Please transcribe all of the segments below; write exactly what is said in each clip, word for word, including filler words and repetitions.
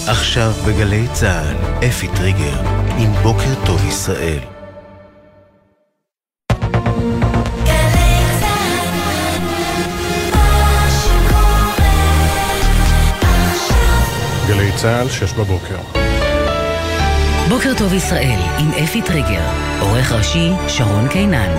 עכשיו בגלי צהל, אפי טריגר, עם בוקר טוב ישראל. גלי צהל, שש בבוקר. בוקר טוב ישראל, עם אפי טריגר, עורך ראשי שרון קינן.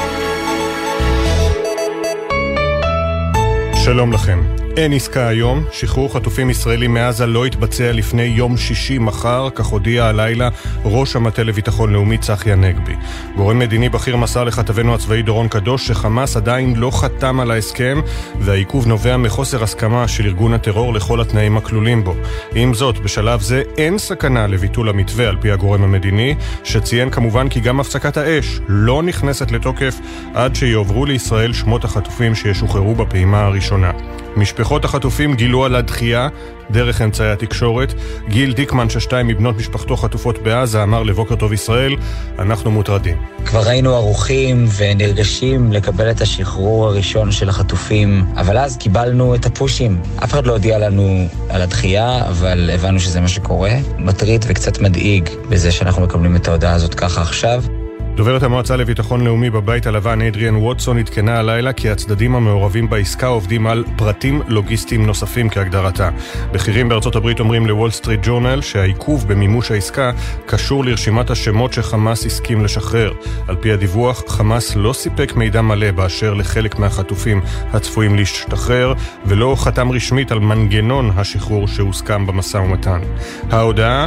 שלום לכם. אין עסקה היום, שחרור חטופים ישראלים מעזה לא יתבצע לפני יום שישי מחר, כך הודיע הלילה ראש המטה לביטחון לאומי צחי הנגבי. גורם מדיני בכיר מסר לכתבנו הצבאי דורון קדוש שחמאס עדיין לא חתם על ההסכם, והעיכוב נובע מחוסר הסכמה של ארגון הטרור לכל התנאים הכלולים בו. עם זאת, בשלב זה אין סכנה לביטול המתווה על פי הגורם המדיני, שציין כמובן כי גם הפסקת האש לא נכנסת לתוקף עד שיעברו לישראל שמות החטופים שישוחררו בפעימה הראשונה. משפחות החטופים גילו על הדחייה דרך אמצעי התקשורת. גיל דיקמן, ששתיים מבנות משפחתו חטופות בעזה, אמר לבוקר טוב ישראל, אנחנו מוטרדים. כבר היינו ערוכים ונרגשים לקבל את השחרור הראשון של החטופים, אבל אז קיבלנו את הפושים. אף אחד לא הודיע לנו על הדחייה, אבל הבנו שזה מה שקורה. מטריד וקצת מדאיג בזה שאנחנו מקבלים את ההודעה הזאת ככה עכשיו. דוברת המועצה לביטחון לאומי בבית הלבן אדריאן ווטסון התקנה הלילה כי הצדדים המעורבים בעסקה עובדים על פרטים לוגיסטיים נוספים כהגדרתה. בכירים בארצות הברית אומרים לוול סטריט ג'ורנל שהעיכוב במימוש העסקה קשור לרשימת השמות שחמאס הסכים לשחרר. על פי הדיווח, חמאס לא סיפק מידע מלא באשר לחלק מהחטופים הצפויים להשתחרר, ולא חתם רשמית על מנגנון השחרור שהוסכם במשא ומתן. ההודעה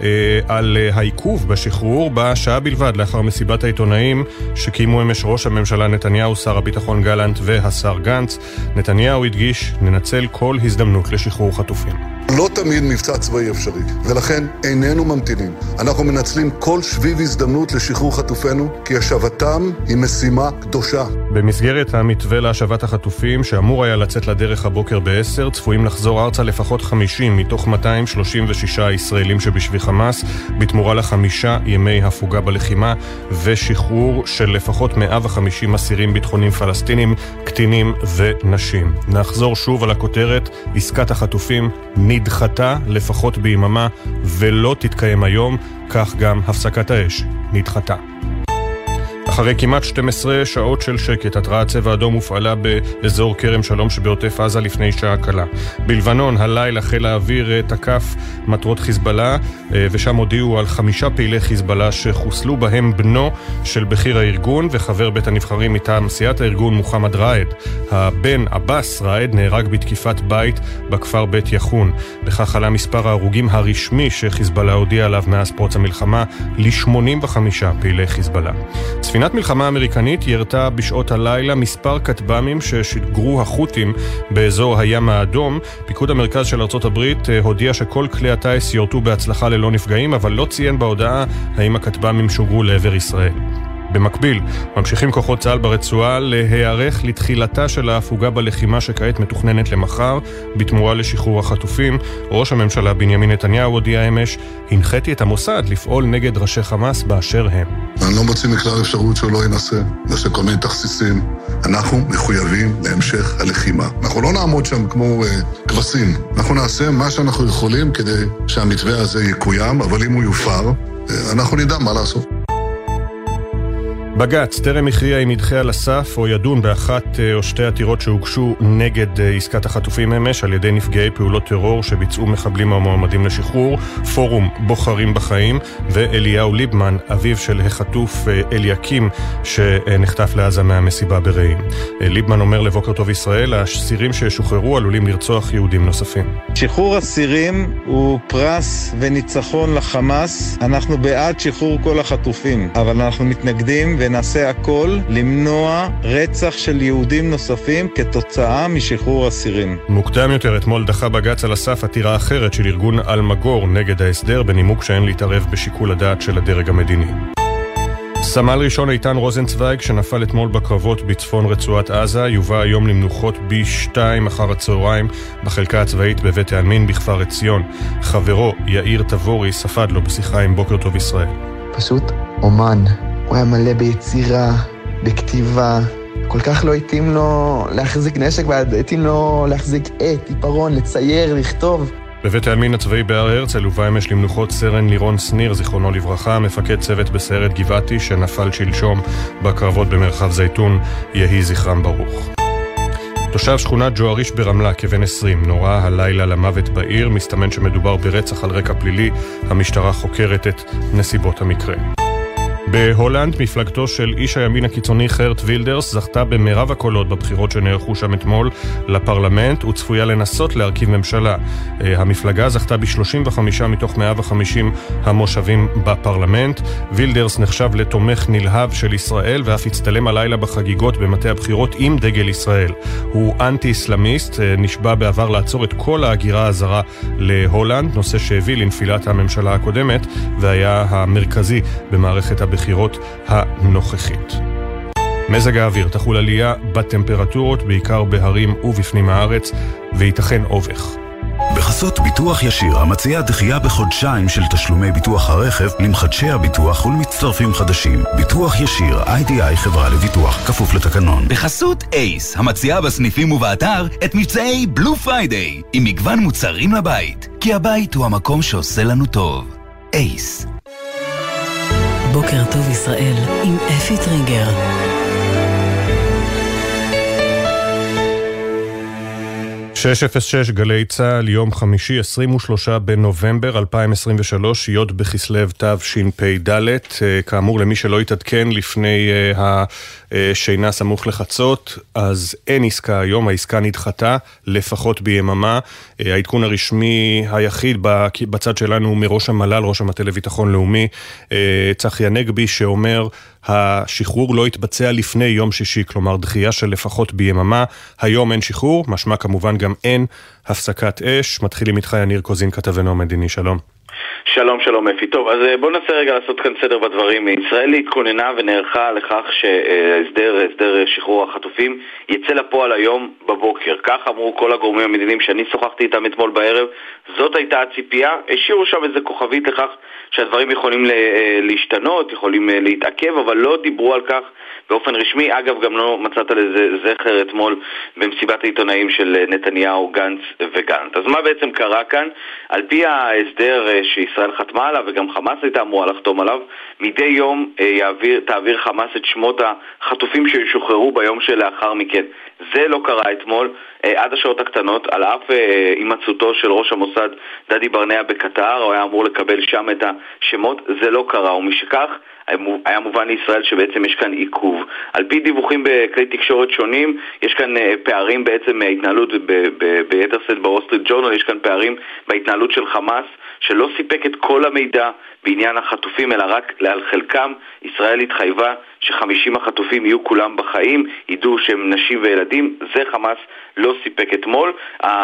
על העיכוב בשחרור באה שעה בלבד לאחר מסיבת העיתונאים שקיימו אמש ראש הממשלה נתניהו, שר הביטחון גלנט והשר גנץ. נתניהו הדגיש, ננצל כל הזדמנות לשחרור חטופים. לא תמיד מבצע צבאי אפשרי, ולכן איננו ממתינים. אנחנו מנצלים כל שביב הזדמנות לשחרור חטופינו, כי השבתם היא משימה קדושה. במסגרת המתווה להשבת החטופים, שאמור היה לצאת לדרך הבוקר בעשר, צפויים לחזור ארצה לפחות חמישים מתוך מאתיים שלושים ושישה ישראלים שבשבי חמאס, בתמורה לחמישה ימי הפוגה בלחימה, ושחרור של לפחות מאה וחמישים אסירים ביטחוניים פלסטינים, קטינים ונשים. נחזור שוב על הכותרת, עסקת החטופים נדחתה לפחות ביממה ולא תתקיים היום, כך גם הפסקת האש נדחתה. אחרי כמעט שתים עשרה שעות של שקט, התרעת צבע אדום הופעלה באזור כרם שלום שבעוטף עזה לפני שעה קלה. בלבנון, הלילה חיל האוויר תקף מטרות חיזבאללה, ושם הודיעו על חמישה פעילי חיזבאללה שחוסלו בהם בנו של בכיר הארגון וחבר בית הנבחרים מטעם סיעת הארגון מוחמד ראיד. הבן עבאס ראיד נהרג בתקיפת בית בכפר בית יחון. בכך עלה מספר ההרוגים הרשמי שחיזבאללה הודיע עליו מאז פרוץ המלחמה ל-שמונים וחמישה פעילי חיזבאללה. ספינת מלחמה אמריקנית ירתה בשעות הלילה מספר כטב"מים ששיגרו החות'ים באזור הים האדום. פיקוד המרכז של ארצות הברית הודיע שכל כלי הטייס יורתו בהצלחה ללא נפגעים, אבל לא ציין בהודעה האם הכטב"מים שוגרו לעבר ישראל. במקביל, ממשיכים כוחות צה"ל ברצועה להיערך לתחילתה של ההפוגה בלחימה שכעת מתוכננת למחר, בתמורה לשחרור החטופים. ראש הממשלה בנימין נתניהו הודיע אמש, הנחיתי את המוסד לפעול נגד ראשי חמאס באשר הם. אני לא מוציא מכלל אפשרות שהוא לא ינסה, נעשה כל מיני תכסיסים. אנחנו מחויבים להמשך הלחימה. אנחנו לא נעמוד שם כמו uh, כבשים. אנחנו נעשה מה שאנחנו יכולים כדי שהמתווה הזה יקוים, אבל אם הוא יופר, uh, אנחנו נדע מה לעשות. בג"ץ טרם הכריע אם ידחה על הסף או ידון באחת או שתי עתירות שהוגשו נגד עסקת החטופים אמש על ידי נפגעי פעולות טרור שביצעו מחבלים המועמדים לשחרור, פורום בוחרים בחיים ואליהו ליבמן, אביו של החטוף אליקים שנחטף לעזה מהמסיבה ברעים. ליבמן אומר לבוקר טוב ישראל, האסירים ששוחררו עלולים לרצוח יהודים נוספים. שחרור אסירים הוא פרס וניצחון לחמאס. אנחנו בעד שחרור כל החטופים, אבל אנחנו מתנגדים ונעשה הכל למנוע רצח של יהודים נוספים כתוצאה משחרור אסירים. מוקדם יותר אתמול דחה בג"ץ על הסף עתירה אחרת של ארגון אלמגור נגד ההסדר, בנימוק שאין להתערב בשיקול הדעת של הדרג המדיני. סמל ראשון איתן רוזנצוויג שנפל אתמול בקרבות בצפון רצועת עזה יובא היום למנוחות בשתיים אחר הצהריים בחלקה הצבאית בבית העלמין בכפר עציון. חברו יאיר תבורי ספד לו בשיחה עם בוקר טוב ישראל. פשוט אומן. הוא היה מלא ביצירה, בכתיבה. כל כך לא התאים לו להחזיק נשק, והתאים לו להחזיק עט, עיפרון, לצייר, לכתוב. בבית העלמין הצבאי בהר הרצל הובא אמש למנוחות סרן לירון שניר, זיכרונו לברכה, מפקד צוות בסיירת גבעתי שנפל שלשום בקרבות במרחב זיתון, יהי זכרם ברוך. תושב שכונת ג'ואריש ברמלה כבן עשרים נורא הלילה למוות בעיר, מסתמן שמדובר ברצח על רקע פלילי, המשטרה חוקרת את נסיבות המקרה. בהולנד מפלגתו של איש הימין הקיצוני חרט וילדרס זכתה במרב הקולות בבחירות שנערכו שם אתמול לפרלמנט וצפויה לנסות להרכיב ממשלה. המפלגה זכתה ב-שלושים וחמישה מתוך מאה וחמישים המושבים בפרלמנט. וילדרס נחשב לתומך נלהב של ישראל ואף הצטלם הלילה בחגיגות במטה הבחירות עם דגל ישראל. הוא אנטי-אסלאמיסט, נשבע בעבר לעצור את כל ההגירה הזרה להולנד, נושא שהביא לנפילת הממשלה הקודמת והיה המרכזי במערכת הבחירות הנוכחית. מזג האוויר, תחול עלייה בטמפרטורות, בעיקר בהרים ובפנים הארץ, וייתכן אובך. בחסות ביטוח ישיר, המציעה דחייה בחודשיים של תשלומי ביטוח הרכב למחדשי הביטוח ולמצטרפים חדשים. ביטוח ישיר, איי די איי חברה לביטוח, כפוף לתקנון. בחסות אייס, המציעה בסניפים ובאתר את מבצעי בלו פריידיי, עם מגוון מוצרים לבית. כי הבית הוא המקום שעושה לנו טוב. אייס. בוקר טוב ישראל עם אפי טריגר. שש אפס שש גלי צהל, יום חמישי עשרים ושלושה בנובמבר אלפיים עשרים ושלוש, י' בכסלו תשפ"ד. כאמור, למי שלא יתעדכן לפני השינה סמוך לחצות, אז אין עסקה היום, העסקה נדחתה לפחות ביממה. העדכון הרשמי היחיד בצד שלנו הוא מראש המל"ל, ראש המטה לביטחון לאומי, צחי הנגבי, שאומר השחרור לא יתבצע לפני יום שישי, כלומר דחייה של לפחות ביממה. היום אין שחרור, משמע כמובן גם אין הפסקת אש. מתחילים איתך יניר קוזין, כתבנו המדיני, שלום. שלום, שלום אפי. טוב, אז בואו ננסה רגע לעשות כאן סדר בדברים. ישראל התכוננה ונערכה לכך שהסדר, הסדר שחרור החטופים יצא לפועל היום בבוקר. כך אמרו כל הגורמים המדיניים שאני שוחחתי איתם אתמול בערב. זאת הייתה הציפייה. השאירו שם איזה כוכבית לכך שהדברים יכולים להשתנות, יכולים להתעכב, אבל לא דיברו על כך באופן רשמי. אגב, גם לא מצאת לזה זכר אתמול במסיבת העיתונאים של נתניהו, גנץ וגנץ. אז מה בעצם קרה כאן? על פי ההסדר שישראל חתמה עליו וגם חמאס הייתה אמורה לחתום עליו, מדי יום יעביר, תעביר חמאס את שמות החטופים שישוחררו ביום שלאחר מכן. זה לא קרה אתמול עד השעות הקטנות, על אף הימצאותו של ראש המוסד דדי ברנע בקטר, הוא היה אמור לקבל שם את השמות, זה לא קרה, ומשכך היה מובן לישראל שבעצם יש כאן עיכוב. על פי דיווחים בכלי תקשורת שונים, יש כאן פערים בעצם מההתנהלות ביתר שאת בוול סטריט ג'ורנל, יש כאן פערים בהתנהלות של חמאס, שלא סיפק את כל המידע בעניין החטופים, אלא רק על חלקם. ישראל התחייבה שחמישים החטופים יהיו כולם בחיים, ידעו שהם נשים וילדים. זה חמאס לא סיפק אתמול.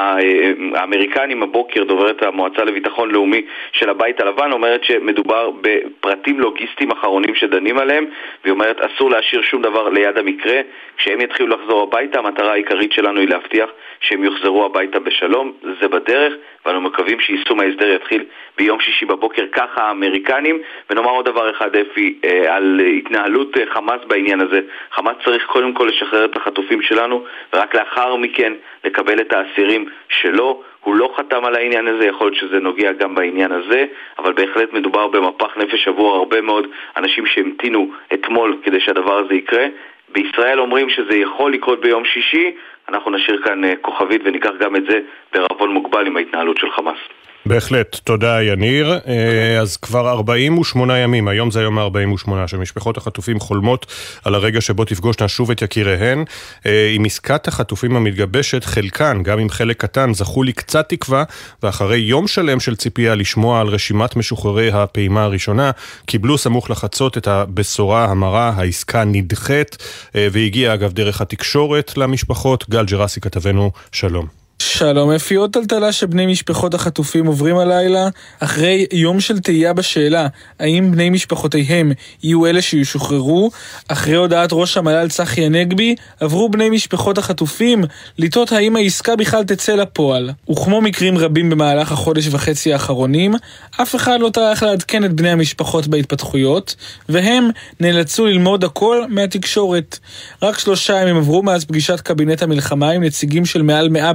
האמריקנים הבוקר, דוברת המועצה לביטחון לאומי של הבית הלבן, אומרת שמדובר בפרטים לוגיסטיים אחרונים שדנים עליהם, והיא אומרת אסור להשאיר שום דבר ליד המקרה. כשהם יתחילו לחזור הביתה, המטרה העיקרית שלנו היא להבטיח שהם יוחזרו הביתה בשלום. זה בדרך, ואנו מקווים שיישום ההסדר יתחיל ביום שישי בבוקר, ככה האמריקנים. ונאמר עוד דבר אחד אפי על התנהלות חמאס בעניין הזה. חמאס צריך קודם כל לשחרר את החטופים שלנו, ורק לאחר מכן לקבל את האסירים שלו. הוא לא חתם על העניין הזה, יכול להיות שזה נוגע גם בעניין הזה, אבל בהחלט מדובר במפח נפש עבור הרבה מאוד אנשים שהמתינו אתמול כדי שהדבר הזה יקרה. בישראל אומרים שזה יכול לקרות ביום שישי, אנחנו נשאיר כאן כוכבית וניקח גם את זה בערבון מוגבל עם ההתנהלות של חמאס. בהחלט, תודה יניר. אז כבר ארבעים ושמונה ימים, היום זה היום ה-ארבעים ושמונה, שמשפחות החטופים חולמות על הרגע שבו תפגושנה שוב את יקיריהן. עם עסקת החטופים המתגבשת, חלקן, גם עם חלק קטן, זכו לי קצת תקווה, ואחרי יום שלם של ציפייה לשמוע על רשימת משוחררי הפעימה הראשונה, קיבלו סמוך לחצות את הבשורה המרה, העסקה נדחית, והגיעה אגב דרך התקשורת למשפחות. גל ג'רסי כתבנו, שלום. שלום אפי, עוד טלטלה שבני משפחות החטופים עוברים הלילה אחרי יום של תהייה בשאלה האם בני משפחותיהם יהיו אלה שישוחררו. אחרי הודעת ראש המל"ל צחי הנגבי עברו בני משפחות החטופים לטעות האם העסקה בכלל תצא לפועל, וכמו מקרים רבים במהלך החודש וחצי האחרונים, אף אחד לא טרח לעדכן את בני המשפחות בהתפתחויות, והם נאלצו ללמוד הכל מהתקשורת. רק שלושה ימים עברו מאז פגישת קבינט המלחמה עם נציגים של מעל מאה בני משפחות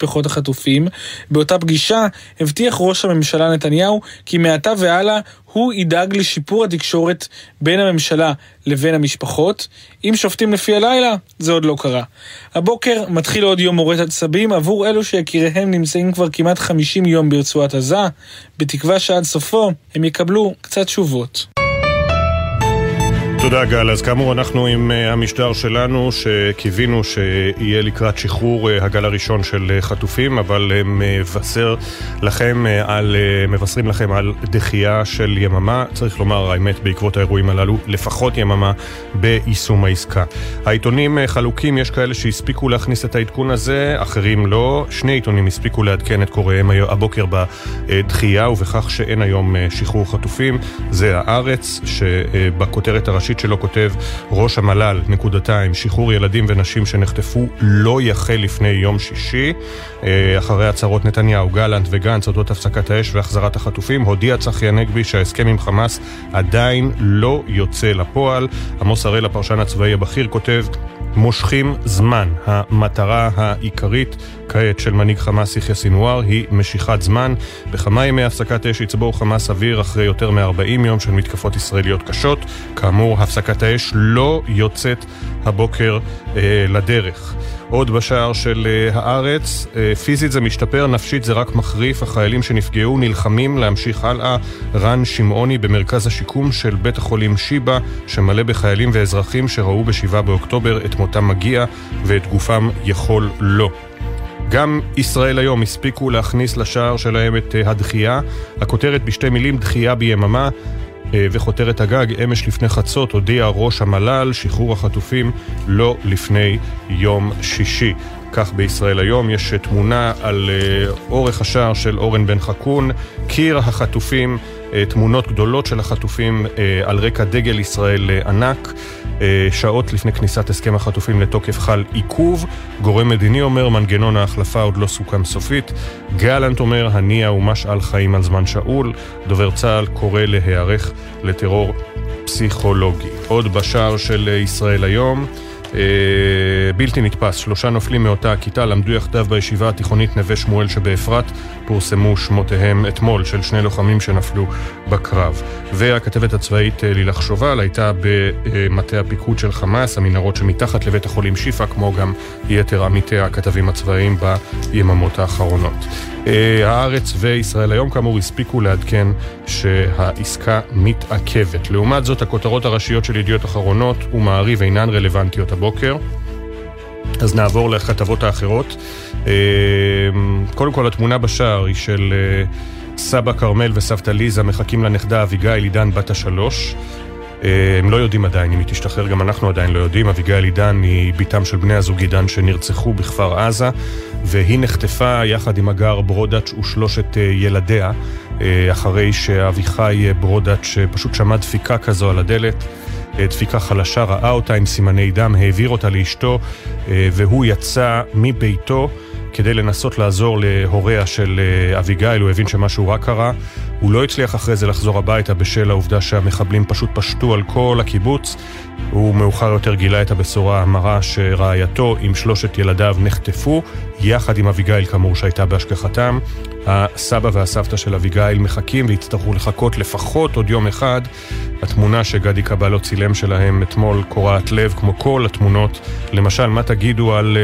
משפחות החטופים. באותה פגישה הבטיח ראש הממשלה נתניהו כי מעתה והלאה הוא ידאג לשיפור התקשורת בין הממשלה לבין המשפחות. אם שופטים לפי הלילה, זה עוד לא קרה. הבוקר מתחיל עוד יום מורת עצבים עבור אלו שיקיריהם נמצאים כבר כמעט חמישים יום ברצועת עזה, בתקווה שעד סופו הם יקבלו קצת תשובות. תודה גל, אז כאמור אנחנו עם המשדר שלנו שקיווינו שיהיה לקראת שחרור הגל הראשון של חטופים, אבל מבשר לכם על, מבשרים לכם על דחייה של יממה, צריך לומר האמת בעקבות האירועים הללו, לפחות יממה ביישום העסקה. העיתונים חלוקים, יש כאלה שהספיקו להכניס את העדכון הזה, אחרים לא, שני עיתונים הספיקו לעדכן את קוראיהם הבוקר בדחייה ובכך שאין היום שחרור חטופים, זה הארץ שבכותרת הראשית שלו כותב ראש המל"ל נקודתיים שחרור ילדים ונשים שנחטפו לא יחל לפני יום שישי. אחרי הצהרות נתניהו, גלנט וגנץ אודות הפסקת האש והחזרת החטופים, הודיע צחי הנגבי שההסכם עם חמאס עדיין לא יוצא לפועל. עמוס הראל הפרשן הצבאי הבכיר כותב מושכים זמן. המטרה העיקרית כעת של מנהיג חמאס יחיא סינואר היא משיכת זמן. בכמה ימי הפסקת האש יצבור חמאס אוויר אחרי יותר מ-ארבעים יום של מתקפות ישראליות קשות. כאמור, הפסקת האש לא יוצאת הבוקר אה, לדרך. עוד בשער של אה, הארץ, אה, פיזית זה משתפר, נפשית זה רק מחריף. החיילים שנפגעו נלחמים להמשיך הלאה. רן שמעוני במרכז השיקום של בית החולים שיבה, שמלא בחיילים ואזרחים שראו בשבעה באוקטובר את מותם מגיע ואת גופם יכול לא. גם ישראל היום הספיקו להכניס לשער שלהם את הדחייה. הכותרת בשתי מילים, דחייה ביממה, וחותרת הגג, אמש לפני חצות הודיע ראש המל"ל שחרור החטופים לא לפני יום שישי. כך בישראל היום יש תמונה על אורך השער של אורן בן חכון, קיר החטופים, תמונות גדולות של החטופים על רקע דגל ישראל ענק. שעות לפני כניסת הסכם החטופים לתוקף חל עיכוב. גורם מדיני אומר מנגנון ההחלפה עוד לא סוכם סופית. גלנט אומר הניע ומשאל חיים על זמן שאול. דובר צה"ל קורא להיערך לטרור פסיכולוגי. עוד בשער של ישראל היום, בלתי נתפס, שלושה נופלים מאותה הכיתה למדו יחדיו בישיבה התיכונית נווה שמואל שבאפרת, פורסמו שמותיהם אתמול של שני לוחמים שנפלו בקרב. והכתבת הצבאית לילך שובל הייתה במטה הפיקוד של חמאס, המנהרות שמתחת לבית החולים שיפה, כמו גם יתר עמיתי הכתבים הצבאיים ביממות האחרונות. הארץ וישראל היום כאמור הספיקו לעדכן שהעסקה מתעכבת. לעומת זאת, הכותרות הראשיות של ידיעות אחרונות ומעריב אינן רלוונטיות הבוקר. אז נעבור לכתבות האחרות. קודם כל, התמונה בשער היא של סבא קרמל וסבתא ליזה מחכים לנכדה אביגיל עידן בת השלוש. הם לא יודעים עדיין אם היא תשתחרר, גם אנחנו עדיין לא יודעים. אביגיל עידן היא ביתם של בני הזוג עידן שנרצחו בכפר עזה, והיא נחטפה יחד עם הגר ברודץ' ושלושת ילדיה, אחרי שאביחי ברודץ' פשוט שמע דפיקה כזו על הדלת, דפיקה חלשה, ראה אותה עם סימני דם, העביר אותה לאשתו, והוא יצא מביתו כדי לנסות לעזור להוריה של אביגיל. הוא הבין שמשהו רע קרה. הוא לא הצליח אחרי זה לחזור הביתה בשל העובדה שהמחבלים פשוט פשטו על כל הקיבוץ. הוא מאוחר יותר גילה את הבשורה המרה שרעייתו עם שלושת ילדיו נחטפו, יחד עם אביגיל כאמור שהייתה בהשגחתם. הסבא והסבתא של אביגיל מחכים והצטרכו לחכות לפחות עוד יום אחד. התמונה שגדי קבלו צילם שלהם אתמול קורעת לב כמו כל התמונות. למשל, מה תגידו על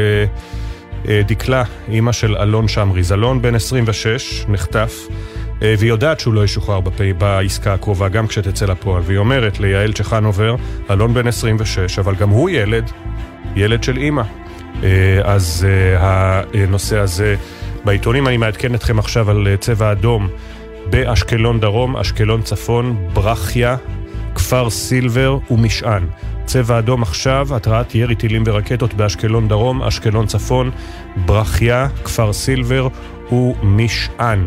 דקלה, אמא של אלון שמריז? אלון בן עשרים ושש נחטף, והיא יודעת שהוא לא ישוחרר בפי, בעסקה הקרובה גם כשתצא לפועל, והיא אומרת ליעל צ'חנובר, אלון בן עשרים ושש, אבל גם הוא ילד, ילד של אמא. אז הנושא הזה בעיתונים. אני מעדכן אתכם עכשיו על צבע אדום באשקלון דרום, אשקלון צפון, ברכיה, כפר סילבר ומשען. צבע אדום עכשיו, התרעת ירי טילים ורקטות באשקלון דרום, אשקלון צפון, ברכיה, כפר סילבר ומשען.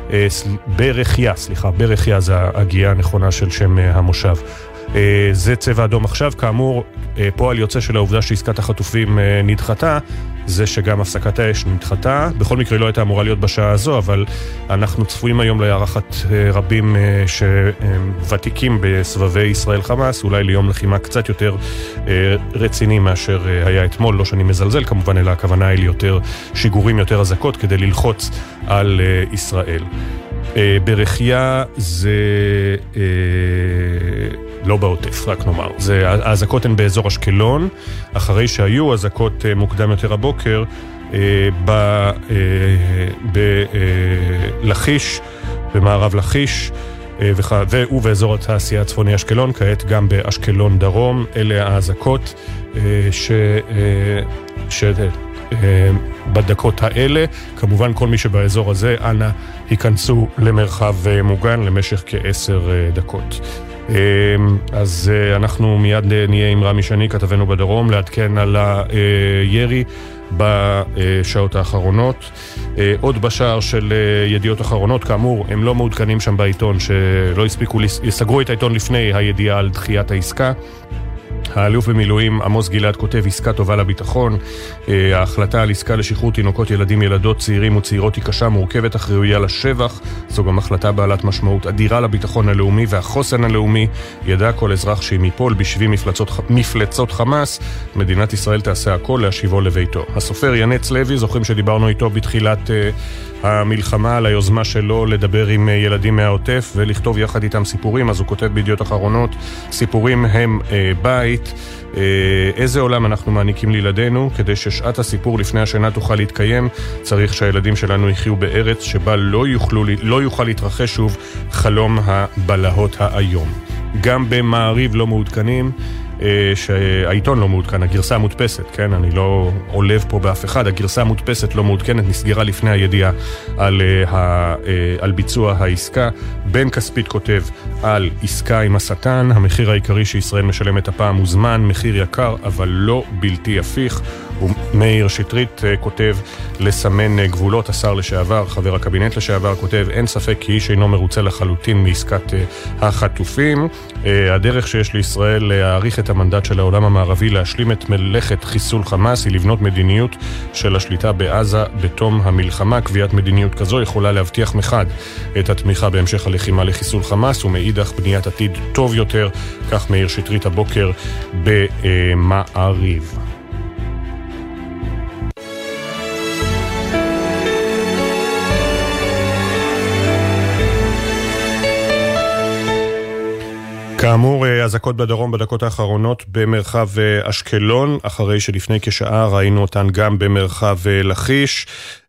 ברכיה, סליחה, ברכיה זה הגיעה הנכונה של שם המושב. זה צבע אדום עכשיו, כאמור, פועל יוצא של העובדה שעסקת החטופים נדחתה, זה שגם הפסקת האש נדחתה. בכל מקרה לא הייתה אמורה להיות בשעה הזו, אבל אנחנו צפויים היום להערכת רבים שוותיקים בסבבי ישראל חמאס, אולי ליום לחימה קצת יותר רציני מאשר היה אתמול, לא שאני מזלזל כמובן, אלא הכוונה היא ליותר שיגורים, יותר הזקות כדי ללחוץ על ישראל. ברחייה זה לא בעוטף, רק נאמר. זה, ההזקות הן באזור אשקלון, אחרי שהיו הזקות מוקדם יותר הבוקר בלחיש, במערב לחיש, ובאזור התעשייה הצפוני אשקלון, כעת גם באשקלון דרום. אלה ההזקות ש... ש... בדקות האלה. כמובן כל מי שבאזור הזה, אנא היכנסו למרחב מוגן למשך כעשר דקות. אז אנחנו מיד נהיה עם רמי שני, כתבנו בדרום, לעדכן על הירי בשעות האחרונות. עוד בשער של ידיעות אחרונות, כאמור, הם לא מעודכנים שם בעיתון, שלא הספיקו, יסגרו את העיתון לפני הידיעה על דחיית העסקה. האלוף במילואים עמוס גלעד כותב, עסקה טובה לביטחון. ההחלטה על עסקה לשחרור תינוקות, ילדים, ילדות, צעירים וצעירות היא קשה, מורכבת, אך ראויה לשבח. זו גם החלטה בעלת משמעות אדירה לביטחון הלאומי והחוסן הלאומי. ידע כל אזרח שאם ייפול בשבי מפלצות, מפלצות חמאס, מדינת ישראל תעשה הכל להשיבו לביתו. הסופר ינץ לוי, זוכרים שדיברנו איתו בתחילת המלחמה על היוזמה שלו לדבר עם ילדים מהעוטף ולכתוב יחד איתם סיפורים, אז הוא כותב בידיעות אחרונות, סיפורים הם אה, בית, אה, איזה עולם אנחנו מעניקים לילדינו, כדי ששעת הסיפור לפני השינה תוכל להתקיים, צריך שהילדים שלנו יחיו בארץ שבה לא, יוכלו, לא יוכל להתרחש שוב חלום הבלהות היום. גם במעריב לא מעודכנים, שהעיתון לא מעודכן, הגרסה המודפסת, כן, אני לא עולב פה באף אחד, הגרסה המודפסת לא מעודכנת, נסגרה לפני הידיעה על, על ביצוע העסקה. בן כספית כותב על עסקה עם השטן, המחיר העיקרי שישראל משלמת הפעם הוא זמן, מחיר יקר אבל לא בלתי הפיך. ומאיר שטרית כותב לסמן גבולות, השר לשעבר, חבר הקבינט לשעבר, כותב, אין ספק כי איש אינו מרוצה לחלוטין מעסקת החטופים. הדרך שיש לישראל להעריך את המנדט של העולם המערבי להשלים את מלאכת חיסול חמאס היא לבנות מדיניות של השליטה בעזה בתום המלחמה. קביעת מדיניות כזו יכולה להבטיח מחד את התמיכה בהמשך הלחימה לחיסול חמאס ומאידך בניית עתיד טוב יותר, כך מאיר שטרית הבוקר במעריב. כאמור, הזקות בדרום בדקות האחרונות במרחב אשקלון, אחרי שלפני כשעה ראינו אותן גם במרחב לחיש.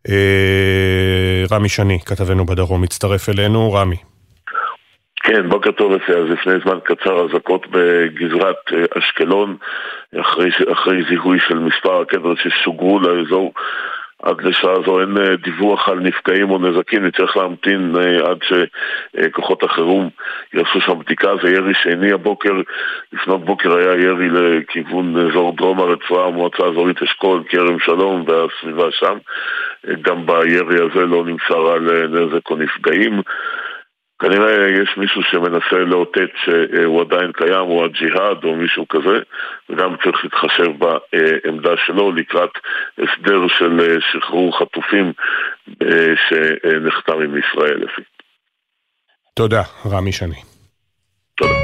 רמי שני, כתבנו בדרום, מצטרף אלינו. רמי. כן, בוקר טוב. אז לפני זמן קצר הזקות בגזרת אשקלון, אחרי, אחרי זיהוי של מספר הקטר ששוגרו לאזור, עד לשעה זו אין דיווח על נפגעים או נזקים, נצטרך להמתין עד שכוחות החירום יעשו שם בדיקה. זה ירי שני הבוקר, לפנות בוקר היה ירי לכיוון אזור דרום הרצועה, המועצה האזורית אשכול, כרם שלום והסביבה שם. גם בירי הזה לא נמסר על נזק או נפגעים. כנראה יש מישהו שמנסה לאותת שהוא עדיין קיים, או הג'יהאד או מישהו כזה, וגם צריך להתחשב בעמדה שלו לקראת הסדר של שחרור חטופים שנחתם עם ישראל. תודה, רמי שני. תודה.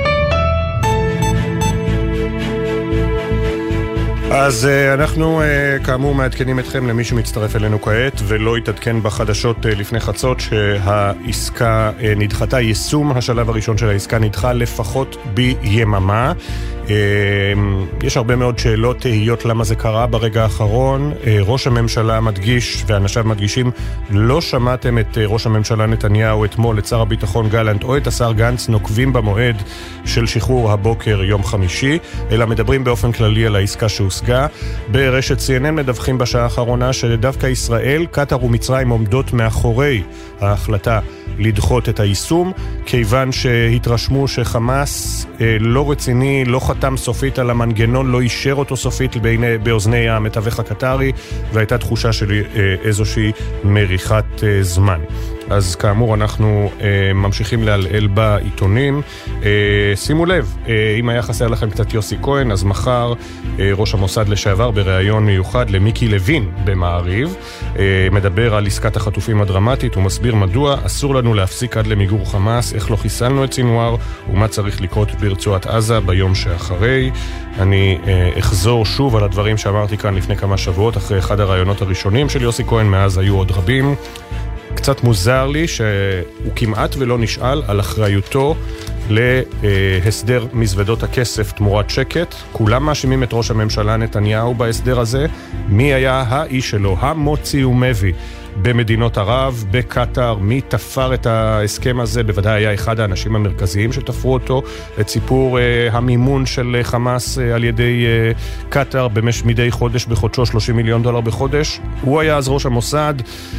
אז uh, אנחנו uh, כאמור מעדכנים אתכם למי שמצטרף אלינו כעת ולא יתעדכן בחדשות uh, לפני חצות שהעסקה uh, נדחתה. יישום השלב הראשון של העסקה נדחה לפחות ביממה. uh, יש הרבה מאוד שאלות תהיות למה זה קרה ברגע האחרון. uh, ראש הממשלה מדגיש ואנשיו מדגישים, לא שמעתם את uh, ראש הממשלה נתניהו אתמול, את שר הביטחון גלנט או את השר גנץ נוקבים במועד של שחרור הבוקר יום חמישי, אלא מדברים באופן כללי על העסקה שהוסקה. ברשת סי אן אן מדווחים בשעה האחרונה שדווקא ישראל, קטר ומצרים עומדות מאחורי ההחלטה לדחות את היישום, כיוון שהתרשמו שחמאס אה, לא רציני, לא חתם סופית על המנגנון, לא אישר אותו סופית בעיני, באוזני המתווך הקטרי, והייתה תחושה של אה, איזושהי מריחת אה, זמן. אז כאמור אנחנו אה, ממשיכים להלעל בעיתונים. אה, שימו לב, אה, אם היה חסר לכם קצת יוסי כהן, אז מחר אה, ראש המוסד לשעבר בראיון מיוחד למיקי לוין במעריב, אה, מדבר על עסקת החטופים הדרמטית, הוא מסביר מדוע אסור לנו להפסיק עד למיגור חמאס, איך לא חיסלנו את סינואר ומה צריך לקרות ברצועת עזה ביום שאחרי. אני אה, אחזור שוב על הדברים שאמרתי כאן לפני כמה שבועות, אחרי אחד הרעיונות הראשונים של יוסי כהן, מאז היו עוד רבים. קצת מוזר לי שהוא כמעט ולא נשאל על אחריותו להסדר מזוודות הכסף תמורת שקט. כולם מאשימים את ראש הממשלה נתניהו בהסדר הזה. מי היה האיש שלו, המוציא ומביא במדינות ערב, בקטר, מי תפר את ההסכם הזה? בוודאי היה אחד האנשים המרכזיים שתפרו אותו, את סיפור אה, המימון של חמאס אה, על ידי אה, קטר במש מדי חודש בחודשו, שלושים מיליון דולר בחודש. הוא היה אז ראש המוסד,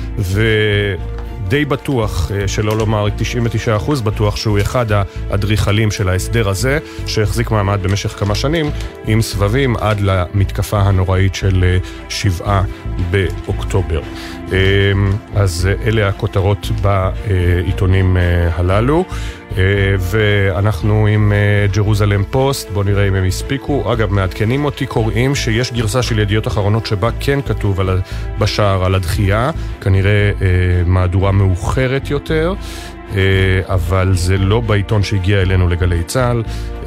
ודי בטוח, אה, שלא לומר תשעים ותשעה אחוז בטוח, שהוא אחד האדריכלים של ההסדר הזה, שהחזיק מעמד במשך כמה שנים עם סבבים עד למתקפה הנוראית של אה, שבעה באוקטובר. אז אלה הכותרות בעיתונים הללו, ואנחנו עם ג'רוזלם פוסט. בוא נראה אם הם הספיקו. אגב, מעדכנים אותי, קוראים שיש גרסה של ידיעות אחרונות שבה כן כתוב על, בשער על הדחייה, כנראה מהדורה מאוחרת יותר, אבל זה לא בעיתון שהגיע אלינו לגלי צהל.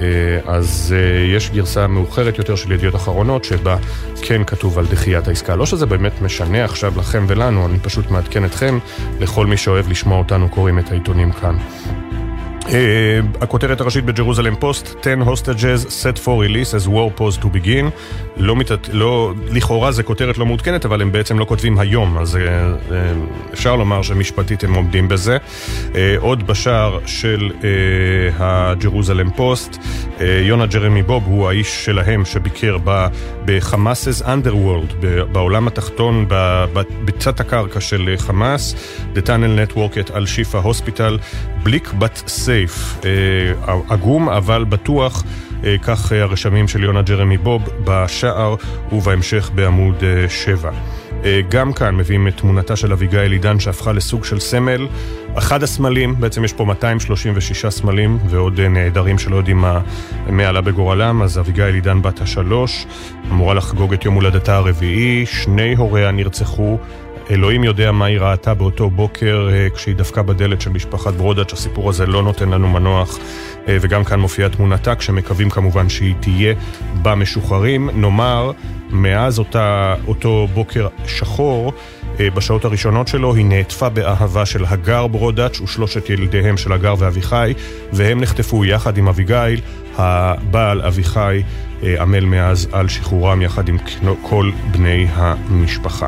אז יש גרסה מאוחרת יותר של ידיעות אחרונות שבה כן כתוב על דחיית העסקה. לא שזה באמת משנה עכשיו לכם ולנו, אני פשוט מעדכן אתכם, לכל מי שאוהב לשמוע אותנו קוראים את העיתונים כאן. Uh, הכותרת הראשית בג'רוזלם פוסט: ten hostages set for release as war pause to begin. לא, מת... לא, לכאורה זה כותרת לא מעודכנת, אבל הם בעצם לא כותבים היום, אז uh, uh, אפשר לומר שמשפטית הם עומדים בזה. uh, עוד בשער של uh, הג'רוזלם פוסט, uh, יונה ג'רמי בוב הוא האיש שלהם שביקר בחמאס's underworld, בעולם התחתון, בצד הקרקע של חמאס, the tunnel network at אל-שיפה הוספיטל. בליק בת סייף, אגום אבל בטוח, כך הרשמים של יונה ג'רמי בוב בשער ובהמשך בעמוד שבע. גם כאן מביאים את תמונתה של אביגיל עידן שהפכה לסוג של סמל. אחד הסמלים, בעצם יש פה מאתיים שלושים ושש סמלים ועוד נעדרים שלא יודעים מה, מה עלה בגורלם. אז אביגיל עידן בת השלוש אמורה לחגוג את יום הולדתה הרביעי, שני הוריה נרצחו. אלוהים יודע מה היא ראתה באותו בוקר כשהיא דפקה בדלת של משפחת ברודאץ'. הסיפור הזה לא נותן לנו מנוח, וגם כאן מופיעה תמונתה, כשמקווים כמובן שהיא תהיה במשוחררים. נאמר, מאז אותה, אותו בוקר שחור, בשעות הראשונות שלו היא נעטפה באהבה של הגר ברודאץ' ושלושת ילדיהם של הגר ואביחי, והם נחטפו יחד עם אביגיל. הבעל אביחי עמל מאז על שחרורם יחד עם כל בני המשפחה.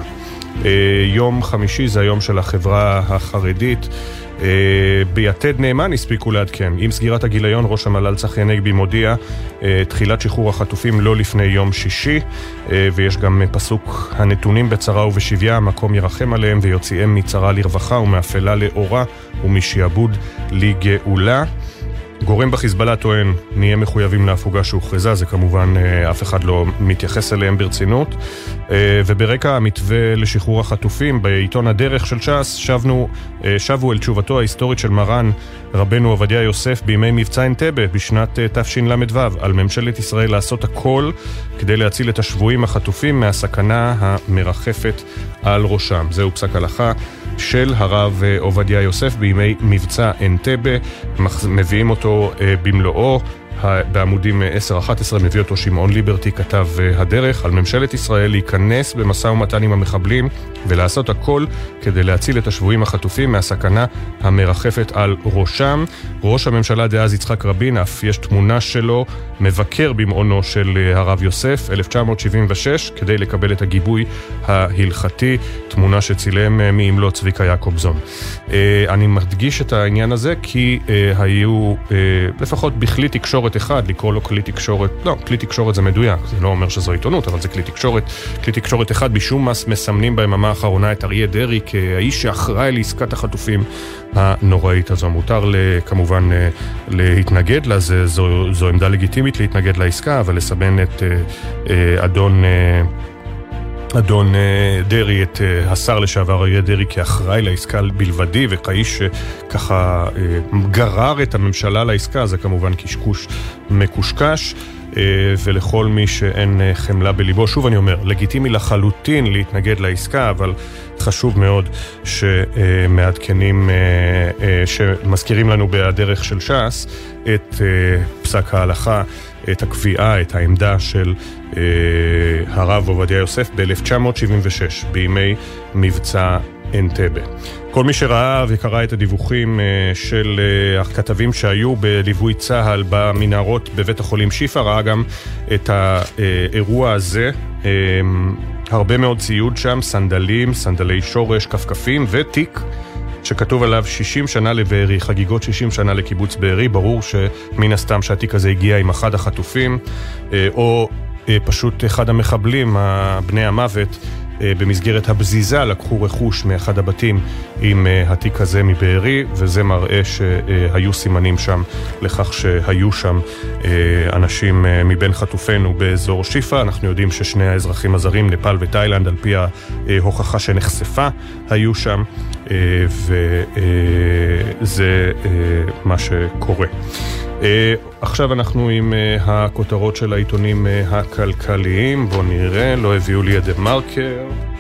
יום חמישי זה היום של החברה החרדית. ביתד נאמן הספיקו לעדכן, עם סגירת הגיליון ראש המל"ל צחי הנגבי מודיע תחילת שחרור החטופים לא לפני יום שישי, ויש גם פסוק: הנתונים בצרה ובשביה המקום ירחם עליהם ויוציאם מצרה לרווחה ומאפלה לאורה ומשעבוד לגאולה. גורם בחיזבאללה טוען נהיה מחויבים להפוגה שהוכרזה, זה כמובן אף אחד לא מתייחס אליהם ברצינות. וברקע המתווה לשחרור החטופים בעיתון הדרך של ש"ס שבנו, שבו אל תשובתו ההיסטורית של מרן רבנו עובדיה יוסף בימי מבצע אנטבה בשנת תשל"ו על ממשלת ישראל לעשות הכל כדי להציל את השבויים החטופים מהסכנה המרחפת על ראשם. זהו פסק הלכה של הרב עובדיה יוסף בימי מבצע אנטבה, מביאים אותו במלואו בעמודים עשר אחת עשרה. מביא אותו שמעון ליברטי, כתב הדרך: על ממשלת ישראל להיכנס במשא ומתן עם המחבלים ולעשות הכל כדי להציל את השבויים החטופים מהסכנה המרחפת על ראשם. ראש הממשלה דאז יצחק רבין, אף יש תמונה שלו מבקר במעונו של הרב יוסף אלף תשע מאות שבעים ושש כדי לקבל את הגיבוי ההלכתי, תמונה שצילם מאמלו צביקה יעקובזון. אני מדגיש את העניין הזה כי היו לפחות בכלי תקשורת אחד, לקרוא לו כלי תקשורת, לא, כלי תקשורת זה מדויק, זה לא אומר שזו עיתונות, אבל זה כלי תקשורת, כלי תקשורת אחד, משום מה מסמנים ביממה האחרונה את אריה דרעי כאיש שאחראי לעסקת החטופים הנוראית הזו. מותר כמובן להתנגד לה, זו, זו, זו עמדה לגיטימית להתנגד לעסקה, אבל לסמן את אדון אדון דרי את השר לשעבר אריה דרי כאחראי לעסקה בלבדי, וכאיש שככה גרר את הממשלה לעסקה. זה כמובן קשקוש מקושקש, ולכל מי שאין חמלה בליבו, שוב אני אומר, לגיטימי לחלוטין להתנגד לעסקה, אבל חשוב מאוד שמעדכנים, שמזכירים לנו בדרך של ש"ס את פסק ההלכה, את הקביעה, את העמדה של הרב עובדיה יוסף ב-אלף תשע מאות שבעים ושש, בימי מבצע אנטבה. כל מי שראה וקרא את הדיווחים של הכתבים שהיו בליווי צהל במנהרות בבית החולים שיפה, ראה גם את האירוע הזה. הרבה מאוד ציוד שם, סנדלים, סנדלי שורש, כפכפים ותיק שכתוב עליו שישים שנה לבארי, חגיגות שישים שנה לקיבוץ בארי. ברור שמן הסתם שהתיק הזה הגיע עם אחד החטופים, או פשוט אחד המחבלים, בני המוות, במסגרת הבזיזה לקחו רכוש מאחד הבתים עם התיק הזה מבארי, וזה מראה שהיו סימנים שם לכך שהיו שם אנשים מבין חטופינו באזור שיפה. אנחנו יודעים ששני האזרחים הזרים, נפאל ותאילנד, על פי ההוכחה שנחשפה, היו שם, וזה מה שקורה. עכשיו אנחנו עם הכותרות של העיתונים הכלכליים. בוא נראה, לא הביאו לי את דה מרקר.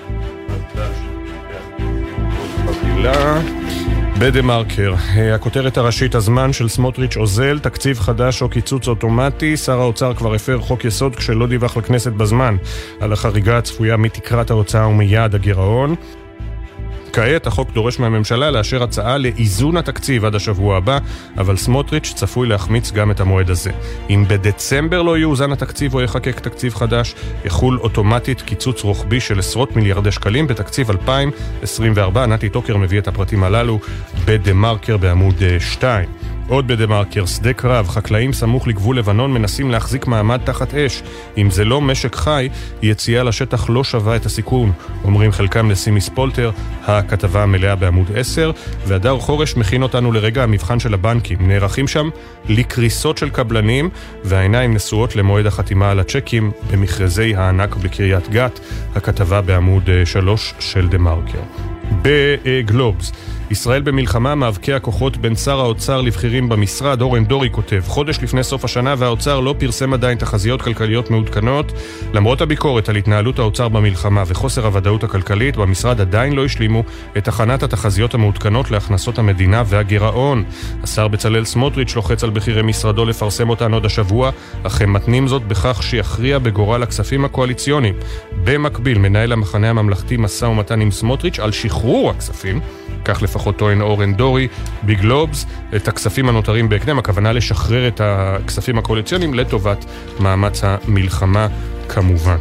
בדה מרקר, הכותרת הראשית, הזמן של סמוטריץ' אוזל, תקציב חדש או קיצוץ אוטומטי. שר האוצר כבר הפר חוק יסוד כשלא דיווח לכנסת בזמן על החריגה הצפויה מתקרת ההוצאה ומיעד הגירעון. כעת החוק דורש מהממשלה לאשר הצעה לאיזון התקציב עד השבוע הבא, אבל סמוטריץ' צפוי להחמיץ גם את המועד הזה. אם בדצמבר לא יאוזן התקציב או יחקק תקציב חדש, יחול אוטומטית קיצוץ רוחבי של עשרות מיליארדי שקלים בתקציב אלפיים עשרים וארבע. נתי טוקר מביא את הפרטים הללו בדה מרקר בעמוד שתיים. עוד בדה מרקר, שדה קרב, חקלאים סמוך לגבול לבנון מנסים להחזיק מעמד תחת אש. אם זה לא משק חי, יציאה לשטח לא שווה את הסיכון, אומרים חלקם לסימי ספולטר. הכתבה המלאה בעמוד עשר. והדר חורש מכין אותנו לרגע המבחן של הבנקים. נערכים שם לקריסות של קבלנים, והעיניים נשואות למועד החתימה על הצ'קים במכרזי הענק בקריית גת. הכתבה בעמוד שלוש של דה מרקר. בגלובס, ישראל במלחמה, מאבקי הכוחות בין שר האוצר לבחירים במשרד. אורן דורי כותב, חודש לפני סוף השנה והאוצר לא פרסם עדיין תחזיות כלכליות מעודכנות. למרות הביקורת על התנהלות האוצר במלחמה וחוסר הוודאות הכלכלית, במשרד עדיין לא השלימו את הכנת התחזיות המעודכנות להכנסות המדינה והגירעון. השר בצלאל סמוטריץ' לוחץ על בכירי משרדו לפרסם אותן עוד השבוע, אך הם מתנים זאת בכך שיכריע בגורל הכספים הקואליציוניים. במקביל, מנהל המחנה הממלכתי משא ומתן עם סמוטריץ' על שחרור הכספים, כך לפחות טוען אורן דורי בגלובס, את הכספים הנותרים בהקדם, הכוונה לשחרר את הכספים הקואליציוניים לטובת מאמץ המלחמה כמובן.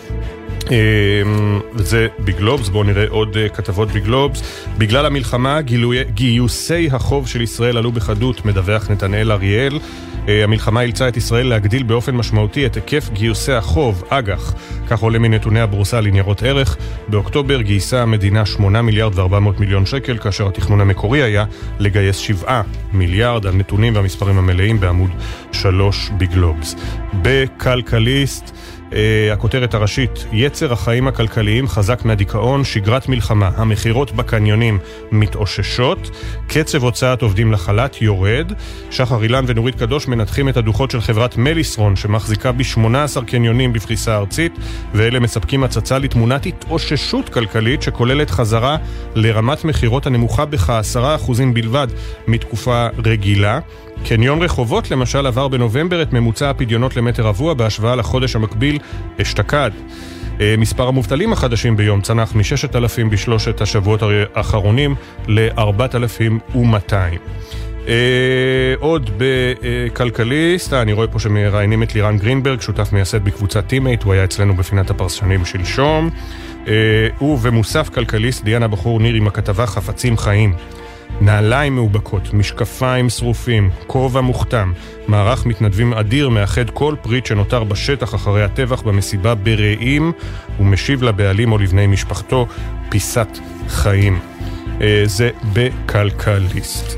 זה בגלובס. בואו נראה עוד כתבות בגלובס. בגלל המלחמה גיוסי החוב של ישראל עלו בחדות, מדווח נתנאל אריאל. המלחמה אילצה את ישראל להגדיל באופן משמעותי את היקף גיוסי החוב, אג"ח. כך עולה מנתוני הבורסה לניירות ערך. באוקטובר גייסה המדינה שמונה מיליארד וארבע מאות מיליון שקל, כאשר התכנון המקורי היה לגייס שבעה מיליארד. הנתונים והמספרים המלאים בעמוד שלוש בגלובס. בכלכליסט, Uh, הכותרת הראשית, יצר החיים הכלכליים חזק מהדיכאון, שגרת מלחמה, המחירות בקניונים מתאוששות, קצב הוצאת עובדים לחל"ת יורד. שחר אילן ונורית קדוש מנתחים את הדוחות של חברת מליסרון שמחזיקה ב-שמונה עשר קניונים בפריסה ארצית, ואלה מספקים הצצה לתמונת התאוששות כלכלית שכוללת חזרה לרמת מחירות הנמוכה בכ-עשרה אחוזים בלבד מתקופה רגילה. קניון רחובות למשל עבר בנובמבר את ממוצע הפדיונות למטר רבוע בהשוואה לחודש המקביל אשתקד. מספר המובטלים החדשים ביום צנח מ-ששת אלפים בשלושת השבועות האחרונים ל-ארבעת אלפים ומאתיים. עוד בכלכליסט, אני רואה פה שמראיינים את לירן גרינברג, שותף מייסד בקבוצת טימייט, הוא היה אצלנו בפינת הפרשנים שלשום. ובמוסף כלכליסט, דיאנה בחור ניר עם הכתבה חפצים חיים. נעליים מאובקות, משקפיים שרופים, כובע מוכתם, מערך מתנדבים אדיר מאחד כל פריט שנותר בשטח אחרי הטבח במסיבה ברעים, ומשיב לבעלים או לבני משפחתו פיסת חיים. זה בכלכליסט.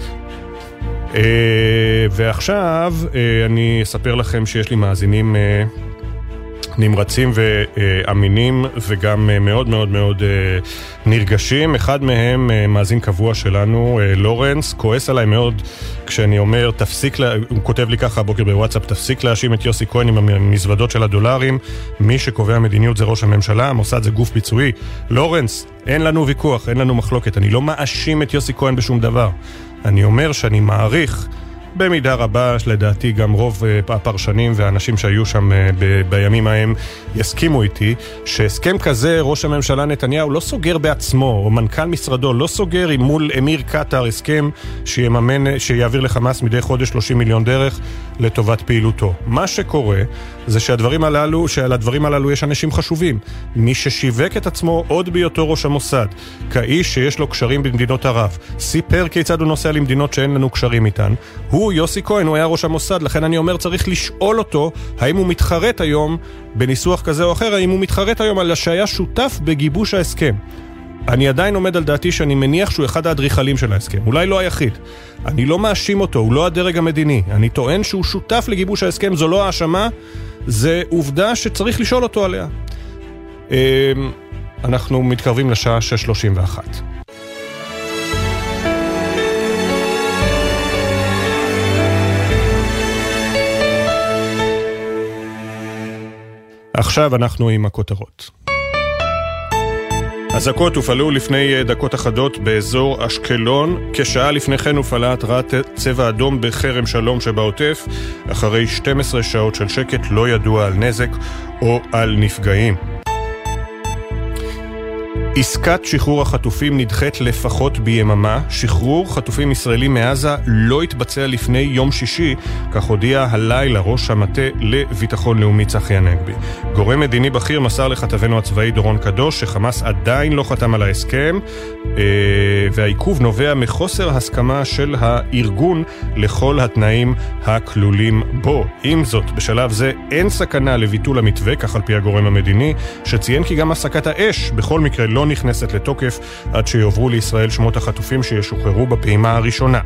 ועכשיו אני אספר לכם שיש לי מאזינים נמרצים ואמינים וגם מאוד מאוד מאוד נרגשים. אחד מהם מאזין קבוע שלנו, לורנס, כועס עליי מאוד כשאני אומר, תפסיק, לה... הוא כותב לי ככה הבוקר בוואטסאפ, תפסיק להאשים את יוסי כהן עם המזוודות של הדולרים, מי שקובע מדיניות זה ראש הממשלה, המוסד זה גוף ביצועי. לורנס, אין לנו ויכוח, אין לנו מחלוקת, אני לא מאשים את יוסי כהן בשום דבר. אני אומר שאני מעריך במידה רבה, לדעתי גם רוב הפרשנים והאנשים שהיו שם ב- בימים ההם יסכימו איתי, שהסכם כזה ראש הממשלה נתניהו לא סוגר בעצמו, או מנכ"ל משרדו לא סוגר עם מול אמיר קטר הסכם שיממן, שיעביר לחמאס מדי חודש שלושים מיליון דרך לטובת פעילותו. מה שקורה זה שהדברים הללו, שעל הדברים הללו יש אנשים חשובים. מי ששיווק את עצמו עוד בהיותו ראש המוסד, כאיש שיש לו קשרים במדינות ערב, סיפר כיצד הוא נוסע למדינות שאין לנו קשרים איתן, הוא יוסי כהן, הוא היה ראש המוסד, לכן אני אומר צריך לשאול אותו האם הוא מתחרט היום בניסוח כזה או אחר, האם הוא מתחרט היום על שהיה שותף בגיבוש ההסכם. אני עדיין עומד על דעתי שאני מניח שהוא אחד האדריכלים של ההסכם, אולי לא היחיד. אני לא מאשים אותו, הוא לא הדרג המדיני. אני טוען שהוא שותף לגיבוש ההסכם, זו לא האשמה, זה עובדה שצריך לשאול אותו עליה. אנחנו מתקרבים לשעה שש שלושים ואחת. עכשיו אנחנו עם הכותרות. אזעקות הופעלו לפני דקות אחדות באזור אשקלון, כשעה לפני כן הופעלה התרעת צבע אדום בחרם שלום שבעוטף. אחרי שתים עשרה שעות של שקט לא ידוע על נזק או על נפגעים. עסקת שחרור החטופים נדחית לפחות ביממה. שחרור חטופים ישראלים מעזה לא התבצע לפני יום שישי, כך הודיע הלילה ראש המטה לביטחון לאומי צחי הנגבי. גורם מדיני בכיר מסר לכתבנו הצבאי דורון קדוש שחמאס עדיין לא חתם על ההסכם, והעיכוב נובע מחוסר הסכמה של הארגון לכל התנאים הכלולים בו. עם זאת, בשלב זה אין סכנה לביטול המתווה, כך על פי הגורם המדיני, שציין כי גם הפסקת האש בכל מקרה לא נכנסת לתוקף עד שיועברו לישראל שמות החטופים שישוחררו בפעימה הראשונה.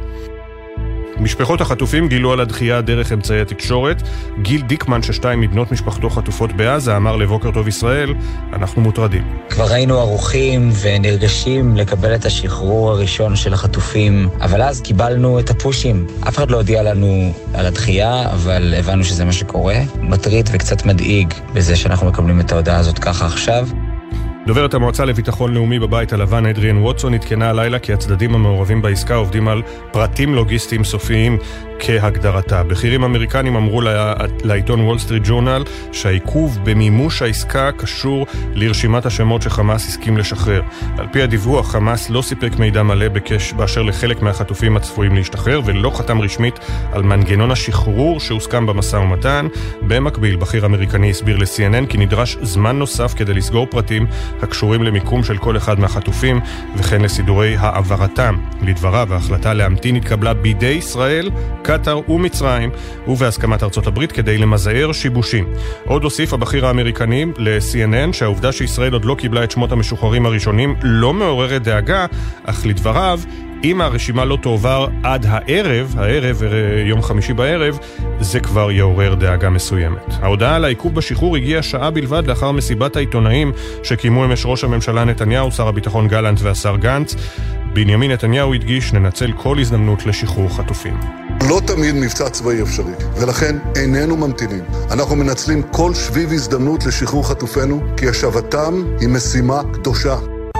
משפחות החטופים גילו על הדחייה דרך אמצעי התקשורת. גיל דיקמן, ששתיים מבנות משפחתו חטופות בעזה, אמר לבוקר טוב ישראל, אנחנו מוטרדים. כבר היינו ערוכים ונרגשים לקבל את השחרור הראשון של החטופים, אבל אז קיבלנו את הפושים. אף אחד לא הודיע לנו על הדחייה, אבל הבנו שזה מה שקורה. מטריד וקצת מדאיג בזה שאנחנו מקבלים את ההודעה הזאת ככה עכשיו. דוברת המועצה לביטחון לאומי בבית הלבן, אדריאן ווטסון, התקנה הלילה כי הצדדים המעורבים בעסקה עובדים על פרטים לוגיסטיים סופיים כהגדרתה. בכירים אמריקנים אמרו לעיתון וול סטריט ג'ורנל שהעיכוב במימוש העסקה קשור לרשימת השמות שחמאס הסכים לשחרר. על פי הדיווח, חמאס לא סיפק מידע מלא בקש באשר לחלק מהחטופים הצפויים להשתחרר, ולא חתם רשמית על מנגנון השחרור שהוסכם במשא ומתן. במקביל, בכיר אמריקני הסביר ל-סי אן אן כי נדרש זמן נוסף כדי לסגור פרטים הקשורים למיקום של כל אחד מהחטופים וכן לסידורי העברתם. לדבריו, ההחלטה להמתין התקבלה בידי ישראל, קטר ומצרים, ובהסכמת ארצות הברית כדי למזער שיבושים. עוד הוסיף הבכיר האמריקני ל-סי אן אן שהעובדה שישראל עוד לא קיבלה את שמות המשוחררים הראשונים לא מעוררת דאגה, אך לדבריו, אם הרשימה לא תועבר עד הערב, הערב, יום חמישי בערב, זה כבר יעורר דאגה מסוימת. ההודעה על העיכוב בשחרור הגיעה שעה בלבד לאחר מסיבת העיתונאים שקיימו אמש ראש הממשלה נתניהו, שר הביטחון גלנט והשר גנץ. בנימין נתניהו הדגיש, ננצל כל הזדמנות לשחרור חטופים. לא תמיד מבצע צבאי אפשרי, ולכן איננו ממתינים. אנחנו מנצלים כל שביב הזדמנות לשחרור חטופינו, כי השבתם היא משימה קדושה.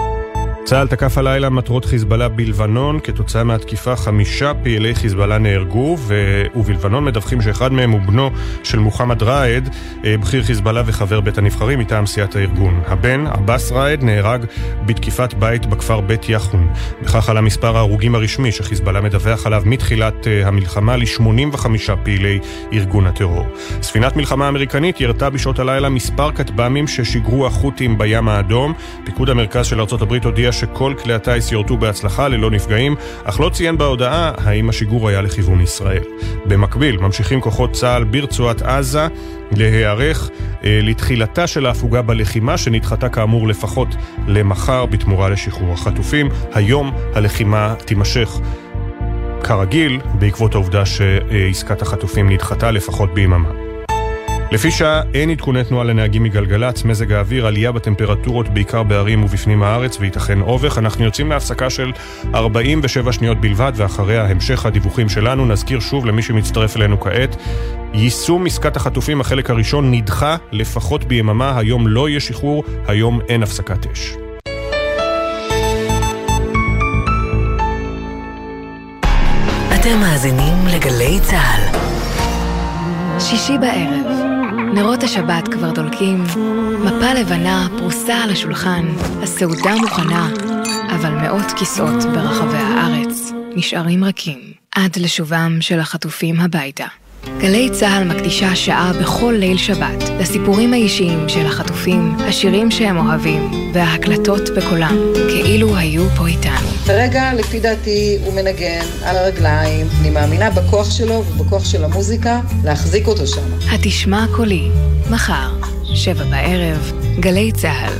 צה"ל תקף הלילה מטרות חיזבאללה בלבנון. כתוצאה מהתקיפה חמישה פעילי חיזבאללה נהרגו, ובלבנון מדווחים שאחד מהם הוא בנו של מוחמד ראיד, בכיר חיזבאללה וחבר בית הנבחרים מטעם סיעת הארגון. הבן, עבאס ראיד, נהרג בתקיפת בית בכפר בית יחון. בכך עלה מספר ההרוגים הרשמי שחיזבאללה מדווח עליו מתחילת המלחמה ל-שמונים וחמישה פעילי ארגון הטרור. ספינת מלחמה אמריקנית ירתה בשעות הלילה מספר כטב"מים ששיגרו החות'ים בים האדום. פיקוד המרכז של ארצות הברית הודיע שכל כלי הטייס יורטו בהצלחה ללא נפגעים, אך לא ציין בהודעה האם השיגור היה לכיוון ישראל. במקביל, ממשיכים כוחות צה"ל ברצועת עזה להיערך אה, לתחילתה של ההפוגה בלחימה, שנדחתה כאמור לפחות למחר בתמורה לשחרור החטופים. היום הלחימה תימשך כרגיל, בעקבות העובדה שעסקת החטופים נדחתה לפחות ביממה. לפי שעה אין עדכוני תנועה לנהגים מגלגלץ, מזג האוויר, עלייה בטמפרטורות בעיקר בערים ובפנים הארץ וייתכן אובך. אנחנו יוצאים להפסקה של ארבעים ושבע שניות בלבד, ואחריה המשך הדיווחים שלנו. נזכיר שוב למי שמצטרף אלינו כעת, יישום עסקת החטופים החלק הראשון נדחה לפחות ביממה, היום לא יהיה שחרור, היום אין הפסקת אש. אתם מאזינים לגלי צהל. שישי בערב, נרות השבת כבר דולקים, מפה לבנה פרוסה על השולחן, הסעודה מוכנה, אבל מאות כיסאות ברחבי הארץ נשארים רכים עד לשובם של החטופים הביתה. גלי צהל מקדישה שעה בכל ליל שבת לסיפורים האישיים של החטופים, השירים שהם אוהבים וההקלטות בקולם, כאילו היו פה איתנו. כרגע, לפי דעתי, הוא מנגן על הרגליים. אני מאמינה בכוח שלו ובכוח של המוזיקה להחזיק אותו שם. התשמע קולי, מחר, שבע בערב, גלי צהל.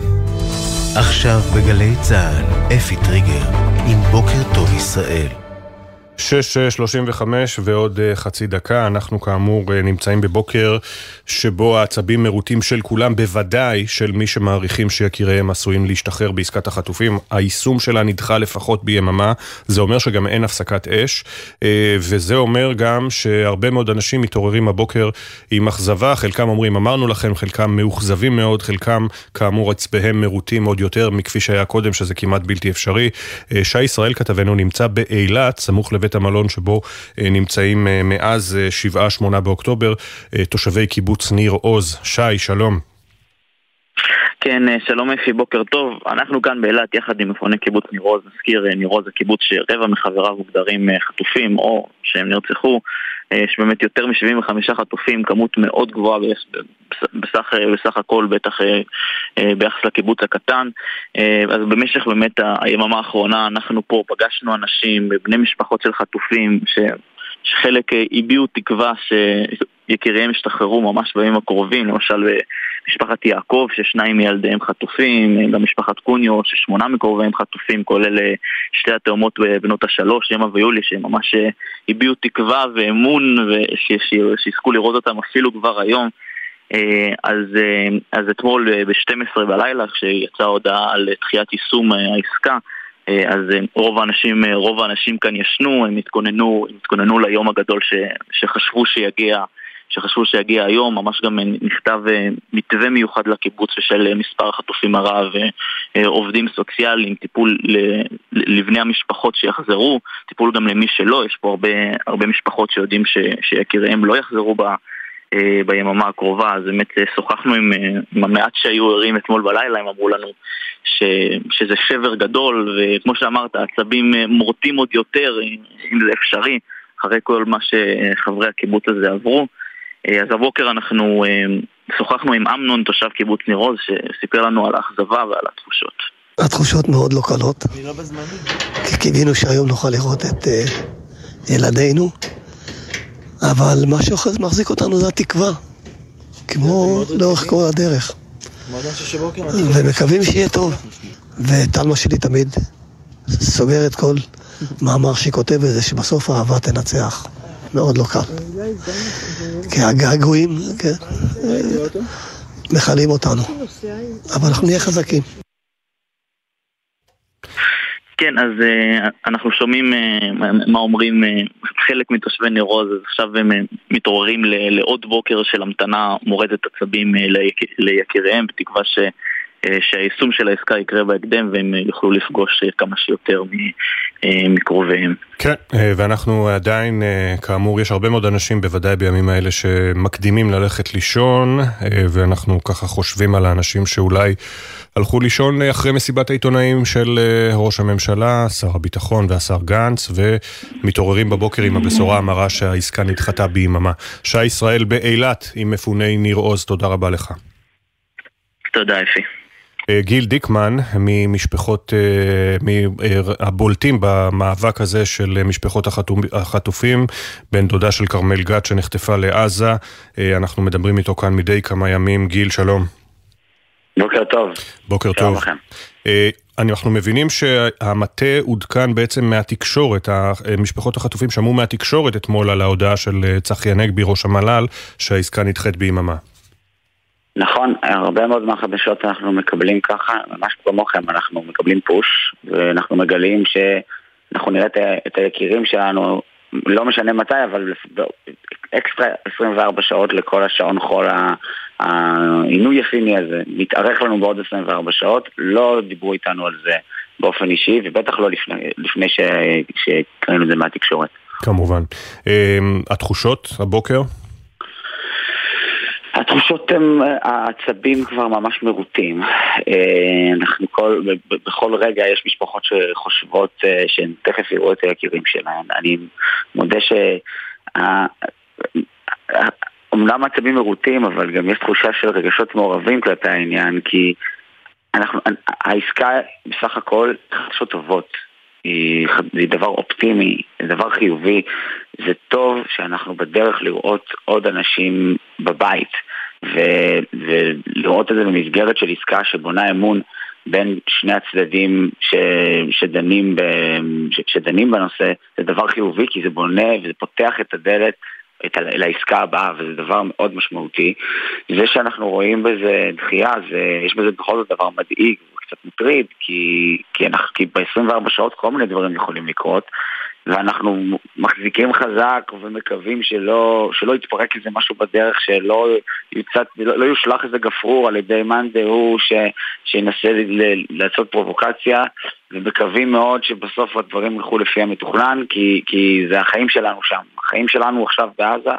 עכשיו בגלי צהל, אפי טריגר עם בוקר טוב ישראל. שש שלושים וחמש ועוד חצי דקה. אנחנו כאמור נמצאים בבוקר שבו העצבים מרוטים של כולם, בוודאי של מי שמעריכים שיקיריהם עשויים להשתחרר בעסקת החטופים. היישום שלה נדחה לפחות ביממה, זה אומר שגם אין הפסקת אש, וזה אומר גם שהרבה מאוד אנשים מתעוררים הבוקר עם אכזבה, חלקם אומרים אמרנו לכם, חלקם מאוכזבים מאוד, חלקם כאמור עצביהם מרוטים עוד יותר מכפי שהיה קודם, שזה כמעט בלתי אפשרי. שי ישראל כתבנו נמצא באילת, סמוך לבית המלון שבו נמצאים מאז שבעה שמונה באוקטובר תושבי קיבוץ ניר עוז. שי, שלום. כן, שלום אפי, בוקר טוב. אנחנו כאן באילת יחד עם מפוני קיבוץ ניר עוז. נזכיר, ניר עוז זה קיבוץ שרבע מחבריו מוגדרים חטופים או שהם נרצחו. יש באמת יותר מ-שבעים וחמישה חטופים, כמות מאוד גבוהה בסך, בסך הכל, בטח ביחס לקיבוץ הקטן. אז במשך באמת היממה האחרונה אנחנו פה פגשנו אנשים, בני משפחות של חטופים, ש... שחלק הביעו תקווה שיקיריהם השתחררו ממש בימים הקרובים, למשל משפחת יעקב ששניים מילדיהם חטופים, גם משפחת קוניו ששמונה מקרוביהם חטופים, כולל שתי התאומות בנות השלוש, ימה ויולי, שממש הביעו תקווה ואמון ושיזכו לראות אותם אפילו כבר היום. אז, אז אתמול ב-שתים עשרה בלילה כשיצאה הודעה על תחיית יישום העסקה, אז רוב האנשים, רוב האנשים כאן ישנו, הם התכוננו, הם התכוננו ליום הגדול ש, שחשבו שיגיע, שחשבו שיגיע היום. ממש גם נכתב מתווה מיוחד לקיבוץ ושל מספר החטופים הרב, עובדים סוציאליים, טיפול לבני המשפחות שיחזרו, טיפול גם למי שלא. יש פה הרבה, הרבה משפחות שיודעים ש, שיקיריהם לא יחזרו בה ביממה הקרובה. אז באמת שוחחנו עם, עם המעט שהיו ערים אתמול בלילה, הם אמרו לנו ש, שזה שבר גדול, וכמו שאמרת, העצבים מורטים עוד יותר, אם זה אפשרי, אחרי כל מה שחברי הקיבוץ הזה עברו. אז הבוקר אנחנו שוחחנו עם אמנון, תושב קיבוץ ניר עוז, שסיפר לנו על האכזבה ועל התחושות. התחושות מאוד לא קלות, כי קיווינו שהיום נוכל לראות את ילדינו, אבל מה שמחזיק אותנו זה התקווה, כמו לאורך כל הדרך, ומקווים שיהיה טוב. וטלמה שלי תמיד סוגרת כל מאמר שהיא כותב בזה, שבסוף האהבה תנצח. מאוד לא קל, כי הגעגועים מחלים אותנו, אבל אנחנו נהיה חזקים. כן, אז uh, אנחנו שומעים uh, מה אומרים uh, חלק מתושבי ניר עוז. אז עכשיו הם uh, מתעוררים ל- לעוד בוקר של המתנה מורדת עצבים uh, ליק- ליקיריהם, בתקווה ש... שהיישום של העסקה יקרה בהקדם והם יוכלו לפגוש כמה שיותר מקרוביהם. כן, ואנחנו עדיין, כאמור, יש הרבה מאוד אנשים בוודאי בימים האלה שמקדימים ללכת לישון, ואנחנו ככה חושבים על האנשים שאולי הלכו לישון אחרי מסיבת העיתונאים של ראש הממשלה, שר הביטחון והשר גנץ, ומתעוררים בבוקר עם הבשורה המרה שהעסקה נדחתה ביממה. שי ישראל באילת עם מפוני ניר עוז, תודה רבה לך. תודה אפי. גיל דיקמן ממשפחות, מהבולטים במאבק הזה של משפחות החטופים, בן דודה של קרמל גת שנחטפה לעזה. אנחנו מדברים איתו כאן מדי כמה ימים. גיל, שלום. בוקר טוב. בוקר טוב. אנחנו מבינים שהמטה עודכן בעצם מהתקשורת, המשפחות החטופים שמעו מהתקשורת אתמול על ההודעה של צחי הנגבי, ראש המל"ל, שהעסקה נדחית ביממה. נכון, הרבה מאוד מהחדשות אנחנו מקבלים ככה, ממש כמוכם, אנחנו מקבלים פוש, ואנחנו מגלים שאנחנו נראה את היקירים שלנו, לא משנה מתי, אבל אקסטרה עשרים וארבע שעות לכל השעון חול העינוי הסיני הזה, מתארך לנו בעוד עשרים וארבע שעות, לא דיברו איתנו על זה באופן אישי, ובטח לא לפני, לפני שקראנו את זה מהתקשורת. כמובן. התחושות הבוקר? התחושות הם, העצבים כבר ממש מרוטים. אנחנו כל, בכל רגע יש משפחות שחושבות שהן תכף יראו את היקירים שלהם. אני מודה ש... אומנם העצבים מרוטים, אבל גם יש תחושה של רגשות מעורבים כלפי העניין, כי אנחנו, העסקה בסך הכל חדשות טובות. זה דבר אופטימי, זה דבר חיובי, זה טוב שאנחנו בדרך לראות עוד אנשים בבית ו- ולראות את זה במסגרת של עסקה שבונה אמון בין שני הצדדים ש- שדנים, ב- ש- שדנים בנושא. זה דבר חיובי כי זה בונה וזה פותח את הדלת את ה- לעסקה הבאה, וזה דבר מאוד משמעותי. זה שאנחנו רואים בזה דחייה, זה, יש בזה בכל זאת דבר מדאיג, קצת מטריד, כי, כי, אנחנו, כי ב-עשרים וארבע שעות כל מיני דברים יכולים לקרות, ואנחנו מחזיקים חזק ומקווים שלא, שלא יתפרק איזה משהו בדרך, שלא יוצאת, לא, לא יושלח איזה גפרור על ידי מאן דהוא ש, שינסה ל, לעשות פרובוקציה, ומקווים מאוד שבסוף הדברים ילכו לפי המתוכנן, כי, כי זה החיים שלנו שם, החיים שלנו עכשיו בעזה,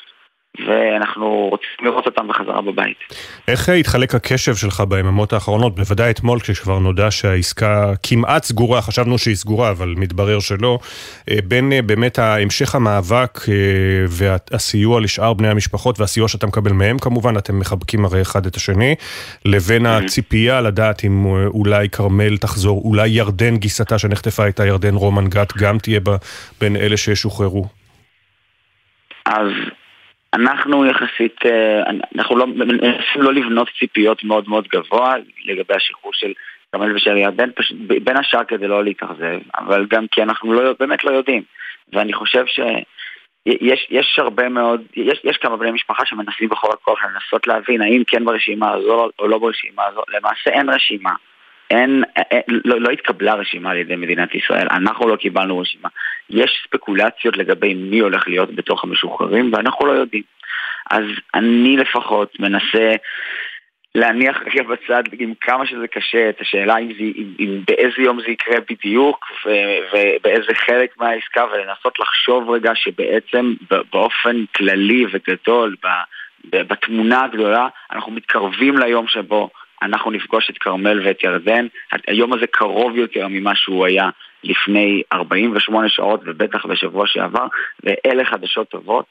ואנחנו רוצים לראות אותם בחזרה בבית. איך התחלק הקשב שלך ביממות האחרונות? בוודאי אתמול כשכבר נודע שהעסקה כמעט סגורה, חשבנו שהיא סגורה, אבל מתברר שלא, בין באמת המשך המאבק והסיוע לשאר בני המשפחות, והסיוע שאתה מקבל מהם כמובן, אתם מחבקים הרי אחד את השני, לבין הציפייה לדעת אם אולי קרמל תחזור, אולי ירדן גיסתה שנחטפה הייתה ירדן רומן גת, גם תהיה בין אלה ששוחררו. אז אנחנו יחסית, אנחנו לא, מנסים לא לבנות ציפיות מאוד מאוד גבוה לגבי השחרור של קרמל ושל ירדן, בין השאר כדי לא להתאכזב, אבל גם כי אנחנו לא, באמת לא יודעים. ואני חושב שיש יש הרבה מאוד, יש, יש כמה בני משפחה שמנסים בכל הכוח לנסות להבין האם כן ברשימה הזו או לא ברשימה הזו. למעשה אין רשימה. אין, אין, לא, לא התקבלה רשימה על ידי מדינת ישראל, אנחנו לא קיבלנו רשימה. יש ספקולציות לגבי מי הולך להיות בתוך המשוחררים, ואנחנו לא יודעים. אז אני לפחות מנסה להניח רגע בצד, עם כמה שזה קשה, את השאלה אם, זה, אם, אם באיזה יום זה יקרה בדיוק, ו, ובאיזה חלק מהעסקה, ולנסות לחשוב רגע שבעצם באופן כללי וגדול, בתמונה הגדולה, אנחנו מתקרבים ליום שבו אנחנו נפגוש את קרמל ואת ירדן. היום הזה קרוב יותר ממה שהוא היה לפני ארבעים ושמונה שעות, ובטח בשבוע שעבר, ואלה חדשות טובות,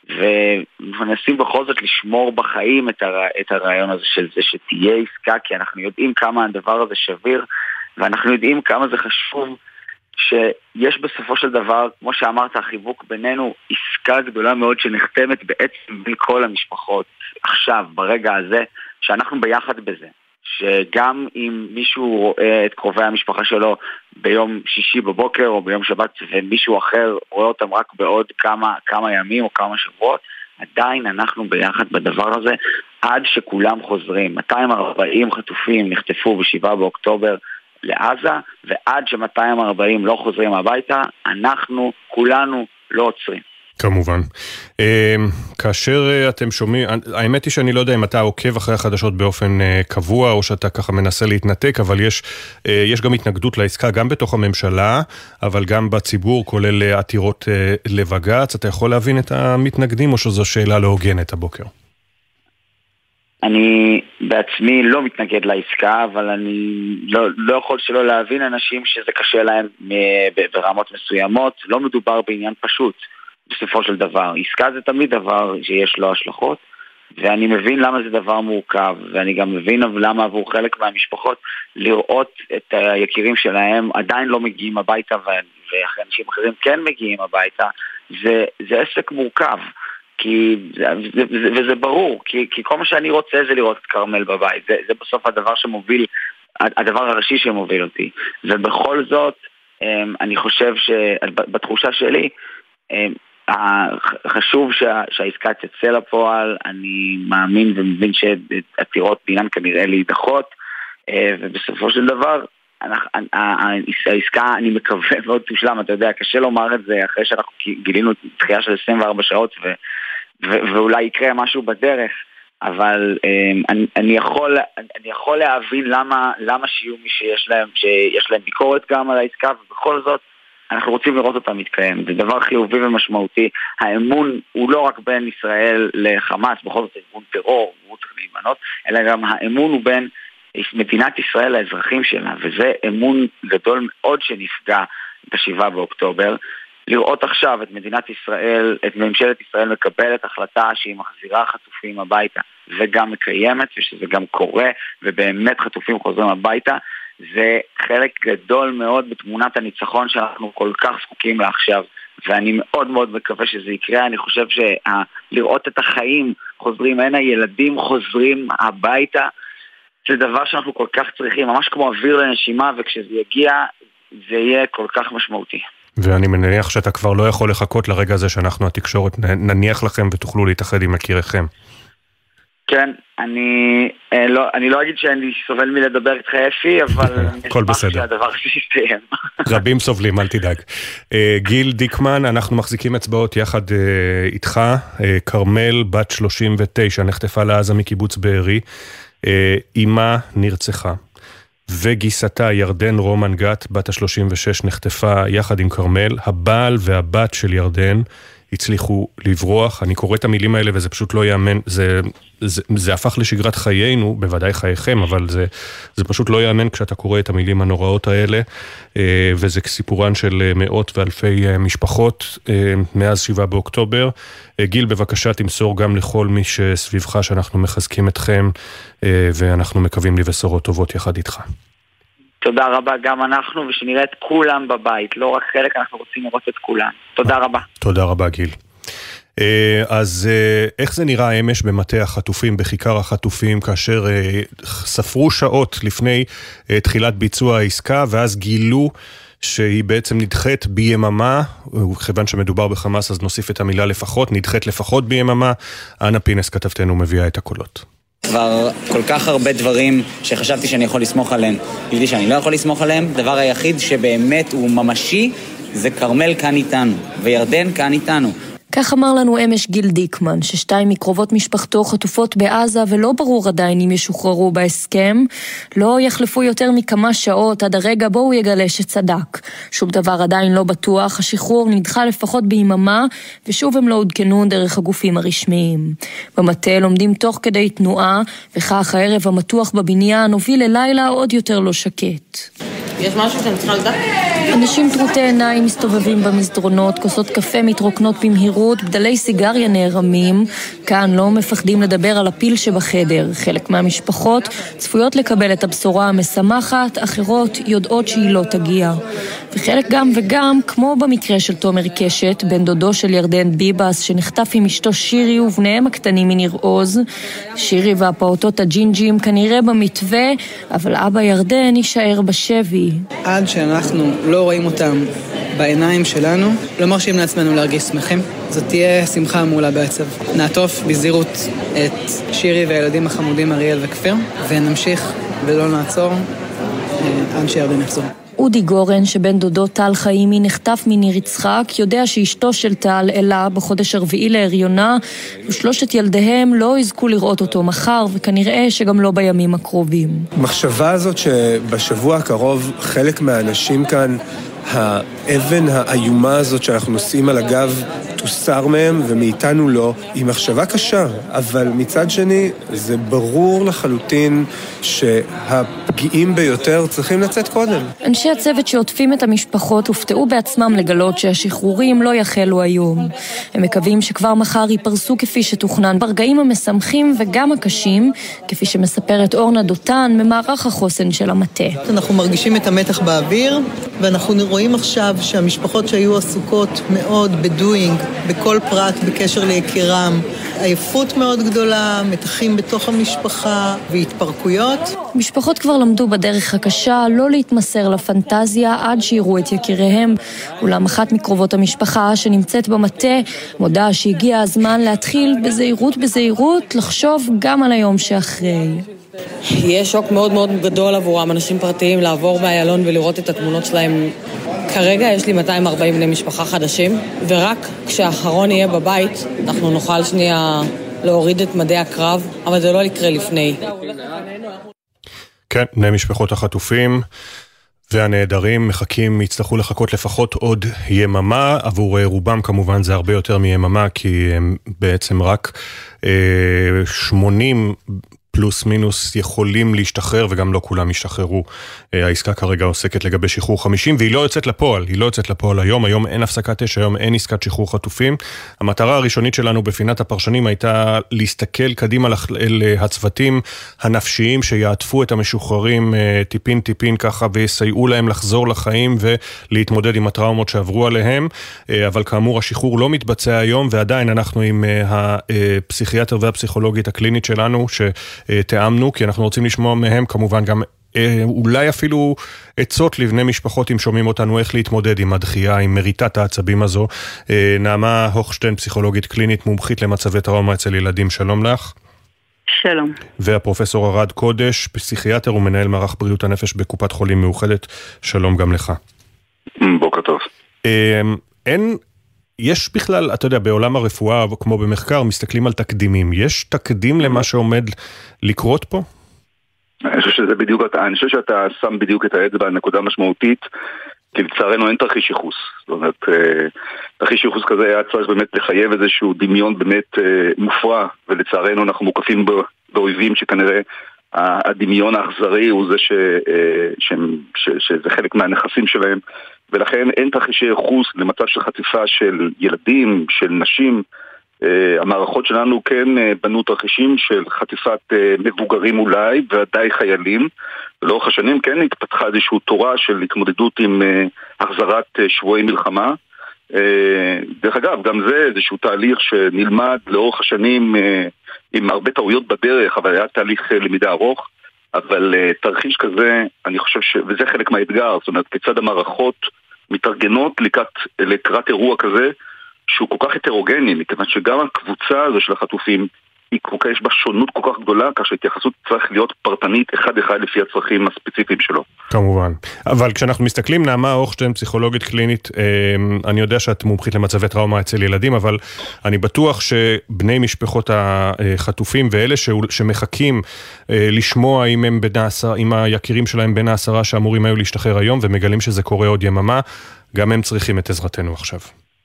ומנסים בכל זאת לשמור בחיים את, הר... את הרעיון הזה של זה שתהיה עסקה, כי אנחנו יודעים כמה הדבר הזה שביר, ואנחנו יודעים כמה זה חשוב, שיש בסופו של דבר, כמו שאמרת, החיבוק בינינו, עסקה גדולה מאוד שנחתמת בעצם בין כל המשפחות, עכשיו, ברגע הזה, שאנחנו ביחד בזה, שגם אם מישהו רואה את קרובי המשפחה שלו ביום שישי בבוקר או ביום שבת ומישהו אחר רואה אותם רק בעוד כמה, כמה ימים או כמה שבועות, עדיין אנחנו ביחד בדבר הזה עד שכולם חוזרים. מאתיים וארבעים חטופים נחטפו בשבעה באוקטובר לעזה, ועד ש-מאתיים וארבעים לא חוזרים הביתה, אנחנו כולנו לא עוצרים. כמובן. כאשר אתם שומעים, האמת היא שאני לא יודע אם אתה עוקב אחרי החדשות באופן קבוע, או שאתה ככה מנסה להתנתק, אבל יש, יש גם התנגדות לעסקה, גם בתוך הממשלה, אבל גם בציבור, כולל עתירות לבג"ץ. אתה יכול להבין את המתנגדים, או שזו שאלה לא הוגנת הבוקר? אני בעצמי לא מתנגד לעסקה, אבל אני לא, לא יכול שלא להבין אנשים שזה קשה להם ברמות מסוימות. לא מדובר בעניין פשוט. בסופו של דבר, עסקה זה תמיד דבר שיש לו השלכות, ואני מבין למה זה דבר מורכב, ואני גם מבין למה עבור חלק מהמשפחות לראות את היקירים שלהם עדיין לא מגיעים הביתה, ואחרי אנשים אחרים כן מגיעים הביתה. זה, זה עסק מורכב, כי, זה, וזה ברור, כי, כי כל מה שאני רוצה זה לראות את קרמל בבית. זה, זה בסוף הדבר שמוביל הדבר הראשי שמוביל אותי. ובכל זאת, אני חושב שבתחושה שלי, חשוב שהעסקה תצא לפועל. אני מאמין ומבין שעתירות דינן כנראה להידחות, ובסופו של דבר העסקה, אני מקווה מאוד תושלם. אתה יודע, קשה לומר את זה אחרי שאנחנו גילינו דחייה של עשרים וארבע שעות ואולי יקרה משהו בדרך, אבל אני, אני יכול אני יכול להבין למה למה שיהיו מי שיש להם שיש להם ביקורת גם על העסקה, ובכל זאת אנחנו רוצים לראות אותה מתקיים. זה דבר חיובי ומשמעותי. האמון הוא לא רק בין ישראל לחמאס, בכל זאת ארגון טרור, הוא צריך להימנות, אלא גם האמון הוא בין מדינת ישראל לאזרחים שלה, וזה אמון גדול מאוד שנפגע בשבעה באוקטובר. לראות עכשיו את מדינת ישראל, את ממשלת ישראל מקבלת החלטה שהיא מחזירה חטופים הביתה וגם מקיימת, ושזה גם קורה ובאמת חטופים חוזרים הביתה, זה חלק גדול מאוד בתמונת הניצחון שאנחנו כל כך זקוקים לה עכשיו, ואני מאוד מאוד מקווה שזה יקרה. אני חושב שלראות את החיים חוזרים, אין הילדים חוזרים הביתה, זה דבר שאנחנו כל כך צריכים, ממש כמו אוויר לנשימה, וכשזה יגיע זה יהיה כל כך משמעותי. ואני מניח שאתה כבר לא יכול לחכות לרגע הזה שאנחנו התקשורת נניח לכם ותוכלו להתאחד עם מכיריכם. כן, אני לא, אני לא אגיד שאני סובל מלדבר איתך אפי, אבל הכל בסדר. שהדבר שיסתיים. רבים סובלים, אל תדאג. גיל דיקמן, אנחנו מחזיקים אצבעות יחד איתך. קרמל, בת שלושים ותשע, נחטפה לעזה מקיבוץ בארי. אימה נרצחה. וגיסתה ירדן רומן גת, בת ה-שלושים ושש, נחטפה יחד עם קרמל. הבעל והבת של ירדן הצליחו לברוח. אני קורא את המילים האלה וזה פשוט לא יאמן, זה, זה, זה הפך לשגרת חיינו, בוודאי חייכם, אבל זה, זה פשוט לא יאמן כשאתה קורא את המילים הנוראות האלה, וזה סיפורן של מאות ואלפי משפחות מאז שבעה באוקטובר. גיל, בבקשה תמסור גם לכל מי שסביבך שאנחנו מחזקים אתכם, ואנחנו מקווים לבשורות טובות יחד איתך. תודה רבה, גם אנחנו, ושנראה את כולם בבית, לא רק חלק, אנחנו רוצים לראות את כולם. תודה רבה. תודה רבה, גיל. אז איך זה נראה אמש במטה החטופים, בכיכר החטופים, כאשר ספרו שעות לפני תחילת ביצוע העסקה, ואז גילו שהיא בעצם נדחית ביממה, וכיוון שמדובר בחמאס אז נוסיף את המילה לפחות, נדחית לפחות ביממה. אנה פינס כתבתנו מביאה את הקולות. כבר כל כך הרבה דברים שחשבתי שאני יכול לסמוך עליהם, ידעתי שאני לא יכול לסמוך עליהם. דבר היחיד שבאמת הוא ממשי זה קרמל כאן איתנו, וירדן כאן איתנו. כך אמר לנו אמש גיל דיקמן, ששתיים מקרובות משפחתו חטופות בעזה ולא ברור עדיין אם ישוחררו בהסכם. לא יחלפו יותר מכמה שעות עד הרגע בו הוא יגלה שצדק. שום דבר עדיין לא בטוח, השחרור נדחה לפחות ביממה, ושוב הם לא עודכנו דרך הגופים הרשמיים. במטה לומדים תוך כדי תנועה, וכך הערב המתוח בבניין הוביל ללילה עוד יותר לא שקט. יש משהו שאני צריכה לדעת? אנשים טרוטי עיניים מסתובבים במסדרונות, כוסות קפה מתרוקנות במהירות, בדלי סיגריה נערמים. כאן לא מפחדים לדבר על הפיל שבחדר. חלק מהמשפחות צפויות לקבל את הבשורה המשמחת, אחרות יודעות שהיא לא תגיע. וחלק גם וגם, כמו במקרה של תומר קשת, בן דודו של ירדן ביבס, שנחטף עם אשתו שירי ובניהם הקטנים מניר עוז. שירי והפעוטות הג'ינג'ים כנראה במתווה, אבל אבא ירדן יישאר בשבי. עד שאנחנו לא רואים אותם בעיניים שלנו, לא מרשים לעצמנו להרגיש שמחים. זאת תהיה שמחה מעולה בעצב. נעטוף בזהירות את שירי והילדים החמודים אריאל וכפיר, ונמשיך ולא נעצור עד שירדן יחזור. אודי גורן, שבן דודו טל חיימי נחטף מניר יצחק, יודע שאשתו של טל אלה בחודש הרביעי להריונה, ושלושת ילדיהם לא יזכו לראות אותו מחר, וכנראה שגם לא בימים הקרובים. מחשבה הזאת שבשבוע הקרוב חלק מהאנשים כאן, האבן האיומה הזאת שאנחנו נושאים על הגב תוסר מהם ומאיתנו לא, היא מחשבה קשה, אבל מצד שני זה ברור לחלוטין שהפגיעים ביותר צריכים לצאת קודם. אנשי הצוות שעוטפים את המשפחות הופתעו בעצמם לגלות שהשחרורים לא יחלו היום. הם מקווים שכבר מחר ייפרסו כפי שתוכנן, ברגעים המשמחים וגם הקשים, כפי שמספרת אורנה דותן ממערך החוסן של המטה. אנחנו מרגישים את המתח באוויר, ואנחנו רואים עכשיו שהמשפחות שהיו עסוקות מאוד בדוינג, בכל פרט בקשר ליקירם. עייפות מאוד גדולה, מתחים בתוך המשפחה והתפרקויות. משפחות כבר למדו בדרך הקשה לא להתמסר לפנטזיה עד שיראו את יקיריהם. אולם אחת מקרובות המשפחה שנמצאת במטה מודה שהגיע הזמן להתחיל בזהירות בזהירות לחשוב גם על היום שאחרי. יש שוק מאוד מאוד גדול עבורם, אנשים פרטיים, לעבור באיילון ולראות את התמונות שלהם. כרגע יש לי מאתיים וארבעים בני משפחה חדשים, ורק כשהאחרון יהיה בבית, אנחנו נוכל שנייה להוריד את מדי הקרב, אבל זה לא יקרה לפני. כן, בני משפחות החטופים והנעדרים מחכים, יצטרכו לחכות לפחות עוד יממה, עבור רובם כמובן זה הרבה יותר מיממה, כי הם בעצם רק אה, שמונים פלוס מינוס יכולים להשתחרר, וגם לא כולם ישתחררו. העסקה כרגע עוסקת לגבי שחרור חמישים, והיא לא יוצאת לפועל, היא לא יוצאת לפועל היום, היום אין הפסקת אש, היום אין עסקת שחרור חטופים. המטרה הראשונית שלנו בפינת הפרשנים הייתה להסתכל קדימה אל הצוותים הנפשיים שיעטפו את המשוחררים טיפין טיפין ככה, ויסייעו להם לחזור לחיים ולהתמודד עם הטראומות שעברו עליהם, אבל כאמור השחרור לא מתבצע היום, ועדיין אנחנו עם הפסיכיאטר והפסיכולוגית הקלינית שלנו, ש תאמנו, כי אנחנו רוצים לשמוע מהם כמובן גם אולי אפילו עצות לבני משפחות אם שומעים אותנו איך להתמודד עם הדחייה, עם מריטת העצבים הזו. נעמה הוכשטיין, פסיכולוגית קלינית, מומחית למצבי טראומה אצל ילדים, שלום לך. שלום. והפרופסור ארד קודש, פסיכיאטר ומנהל מערך בריאות הנפש בקופת חולים מאוחדת, שלום גם לך. בוקר טוב. אין... יש בכלל, אתה יודע, בעולם הרפואה, כמו במחקר, מסתכלים על תקדימים. יש תקדים למה שעומד לקרות פה? אני חושב שזה בדיוק, אני חושב שאתה שם בדיוק את האצבע הנקודה משמעותית, כי לצערנו אין תרחיש ייחוס. זאת אומרת, תרחיש ייחוס כזה היה צריך באמת לחייב איזשהו דמיון באמת מופרע, ולצערנו אנחנו מוקפים באויבים שכנראה הדמיון האכזרי הוא זה ש, ש, ש, שזה חלק מהנכסים שלהם, ולכן אין תרחישי ייחוס למצב של חטיפה של ילדים, של נשים. המערכות שלנו כן בנו תרחישים של חטיפת מבוגרים אולי, ועדיין חיילים. ולאורך השנים כן התפתחה איזושהי תורה של התמודדות עם החזרת שבועי מלחמה. דרך אגב, גם זה איזשהו תהליך שנלמד לאורך השנים עם הרבה טעויות בדרך, אבל היה תהליך למידה ארוך. אבל תרחיש כזה, אני חושב ש... וזה חלק מהאתגר, זאת אומרת, כיצד המערכות מתארגנות לקראת, לקראת אירוע כזה, שהוא כל כך הטרוגני, מכיוון שגם הקבוצה הזו של החטופים, היא כל כך, יש בה שונות כל כך גדולה, כך שהתייחסות צריך להיות פרטנית אחד אחד לפי הצרכים הספציפיים שלו. כמובן. אבל כשאנחנו מסתכלים, נעמה הוכשטיין, פסיכולוגית קלינית, אני יודע שאת מומחית למצבי טראומה אצל ילדים, אבל אני בטוח שבני משפחות החטופים ואלה שמחכים לשמוע אם הם בין העשרה, אם היקירים שלהם בין העשרה שאמורים היו להשתחרר היום, ומגלים שזה קורה עוד יממה, גם הם צריכים את עזרתנו עכשיו.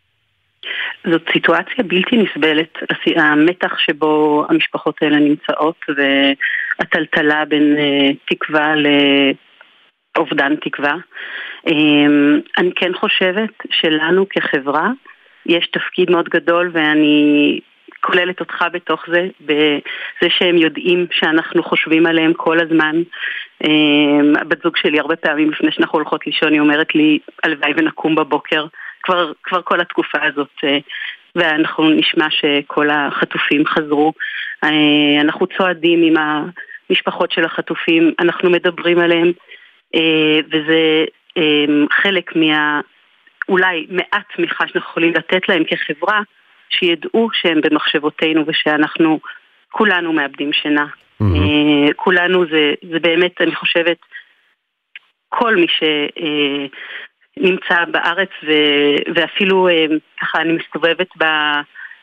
זאת סיטואציה בלתי נסבלת, המתח שבו המשפחות האלה נמצאות והטלטלה בין תקווה לאובדן תקווה. אני כן חושבת שלנו כחברה יש תפקיד מאוד גדול, ואני כוללת אותך בתוך זה, בזה שהם יודעים שאנחנו חושבים עליהם כל הזמן. הבת זוג שלי הרבה פעמים לפני שאנחנו הולכות לישון היא אומרת לי, הלוואי ונקום בבוקר, כבר, כבר כל התקופה הזאת, ואנחנו נשמע שכל החטופים חזרו. אנחנו צועדים עם המשפחות של החטופים, אנחנו מדברים עליהם, וזה חלק מה, אולי מעט תמיכה שאנחנו יכולים לתת להם כחברה, שידעו שהם במחשבותינו ושאנחנו כולנו מאבדים שינה. Mm-hmm. כולנו זה, זה באמת, אני חושבת, כל מי ש... נמצא בארץ, ו- ואפילו ככה אני מסתובבת ב-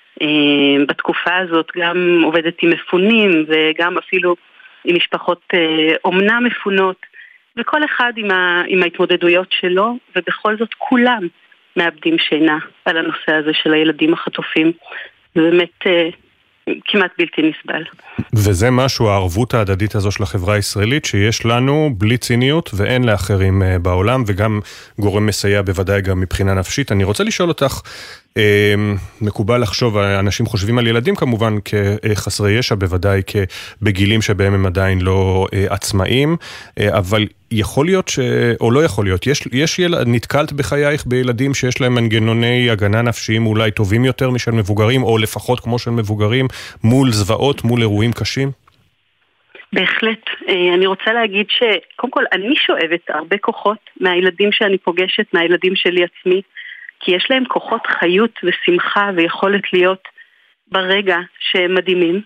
בתקופה הזאת, גם עובדת עם מפונים, וגם אפילו עם משפחות אומנה מפונות, וכל אחד עם, ה- עם ההתמודדויות שלו, ובכל זאת כולם מאבדים שינה על הנושא הזה של הילדים החטופים. זה באמת כמעט בלתי נסבל. וזה משהו, הערבות ההדדית הזו של החברה הישראלית, שיש לנו בלי ציניות ואין לאחרים בעולם, וגם גורם מסייע בוודאי גם מבחינה נפשית. אני רוצה לשאול אותך, מקובל לחשוב, אנשים חושבים על ילדים כמובן כחסרי ישע, בוודאי בגילים שבהם הם עדיין לא עצמאים, אבל יכול להיות ש... או לא יכול להיות, יש, יש יל... נתקלת בחייך בילדים שיש להם מנגנוני הגנה נפשיים אולי טובים יותר משל מבוגרים, או לפחות כמו של מבוגרים, מול זוועות, מול אירועים קשים? בהחלט. אני רוצה להגיד שקודם כל אני שואבת הרבה כוחות מהילדים שאני פוגשת, מהילדים שלי עצמי, כי יש להם כוחות חיות ושמחה ויכולת להיות ברגע שהם מדהימים.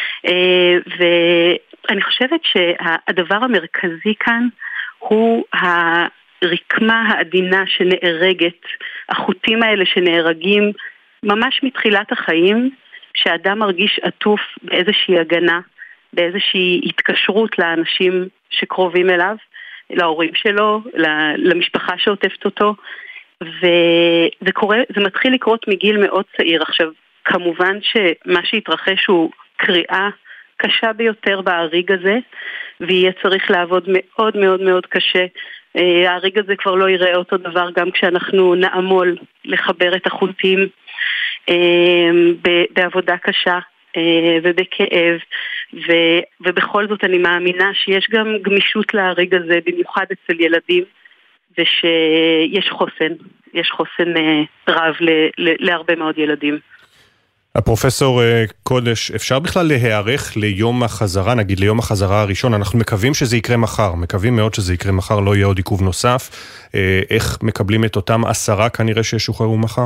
ואני חושבת שהדבר המרכזי כאן הוא הרקמה העדינה שנהרגת, החוטים האלה שנהרגים ממש מתחילת החיים, שהאדם מרגיש עטוף באיזושהי הגנה, באיזושהי התקשרות לאנשים שקרובים אליו, להורים שלו, למשפחה שעוטפת אותו, וזה קורה, זה מתחיל לקרות מגיל מאוד צעיר. עכשיו, כמובן שמה שהתרחש הוא קריאה קשה ביותר בהריג הזה, ויהיה צריך לעבוד מאוד מאוד מאוד קשה. ההריג הזה כבר לא יראה אותו דבר גם כשאנחנו נעמול לחבר את החוטים בעבודה קשה ובכאב, ובכל זאת אני מאמינה שיש גם גמישות להריג הזה, במיוחד אצל ילדים, ושיש חוסן, יש חוסן רב להרבה מאוד ילדים. הפרופסור קודש, אפשר בכלל להיערך ליום החזרה, נגיד ליום החזרה הראשון? אנחנו מקווים שזה יקרה מחר, מקווים מאוד שזה יקרה מחר, לא יהיה עוד עיכוב נוסף. איך מקבלים את אותם עשרה כנראה שישוחררו מחר?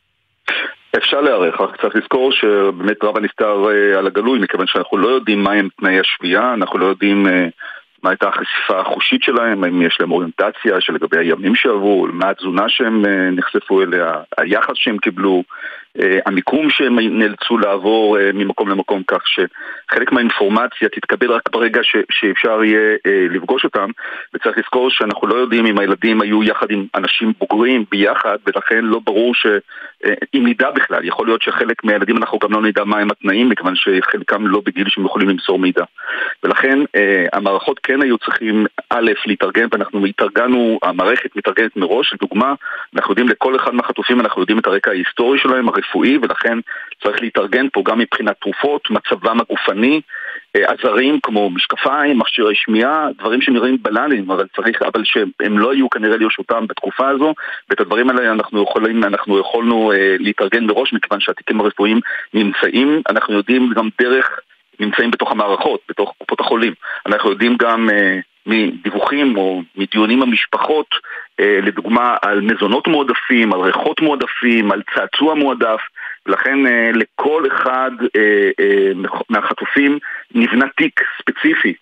אפשר להיערך, רק צריך לזכור שבאמת רב הנסתר על הגלוי, מכיוון שאנחנו לא יודעים מה הם תנאי השביעה, אנחנו לא יודעים מה הייתה החשיפה החושית שלהם, האם יש להם אוריינטציה שלגבי הימים שעברו, מה התזונה שהם נחשפו אליה, היחס שהם קיבלו, המיקום שהם נאלצו לעבור ממקום למקום, כך שחלק מהאינפורמציה תתקבל רק ברגע ש- שאפשר יהיה לפגוש אותם, וצריך לזכור שאנחנו לא יודעים אם הילדים היו יחד עם אנשים בוגרים ביחד, ולכן לא ברור שאם נדע בכלל, יכול להיות שחלק מהילדים אנחנו גם לא נדע מה הם התנאים, מכיוון שחלקם לא בגיל שהם יכולים למסור מידע, ולכן המערכות כן היו צריכים א' להתארגן, ואנחנו התארגנו, המערכת מתארגנת מראש. לדוגמה, אנחנו יודעים לכל אחד מהחטופים, אנחנו יודעים את הרקע ההיסטורי שלהם, הרפואי, ולכן צריך להתארגן פה גם מבחינת תרופות, מצבם הגופני, עזרים כמו משקפיים, מכשירי שמיעה, דברים שנראים בלנים, אבל צריך, אבל שהם לא היו כנראה לרשותם בתקופה הזו, ואת הדברים האלה אנחנו יכולים, אנחנו יכולנו להתארגן מראש, מכיוון שהתיקים הרפואיים נמצאים, אנחנו יודעים גם דרך נמצאים בתוך המערכות, בתוך קופות החולים. אנחנו יודעים גם אה, מדיווחים או מדיונים המשפחות, אה, לדוגמה על מזונות מועדפים, על ריחות מועדפים, על צעצוע מועדף, ולכן אה, לכל אחד אה, אה, מהחטופים נבנה תיק ספציפי,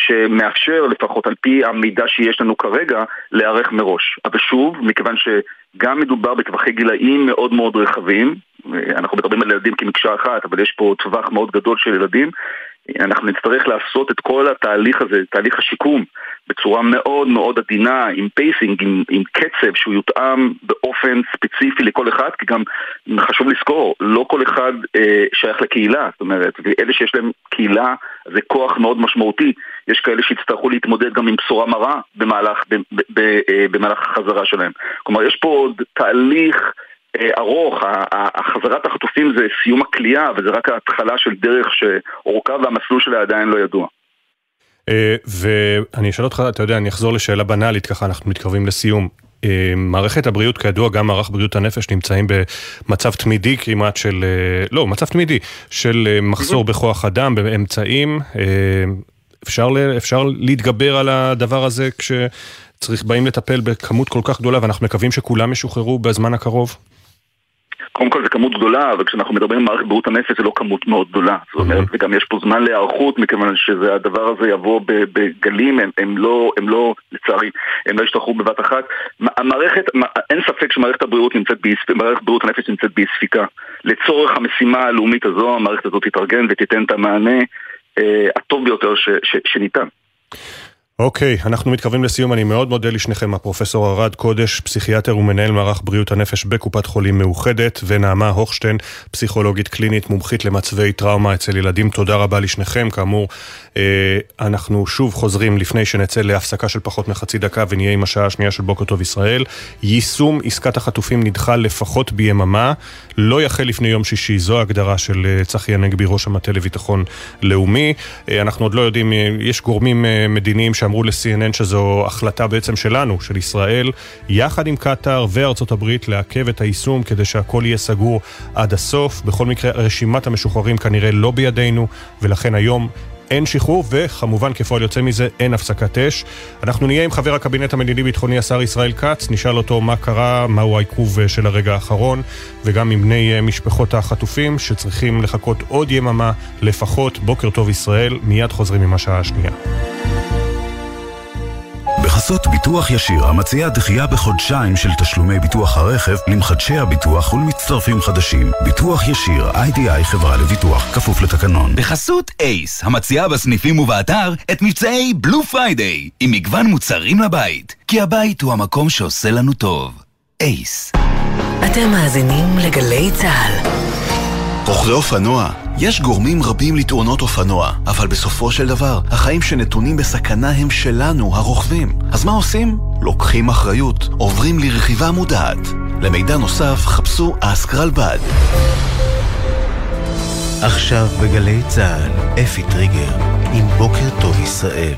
שמאפשר לפחות על פי המידע שיש לנו כרגע להיערך מראש. אבל שוב, מכיוון שגם מדובר בטווחי גילאים מאוד מאוד רחבים, אנחנו מדברים על ילדים כמקשה אחת, אבל יש פה טווח מאוד גדול של ילדים, אנחנו נצטרך לעשות את כל התהליך הזה, תהליך השיקום, בצורה מאוד מאוד עדינה, עם פייסינג, עם, עם קצב שהוא יותאם באופן ספציפי לכל אחד, כי גם חשוב לזכור, לא כל אחד אה, שייך לקהילה, זאת אומרת, ואלה שיש להם קהילה, זה כוח מאוד משמעותי, יש כאלה שיצטרכו להתמודד גם עם בשורה מרה במהלך, ב, ב, ב, אה, במהלך החזרה שלהם. כלומר, יש פה עוד תהליך ארוך, החזרת החטופים זה סיום הכלייה, וזה רק ההתחלה של דרך שאורכה והמסלול שלה עדיין לא ידוע. ואני אשאל אותך, אתה יודע, אני אחזור לשאלה בנאלית, ככה אנחנו מתקרבים לסיום. מערכת הבריאות, כידוע, גם מערך בריאות הנפש נמצאים במצב תמידי כמעט של, לא, מצב תמידי של מחסור בכוח אדם, באמצעים. אפשר, אפשר להתגבר על הדבר הזה כשצריך באים לטפל בכמות כל כך גדולה, ואנחנו מקווים שכולם ישוחררו בזמן הקרוב? קודם כל זה כמות גדולה, אבל כשאנחנו מדברים על מערכת בריאות הנפש זה לא כמות מאוד גדולה. זאת אומרת, וגם יש פה זמן להיערכות, מכיוון שהדבר הזה יבוא בגלים, הם, הם לא, הם לא, לצערי, הם לא ישתחררו בבת אחת. המערכת, אין ספק שמערכת הבריאות נמצאת בספיקה, מערכת בריאות הנפש נמצאת בספיקה. לצורך המשימה הלאומית הזו, המערכת הזאת תתארגן ותיתן את המענה אה, הטוב ביותר ש, ש, שניתן. אוקיי, אנחנו מתקרבים לסיום. אני מאוד מודה לשניכם, הפרופסור ארד קודש, פסיכיאטר ומנהל מערך בריאות הנפש בקופת חולים מאוחדת, ונעמה הוכשטיין, פסיכולוגית קלינית, מומחית למצבי טראומה אצל ילדים. תודה רבה לשניכם. כאמור, אנחנו שוב חוזרים לפני שנצא להפסקה של פחות מחצי דקה ונהיה עם השעה השנייה של בוקר טוב ישראל. יישום עסקת החטופים נדחה לפחות ביממה, לא יחל לפני יום שישי. זו ההגדרה של צחי הנגבי, ראש המטה לביטחון לאומי. אנחנו עוד לא יודעים, יש גורמים מדיניים שאמרו ל-סי אן אן שזו החלטה בעצם שלנו, של ישראל, יחד עם קטר וארצות הברית, לעכב את היישום כדי שהכל יהיה סגור עד הסוף. בכל מקרה, רשימת המשוחררים כנראה לא בידינו, ולכן היום אין שחרור, וכמובן כפועל יוצא מזה אין הפסקת אש. אנחנו נהיה עם חבר הקבינט המדיני-ביטחוני השר ישראל כץ, נשאל אותו מה קרה, מהו העיכוב של הרגע האחרון, וגם עם בני משפחות החטופים שצריכים לחכות עוד יממה לפחות. בוקר טוב ישראל, מיד חוזרים עם השעה השנייה. בחסות ביטוח ישיר, המציע דחייה בחודשיים של תשלומי ביטוח הרכב למחדשי הביטוח ולמצטרפים חדשים. ביטוח ישיר, איי די איי חברה לביטוח, כפוף לתקנון. בחסות אייס, המציעה בסניפים ובאתר את מבצעי בלו פריידיי, עם מגוון מוצרים לבית, כי הבית הוא המקום שעושה לנו טוב. אייס. אתם מאזינים לגלי צהל. רוכבי אופנוע. יש גורמים רבים לתאונות אופנוע, אבל בסופו של דבר, החיים שנתונים בסכנה הם שלנו, הרוכבים. אז מה עושים? לוקחים אחריות, עוברים לרכיבה מודעת. למידע נוסף, חפשו אסקרלבד. עכשיו בגלי צהל, אפי טריגר, עם בוקר טוב ישראל.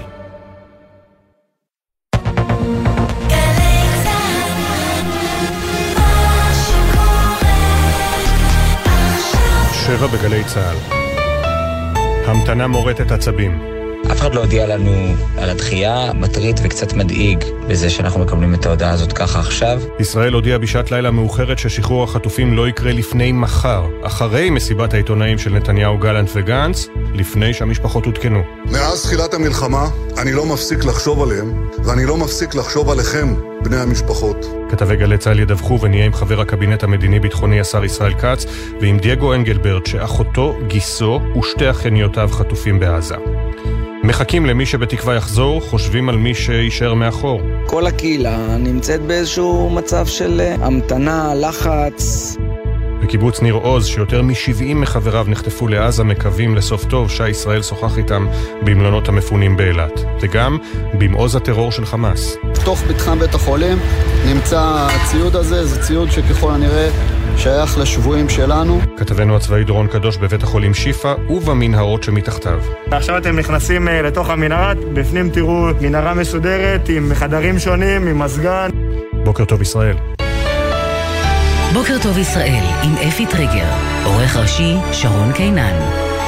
שבע בגלי צהל. המתנה מורטת עצבים. אף אחד לא הודיע לנו על הדחייה, מטריד וקצת מדאיג בזה שאנחנו מקבלים את ההודעה הזאת ככה עכשיו. ישראל הודיעה בשעת לילה מאוחרת ששחרור החטופים לא יקרה לפני מחר, אחרי מסיבת העיתונאים של נתניהו, גלנט וגנץ, לפני שהמשפחות הותקנו. מאז תחילת המלחמה אני לא מפסיק לחשוב עליהם, ואני לא מפסיק לחשוב עליכם, בני המשפחות. כתבי גלי צהל ידווחו, ונהיה עם חבר הקבינט המדיני-ביטחוני השר ישראל כץ, ועם דייגו אנגלברט שאחותו, גיסו ושתי אחיינותיו חטופים בעזה. מחכים למי שבתקווה יחזור, חושבים על מי שישאר מאחור. כל הקהילה נמצאת באיזשהו מצב של המתנה, לחץ. בקיבוץ ניר עוז, שיותר מ-שבעים מחבריו נחטפו לעזה, מקווים לסוף טוב. שי ישראל שוחח איתם במלונות המפונים באילת, וגם במעוז הטרור של חמאס. תוך בתחם בית החולים נמצא הציוד הזה, זה ציוד שככל הנראה שייך לשבויים שלנו. כתבנו הצבאי דורון קדוש בבית החולים שיפה ובמנהרות שמתחתיו. עכשיו אתם נכנסים לתוך המנהרה, בפנים תראו מנהרה מסודרת עם חדרים שונים, עם מזגן. בוקר טוב ישראל. בוקר טוב ישראל עם אפי טריגר, עורך ראשי שרון קינן.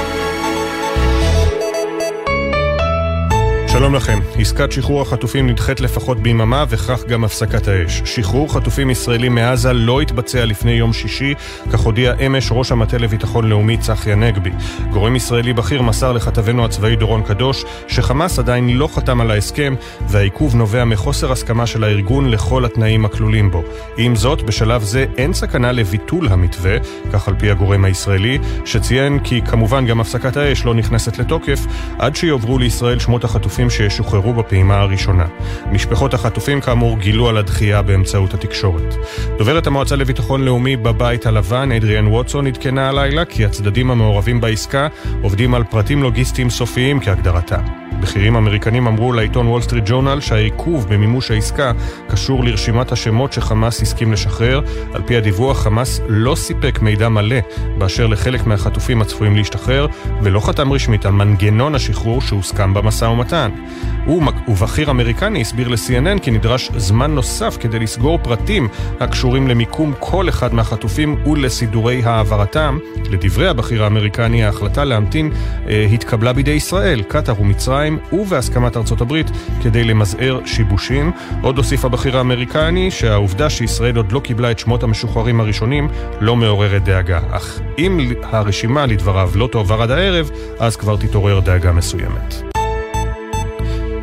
שלום לכם. עסקת שחרור החטופים נדחית לפחות ביממה, וכך גם הפסקת האש. שחרור חטופים ישראלים מעזה לא יתבצע לפני יום שישי, כך הודיע אמש ראש המטה לביטחון לאומי צחי הנגבי. גורם ישראלי בכיר מסר לכתבנו הצבאי דורון קדוש שחמאס עדיין לא חתם על ההסכם, והעיכוב נובע מחוסר הסכמה של הארגון לכל התנאים הכלולים בו. עם זאת, בשלב זה אין סכנה לביטול המתווה, כך על פי הגורם הישראלי, שציין כי כמובן גם הפסקת האש לא נכנסת לתוקף עד שיעברו לישראל שמות החטופים ששוחררו בפעימה הראשונה. משפחות החטופים כאמור גילו על הדחייה באמצעות התקשורת. דוברת המועצה לביטחון לאומי בבית הלבן, אדריאן ווטסון, עדכנה הלילה כי הצדדים המעורבים בעסקה עובדים על פרטים לוגיסטיים סופיים כהגדרתה. בכירים אמריקנים אמרו לעיתון וול סטריט ג'ורנל שהעיכוב במימוש העסקה קשור לרשימת השמות שחמאס הסכים לשחרר. על פי הדיווח, חמאס לא סיפק מידע מלא באשר לחלק מהחטופים הצפויים להשתחרר, ולא חתם רשמית על מנגנון השחרור שהוסכם במשא ומתן. ובכיר אמריקני הסביר ל-סי אן אן כי נדרש זמן נוסף כדי לסגור פרטים הקשורים למיקום כל אחד מהחטופים ולסידורי העברתם. לדברי הבכיר האמריקני, ההחלטה להמתין אה, התקבלה בידי ישראל, קטר ומצרים ובהסכמת ארצות הברית כדי למזער שיבושים. עוד הוסיף הבכיר האמריקני שהעובדה שישראל עוד לא קיבלה את שמות המשוחררים הראשונים לא מעוררת דאגה, אך אם הרשימה לדבריו לא תועבר עד הערב, אז כבר תתעורר דאגה מסוימת.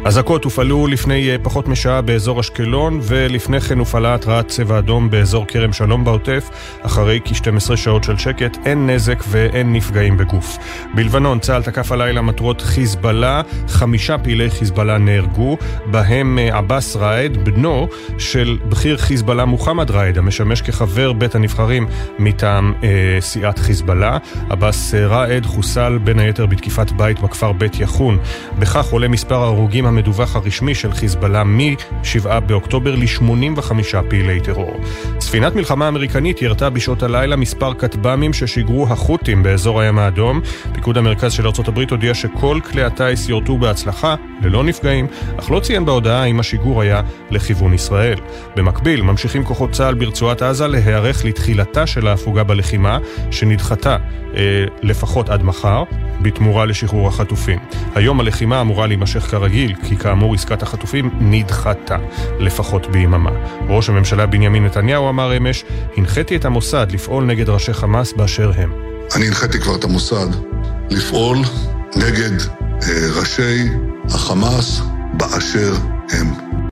אזעקות הופעלו לפני פחות משעה באזור אשקלון, ולפני כן הופעלה התרעת צבע אדום באזור כרם שלום בעוטף. אחרי כ-שתים עשרה שעות של שקט, אין נזק ואין נפגעים בגוף. בלבנון, צה"ל תקף הלילה מטרות חיזבאללה, חמישה פעילי חיזבאללה נהרגו, בהם עבאס ראיד, בנו של בכיר חיזבאללה מוחמד ראיד, המשמש כחבר בית הנבחרים מטעם אה, סיעת חיזבאללה. עבאס ראיד חוסל בין היתר בתקיפת בית בכפר בית יחון. בכך עולה מספר ההרוגים המדווח הרשמי של חיזבאללה מ-שבעה באוקטובר ל-שמונים וחמישה פעילי טרור. ספינת מלחמה אמריקנית ירתה בשעות הלילה מספר כטב"מים ששיגרו החות'ים באזור הים האדום. פיקוד המרכז של ארצות הברית הודיע שכל כלי הטייס יורתו בהצלחה, ללא נפגעים, אך לא ציין בהודעה אם השיגור היה לכיוון ישראל. במקביל, ממשיכים כוחות צה"ל ברצועת עזה להיערך לתחילתה של ההפוגה בלחימה, שנדחתה אה, לפחות עד מחר, בתמורה לשחרור החטופים. היום הלחימה אמורה להימשך כרגיל, כי כאמור עסקת החטופים נדחתה, לפחות ביממה. ראש הממשלה בנימין נתניהו אמר אמש, הנחיתי את המוסד לפעול נגד ראשי חמאס באשר הם. אני הנחיתי כבר את המוסד לפעול נגד אה, ראשי החמאס באשר הם.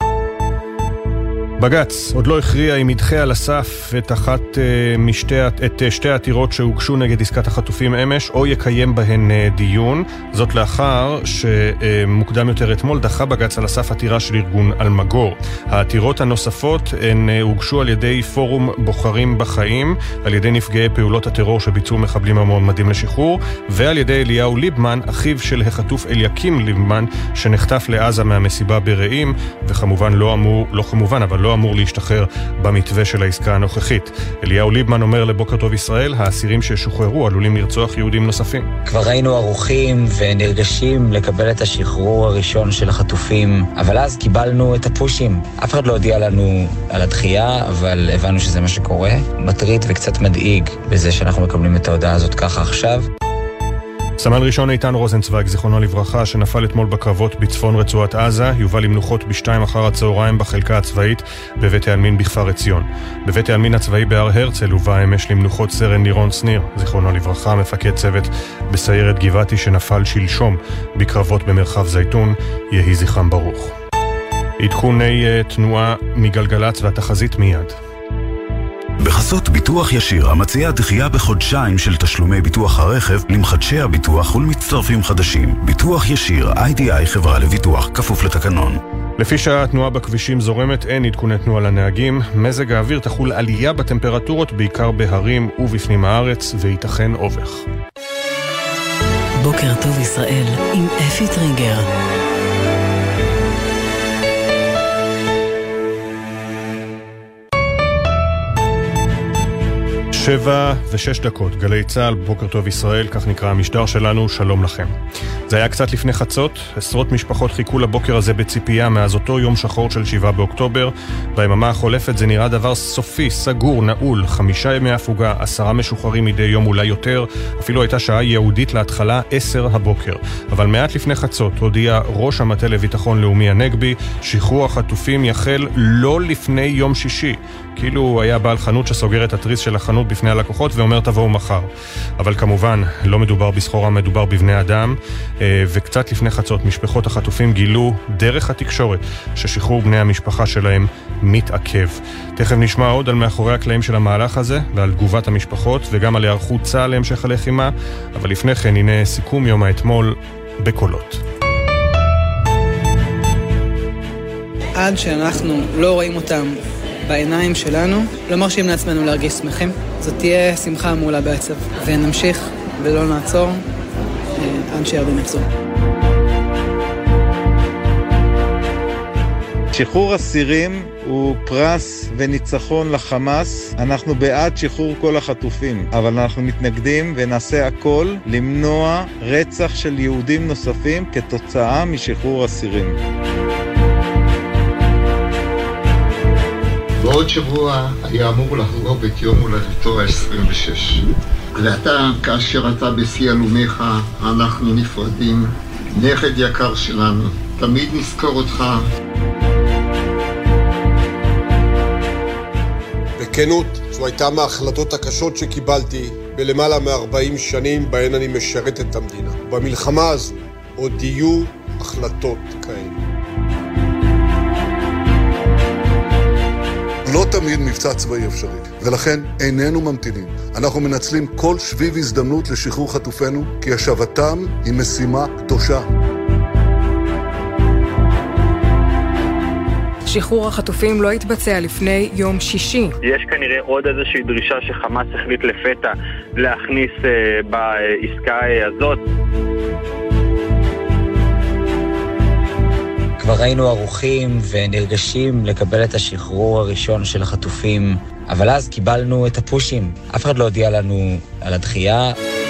בג"ץ עוד לא הכריע אם ידחה על הסף את אחת משתי את שתי העתירות שהוגשו נגד עסקת החטופים אמש, או יקיים בהן דיון. זאת לאחר שמוקדם יותר אתמול דחה בג"ץ על הסף עתירה של ארגון אלמגור. העתירות הנוספות הן הוגשו על ידי פורום בוחרים בחיים, על ידי נפגעי פעולות הטרור שביצעו מחבלים המועמדים לשחרור, ועל ידי אליהו ליבמן, אחיו של החטוף אליקים ליבמן, שנחטף לעזה מהמסיבה ברעים, וכמובן לא אמור, לא כמובן, אבל לא אמור להשתחרר במתווה של העסקה הנוכחית. אליהו ליבמן אומר לבוקר טוב ישראל, האסירים ששוחררו עלולים לרצוח יהודים נוספים. כבר היינו ערוכים ונרגשים לקבל את השחרור הראשון של החטופים, אבל אז קיבלנו את הפושים. אף אחד לא הודיע לנו על הדחייה, אבל הבנו שזה מה שקורה. מטריד וקצת מדאיג בזה שאנחנו מקבלים את ההודעה הזאת ככה עכשיו. סמל ראשון איתן רוזנצוויג, זיכרונו לברכה, שנפל אתמול בקרבות בצפון רצועת עזה, יובא למנוחות בשתיים אחר הצהריים בחלקה הצבאית בבית העלמין בכפר עציון. בבית העלמין הצבאי בהר הרצל הובא אמש למנוחות סרן לירון שניר, זיכרונו לברכה, מפקד צוות בסיירת גבעתי שנפל שלשום בקרבות במרחב זייתון, יהי זכרם ברוך. עדכוני תנועה מגלגלץ והתחזית מיד. בחסות ביטוח ישיר, המציע דחייה בחודשיים של תשלומי ביטוח הרכב למחדשי הביטוח ולמצטרפים חדשים. ביטוח ישיר, איי די איי חברה לביטוח, כפוף לתקנון. לפי שהתנועה בכבישים זורמת, אין עדכוני תנועה לנהגים. מזג האוויר תחול עלייה בטמפרטורות, בעיקר בהרים ובפנים הארץ, וייתכן אובך. בוקר טוב ישראל עם אפי טריגר. שבע ושש דקות, גלי צהל, בוקר טוב ישראל, כך נקרא המשדר שלנו, שלום לכם. זה היה קצת לפני חצות, עשרות משפחות חיכו לבוקר הזה בציפייה מאז אותו יום שחור של שבעה באוקטובר. ביממה החולפת זה נראה דבר סופי, סגור, נעול, חמישה ימי הפוגה, עשרה משוחררים מדי יום, אולי יותר, אפילו הייתה שעה יהודית להתחלה, עשר הבוקר. אבל מעט לפני חצות הודיע ראש המטה לביטחון לאומי הנגבי, שחרור החטופים יחל לא לפני יום שישי. כאילו הוא היה בעל חנות שסוגר את התריס של החנות בפני הלקוחות ואומר תבואו מחר. אבל כמובן לא מדובר בסחורה, מדובר בבני אדם, וקצת לפני חצות משפחות החטופים גילו דרך התקשורת ששחרור בני המשפחה שלהם מתעכב. תכף נשמע עוד על מאחורי הקלעים של המהלך הזה ועל תגובת המשפחות וגם על היערכות צה"ל להמשך הלחימה, אבל לפני כן הנה סיכום יום האתמול בקולות. עד שאנחנו לא רואים אותם בעיניים שלנו, לא מרשים לעצמנו להרגיש שמחים. זאת תהיה שמחה מעולה בעצב, ונמשיך ולא נעצור עד שירדן יחזור. שחרור אסירים הוא פרס וניצחון לחמאס. אנחנו בעד שחרור כל החטופים, אבל אנחנו מתנגדים ונעשה הכל למנוע רצח של יהודים נוספים כתוצאה משחרור אסירים. בעוד שבוע היה אמור לחגוג את יום הולדתו ה-עשרים ושש. ואתה, כאשר אתה בשיא הלומך, אנחנו נפרדים. נכד יקר שלנו, תמיד נזכור אותך. בכנות, זו הייתה מההחלטות הקשות שקיבלתי בלמעלה מ-ארבעים שנים בהן אני משרת את המדינה. במלחמה הזו עוד יהיו החלטות כאלה. לא תמיד מבצע צבאי אפשרי, ולכן איננו ממתינים. אנחנו מנצלים כל שביב הזדמנות לשחרור חטופינו, כי השבתם היא משימה קדושה. שחרור החטופים לא יתבצע לפני יום שישי. יש כנראה עוד איזושהי דרישה שחמאס החליט לפתע להכניס uh, בעסקה הזאת. כבר היינו ערוכים ונרגשים לקבל את השחרור הראשון של החטופים, אבל אז קיבלנו את הפושים. אף אחד לא הודיע לנו על הדחייה.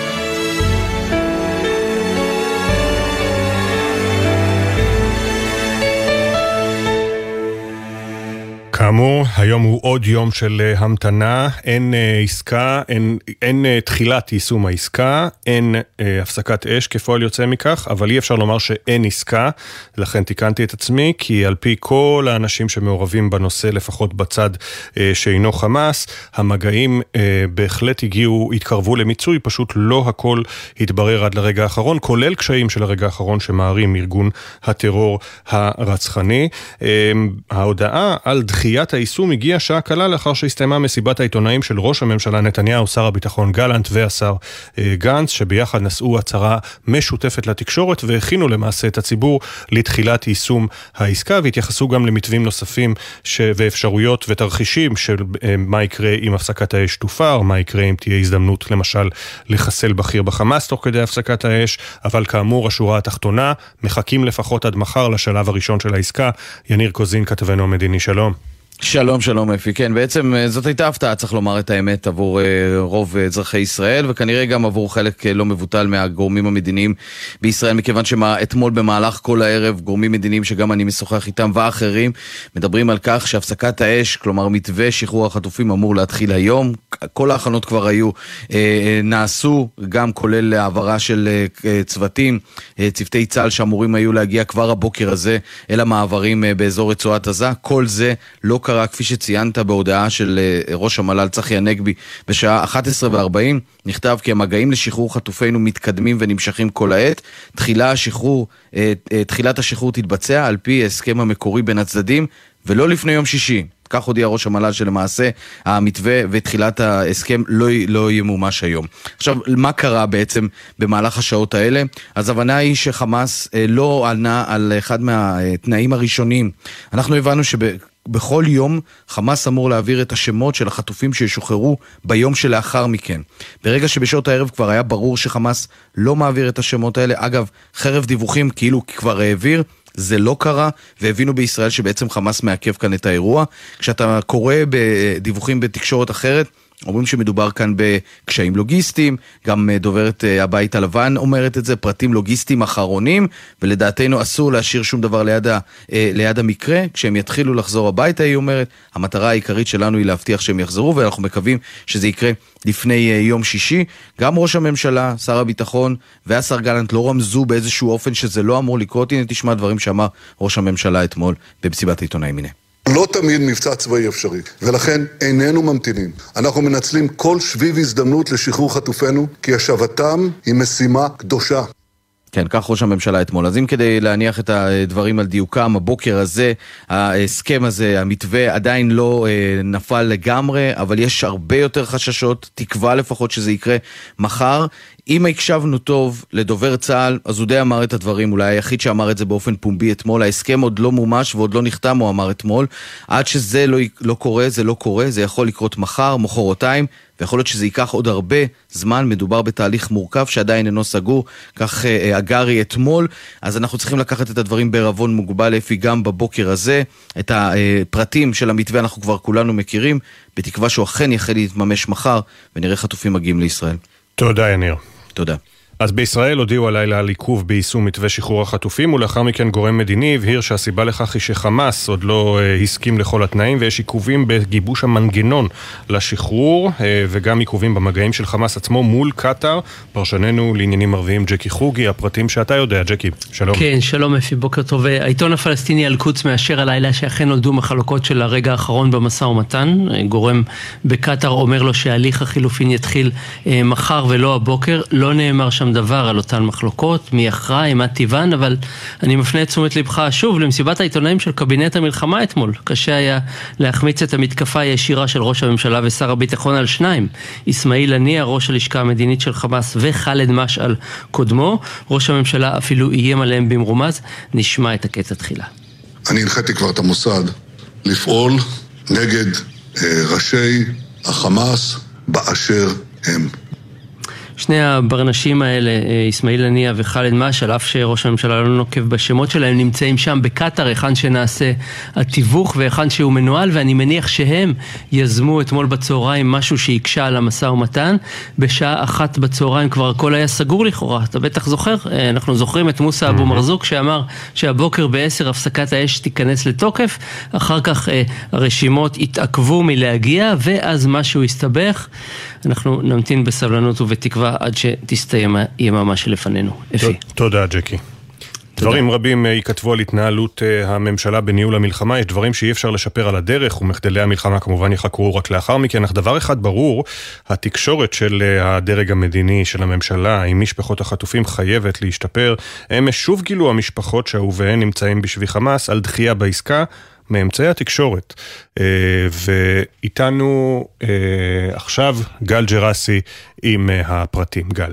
כאמור, היום הוא עוד יום של המתנה, אין uh, עסקה, אין, אין uh, תחילת יישום העסקה, אין uh, הפסקת אש כפועל יוצא מכך, אבל אי אפשר לומר שאין עסקה, לכן תיקנתי את עצמי, כי על פי כל האנשים שמעורבים בנושא, לפחות בצד uh, שאינו חמאס, המגעים uh, בהחלט הגיעו, התקרבו למיצוי, פשוט לא הכל התברר עד לרגע האחרון, כולל קשיים של הרגע האחרון שמערים ארגון הטרור הרצחני. Uh, ההודעה על דחייה דחיית היישום הגיעה שעה קלה לאחר שהסתיימה מסיבת העיתונאים של ראש הממשלה נתניהו, שר הביטחון גלנט והשר גנץ, שביחד נשאו הצהרה משותפת לתקשורת והכינו למעשה את הציבור לתחילת יישום העסקה, והתייחסו גם למתווים נוספים ש... ואפשרויות ותרחישים של מה יקרה אם הפסקת האש תופר, מה יקרה אם תהיה הזדמנות למשל לחסל בכיר בחמאס תוך כדי הפסקת האש, אבל כאמור השורה התחתונה, מחכים לפחות עד מחר לשלב הראשון של העסקה. יניר קוזין, כתבנו המדיני, שלום. שלום, שלום אפי. כן, בעצם זאת הייתה הפתעה, צריך לומר את האמת, עבור רוב אזרחי ישראל, וכנראה גם עבור חלק לא מבוטל מהגורמים המדיניים בישראל, מכיוון שאתמול במהלך כל הערב, גורמים מדיניים שגם אני משוחח איתם ואחרים, מדברים על כך שהפסקת האש, כלומר מתווה שחרור החטופים אמור להתחיל היום, כל ההכנות כבר היו, נעשו, גם כולל העברה של צוותים, צוותי צה"ל שאמורים היו להגיע כבר הבוקר הזה אל המעברים באזור רצועת עזה, כל זה לא קרה, כפי שציינת בהודעה של ראש המל"ל צחי הנגבי בשעה אחת עשרה וארבעים, נכתב כי המגעים לשחרור חטופינו מתקדמים ונמשכים כל העת. תחילה השחרור, תחילת השחרור תתבצע על פי ההסכם המקורי בין הצדדים ולא לפני יום שישי. כך הודיע ראש המל"ל שלמעשה המתווה ותחילת ההסכם לא, לא ימומש היום. עכשיו, מה קרה בעצם במהלך השעות האלה? אז הבנה היא שחמאס לא ענה על אחד מהתנאים הראשונים. אנחנו הבנו שב... בכל יום חמאס אמור להעביר את השמות של החטופים שישוחררו ביום שלאחר מכן. ברגע שבשעות הערב כבר היה ברור שחמאס לא מעביר את השמות האלה, אגב, חרף דיווחים כאילו כבר העביר, זה לא קרה, והבינו בישראל שבעצם חמאס מעכב כאן את האירוע. כשאתה קורא בדיווחים בתקשורת אחרת, אומרים שמדובר כאן בקשיים לוגיסטיים, גם דוברת הבית הלבן אומרת את זה, פרטים לוגיסטיים אחרונים, ולדעתנו אסור להשאיר שום דבר ליד, ה, ליד המקרה. כשהם יתחילו לחזור הביתה, היא אומרת, המטרה העיקרית שלנו היא להבטיח שהם יחזרו, ואנחנו מקווים שזה יקרה לפני יום שישי. גם ראש הממשלה, שר הביטחון והשר גלנט לא רמזו באיזשהו אופן שזה לא אמור לקרות. הנה תשמע דברים שאמר ראש הממשלה אתמול במסיבת העיתונאים. הנה. לא תמיד מבצע צבאי אפשרי, ולכן איננו ממתינים. אנחנו מנצלים כל שביב הזדמנות לשחרור חטופינו, כי השבתם היא משימה קדושה. כן, כך ראש הממשלה אתמול. אז אם כדי להניח את הדברים על דיוקם, הבוקר הזה, ההסכם הזה, המתווה עדיין לא אה, נפל לגמרי, אבל יש הרבה יותר חששות, תקווה לפחות שזה יקרה מחר. אם הקשבנו טוב לדובר צה"ל, אז הוא די אמר את הדברים, אולי היחיד שאמר את זה באופן פומבי אתמול, ההסכם עוד לא מומש ועוד לא נחתם, הוא אמר אתמול, עד שזה לא, לא קורה, זה לא קורה, זה יכול לקרות מחר, מחרתיים, ויכול להיות שזה ייקח עוד הרבה זמן, מדובר בתהליך מורכב שעדיין אינו סגור, כך אה, אגרי אתמול, אז אנחנו צריכים לקחת את הדברים בערבון מוגבל, לפי גם בבוקר הזה, את הפרטים של המתווה אנחנו כבר כולנו מכירים, בתקווה שהוא אכן יחל להתממש מחר, ונראה חטופים מגיעים לישראל. תודה יניר. תודה. אז בישראל הודיעו הלילה על עיכוב ביישום מתווה שחרור החטופים, ולאחר מכן גורם מדיני הבהיר שהסיבה לכך היא שחמאס עוד לא uh, הסכים לכל התנאים, ויש עיכובים בגיבוש המנגנון לשחרור, uh, וגם עיכובים במגעים של חמאס עצמו מול קטר. פרשננו לעניינים ערביים ג'קי חוגי, הפרטים שאתה יודע. ג'קי, שלום. כן, שלום אפי, בוקר טוב. העיתון הפלסטיני אל-קודס מאשר הלילה שאכן נולדו מחלוקות של הרגע האחרון במשא ומתן. גורם בקטר אומר לו שההליך החילופין יתחיל uh, מחר ולא הבוקר. לא נאמר שם שם דבר על אותן מחלוקות, מי אחראי, מה טבען, אבל אני מפנה את תשומת לבך שוב למסיבת העיתונאים של קבינט המלחמה אתמול. קשה היה להחמיץ את המתקפה הישירה של ראש הממשלה ושר הביטחון על שניים. אסמאעיל הנייה, ראש הלשכה המדינית של חמאס, וחאלד משעל קודמו. ראש הממשלה אפילו איים עליהם במרומז. נשמע את הקטע תחילה. אני הנחיתי כבר את המוסד לפעול נגד אה, ראשי החמאס באשר הם. שני הברנשים האלה, אסמאעיל הנייה וחאלד משעל, אף שראש הממשלה לא נוקב בשמות שלהם, נמצאים שם בקטר, היכן שנעשה התיווך והיכן שהוא מנוהל, ואני מניח שהם יזמו אתמול בצהריים משהו שיקשה על המשא ומתן. בשעה אחת בצהריים כבר הכל היה סגור לכאורה. אתה בטח זוכר? אנחנו זוכרים את מוסא אבו מרזוק שאמר שהבוקר בעשר הפסקת האש תיכנס לתוקף, אחר כך הרשימות התעכבו מלהגיע, ואז משהו הסתבך. אנחנו נמתין בסבלנות ובתקווה עד שתסתיים היממה שלפנינו. אפי. תודה, ג'קי. דברים רבים ייכתבו על התנהלות הממשלה בניהול המלחמה, יש דברים שאי אפשר לשפר על הדרך, ומחדלי המלחמה כמובן יחקרו רק לאחר מכן, אך דבר אחד ברור, התקשורת של הדרג המדיני של הממשלה עם משפחות החטופים חייבת להשתפר. הם שוב גילו המשפחות שאהוביהן נמצאים בשבי חמאס על דחייה בעסקה, מאמצעי התקשורת. ואיתנו עכשיו גל ג'רסי עם הפרטים. גל.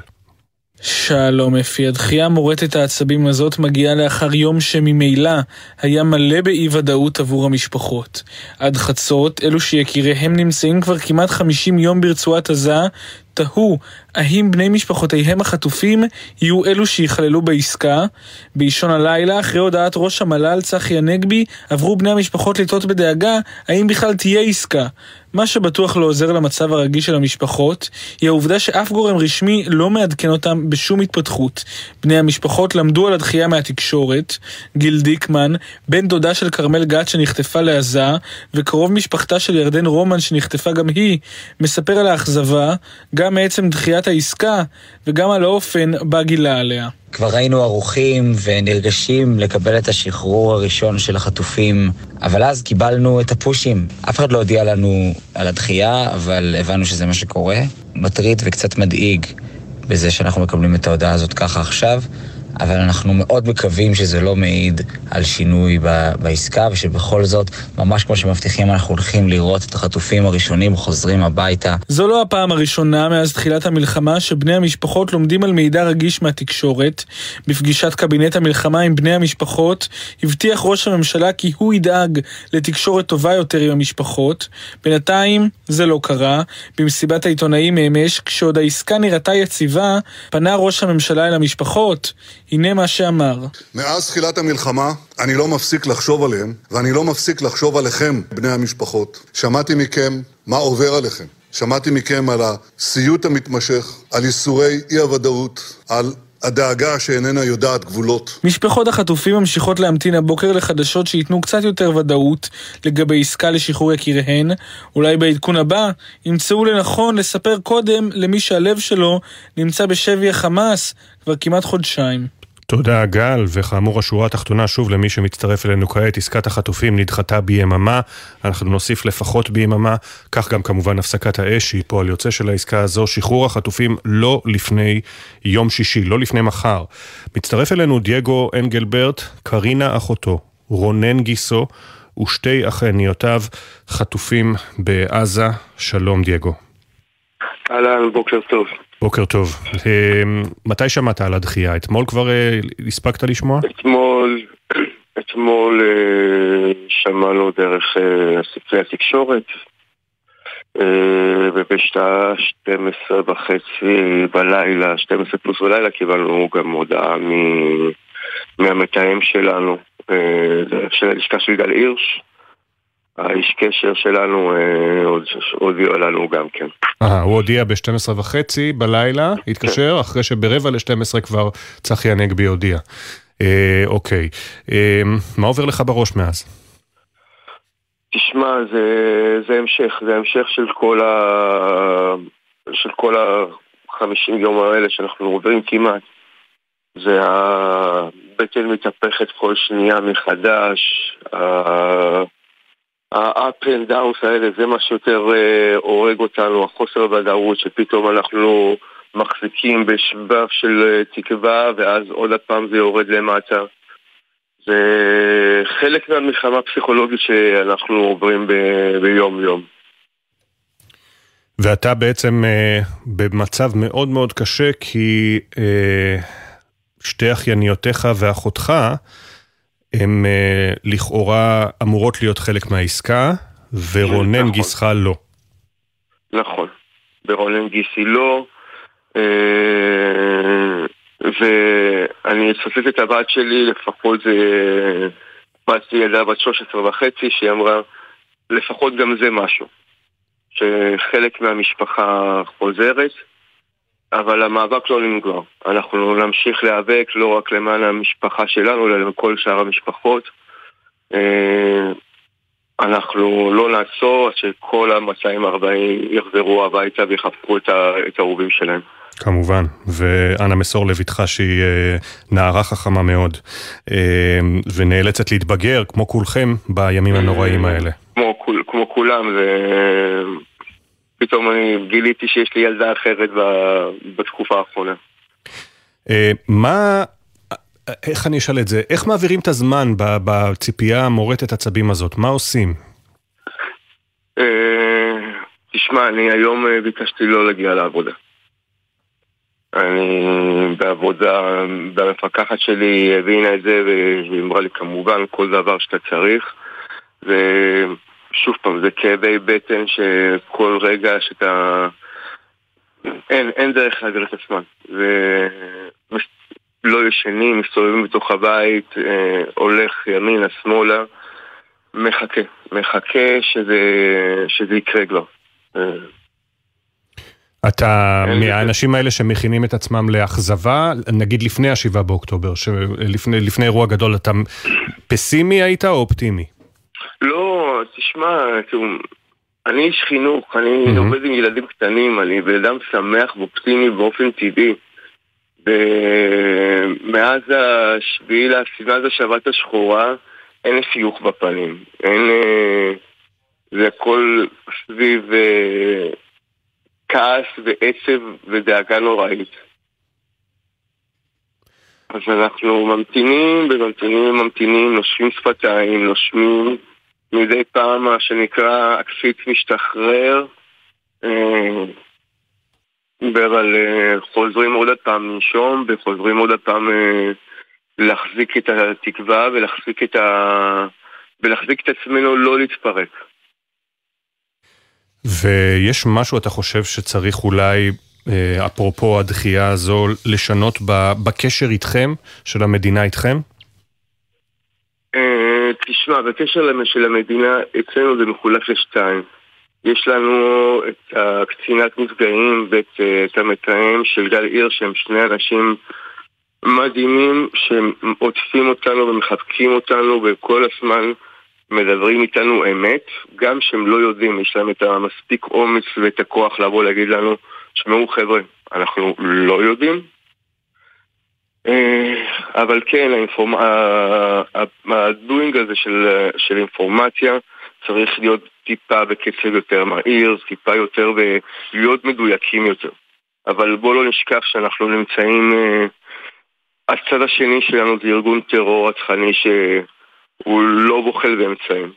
שלום אפי, הדחייה מורטת העצבים הזאת מגיעה לאחר יום שממילא היה מלא באי ודאות עבור המשפחות. עד חצות, אלו שיקיריהם נמצאים כבר כמעט חמישים יום ברצועת עזה, תהו, האם בני משפחותיהם החטופים יהיו אלו שיכללו בעסקה? באישון הלילה, אחרי הודעת ראש המל"ל צחי הנגבי, עברו בני המשפחות לטעות בדאגה, האם בכלל תהיה עסקה? מה שבטוח לא עוזר למצב הרגיש של המשפחות, היא העובדה שאף גורם רשמי לא מעדכן אותם בשום התפתחות. בני המשפחות למדו על הדחייה מהתקשורת. גיל דיקמן, בן דודה של קרמל גת שנחטפה לעזה, וקרוב משפחתה של ירדן רומן שנחטפה גם היא, מספר על האכזבה, גם מעצם דחיית העסקה, וגם על האופן בה גילה עליה. כבר היינו ערוכים ונרגשים לקבל את השחרור הראשון של החטופים, אבל אז קיבלנו את הפושים. אף אחד לא הודיע לנו על הדחייה, אבל הבנו שזה מה שקורה. מטריד וקצת מדאיג בזה שאנחנו מקבלים את ההודעה הזאת ככה עכשיו, אבל אנחנו מאוד מקווים שזה לא מעיד על שינוי בעסקה, ושבכל זאת, ממש כמו שמבטיחים, אנחנו הולכים לראות את החטופים הראשונים חוזרים הביתה. זו לא הפעם הראשונה מאז תחילת המלחמה שבני המשפחות לומדים על מידע רגיש מהתקשורת. בפגישת קבינט המלחמה עם בני המשפחות, הבטיח ראש הממשלה כי הוא ידאג לתקשורת טובה יותר עם המשפחות. בינתיים זה לא קרה. במסיבת העיתונאים אמש, כשעוד העסקה נראתה יציבה, פנה ראש הממשלה אל המשפחות. הנה מה שאמר. מאז תחילת המלחמה אני לא מפסיק לחשוב עליהם, ואני לא מפסיק לחשוב עליכם, בני המשפחות. שמעתי מכם מה עובר עליכם. שמעתי מכם על הסיוט המתמשך, על ייסורי אי הוודאות, על הדאגה שאיננה יודעת גבולות. משפחות החטופים ממשיכות להמתין הבוקר לחדשות שיתנו קצת יותר ודאות לגבי עסקה לשחרור יקיריהן. אולי בעדכון הבא ימצאו לנכון לספר קודם למי שהלב שלו נמצא בשבי החמאס כבר כמעט חודשיים. תודה גל, וכאמור השורה התחתונה שוב למי שמצטרף אלינו כעת, עסקת החטופים נדחתה ביממה, אנחנו נוסיף לפחות ביממה, כך גם כמובן הפסקת האש שהיא פועל יוצא של העסקה הזו, שחרור החטופים לא לפני יום שישי, לא לפני מחר. מצטרף אלינו דייגו אנגלברט, קרינה אחותו, רונן גיסו ושתי אחיינותיו חטופים בעזה. שלום דייגו. אהלן, בוקר טוב. בוקר טוב. מתי שמעת על הדחייה? אתמול כבר הספקת לשמוע? אתמול, אתמול שמענו דרך ספרי התקשורת, ובשעה שתים עשרה וחצי בלילה, שתים עשרה פלוס בלילה, קיבלנו גם הודעה מהמתאם שלנו, של הלשכה של גל הירש. האיש קשר שלנו הודיע לנו גם כן. אה, הוא הודיע ב-שתים עשרה וחצי בלילה, התקשר, אחרי שברבע ל-שתים עשרה כבר צחי הנגבי הודיע. אוקיי. מה עובר לך בראש מאז? תשמע, זה המשך, זה המשך של כל ה... של כל ה-חמישים יום האלה שאנחנו עוברים כמעט. זה הבטן מתהפכת כל שנייה מחדש, ה... ה-up and downs האלה, זה מה שיותר הורג אותנו, החוסר ודאות, שפתאום אנחנו מחזיקים בשבב של תקווה, ואז עוד הפעם זה יורד למטה. זה חלק מהמלחמה הפסיכולוגית שאנחנו עוברים ב- ביום יום. ואתה בעצם אה, במצב מאוד מאוד קשה, כי אה, שתי אחיינותיך ואחותך, הם אה, לכאורה אמורות להיות חלק מהעסקה, ורונן נכון. גיסך לא. נכון, ורונן גיסי לא, אה, ואני אצטט את הבת שלי, לפחות זה, בת שלי ילדה בת שלוש עשרה וחצי, שהיא אמרה, לפחות גם זה משהו. שחלק מהמשפחה חוזרת, אבל המאבק לא נגמר. אנחנו נמשיך להיאבק לא רק למען המשפחה שלנו, אלא לכל שאר המשפחות. אנחנו לא נעצור עד שכל ה-מאתיים וארבעים יחזרו הביתה ויחפקו את האהובים שלהם. כמובן, ואנה מסור לביתך שהיא נערה חכמה מאוד, ונאלצת להתבגר, כמו כולכם, בימים הנוראים האלה. כמו, כמו כולם, ופתאום אני גיליתי שיש לי ילדה אחרת בתקופה האחרונה. מה, איך אני אשאל את זה? איך מעבירים את הזמן בציפייה המורטת עצבים הזאת? מה עושים? תשמע, אני היום ביקשתי לא להגיע לעבודה. אני בעבודה, במפקחת שלי הבינה את זה ואמרה לי כמובן כל דבר שאתה צריך, ושוב פעם זה כאבי בטן שכל רגע שאתה אין, אין דרך להגר את עצמן, ולא ישנים, מסתובבים בתוך הבית, הולך ימינה, שמאלה, מחכה, מחכה שזה, שזה יקרה כבר. אתה מהאנשים האלה שמכינים את עצמם לאכזבה, נגיד לפני השבעה באוקטובר, לפני, לפני אירוע גדול, אתה פסימי היית או אופטימי? לא, תשמע, אני איש חינוך, אני mm-hmm. עובד עם ילדים קטנים, אני בן אדם שמח ואופטימי באופן טבעי. מאז השביעי לעשיבה, מאז השבת השחורה, אין חיוך בפנים. אין, זה הכל סביב כעס ועצב ודאגה נוראית. אז אנחנו ממתינים וממתינים וממתינים, נושמים שפתיים, נושמים מדי פעם מה שנקרא הקפיץ משתחרר, אבל חוזרים עוד פעם לנשום וחוזרים עוד פעם להחזיק את התקווה ולהחזיק את, ה... ולהחזיק את עצמנו לא להתפרק. ויש משהו אתה חושב שצריך אולי, אפרופו הדחייה הזו, לשנות בקשר איתכם, של המדינה איתכם? תשמע, בקשר של המדינה אצלנו זה מחולק לשתיים. יש לנו את הקצינת נפגעים ואת המתאם של גל עיר, שהם שני אנשים מדהימים שעוטפים אותנו ומחבקים אותנו וכל הזמן מדברים איתנו אמת, גם שהם לא יודעים, יש להם את המספיק אומץ ואת הכוח לבוא להגיד לנו, שמעו חבר'ה, אנחנו לא יודעים, אבל כן, הדוינג הזה של, של אינפורמציה צריך להיות טיפה בקצב יותר מהיר, טיפה יותר ולהיות מדויקים יותר. אבל בוא לא נשכח שאנחנו נמצאים, הצד השני שלנו זה ארגון טרור רצחני שהוא לא בוחל באמצעים.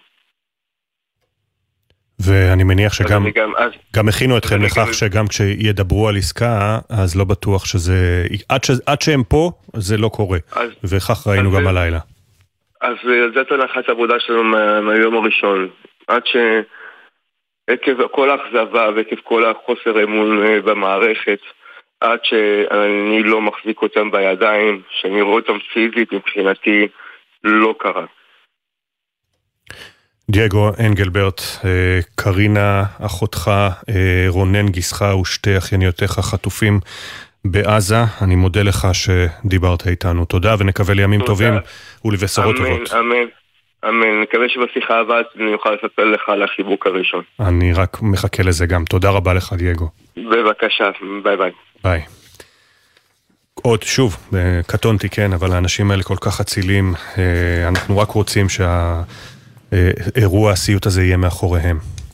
ואני מניח שגם גם, אז, גם הכינו אתכם לכך גם... שגם כשידברו על עסקה, אז לא בטוח שזה, עד, ש... עד שהם פה, זה לא קורה. אז, וכך ראינו גם זה... הלילה. אז זאת הנחת העבודה שלנו מה... מהיום הראשון. עד שעקב כל האכזבה ועקב כל החוסר אמון במערכת, עד שאני לא מחזיק אותם בידיים, שאני רואה אותם פיזית, מבחינתי לא קרה. דייגו אנגלברט, קרינה אחותך, רונן גיסך ושתי אחיינותיך חטופים בעזה. אני מודה לך שדיברת איתנו. תודה ונקווה לימים טובים ולבשורות טובות. אמן, אמן. אמן. נקווה שבשיחה הבאה אני אוכל לספר לך על החיבוק הראשון. אני רק מחכה לזה גם. תודה רבה לך דייגו. בבקשה, ביי ביי. ביי. עוד שוב, קטונתי כן, אבל האנשים האלה כל כך אצילים, אנחנו רק רוצים שה... אירוע הסיוט הזה יהיה מאחוריהם.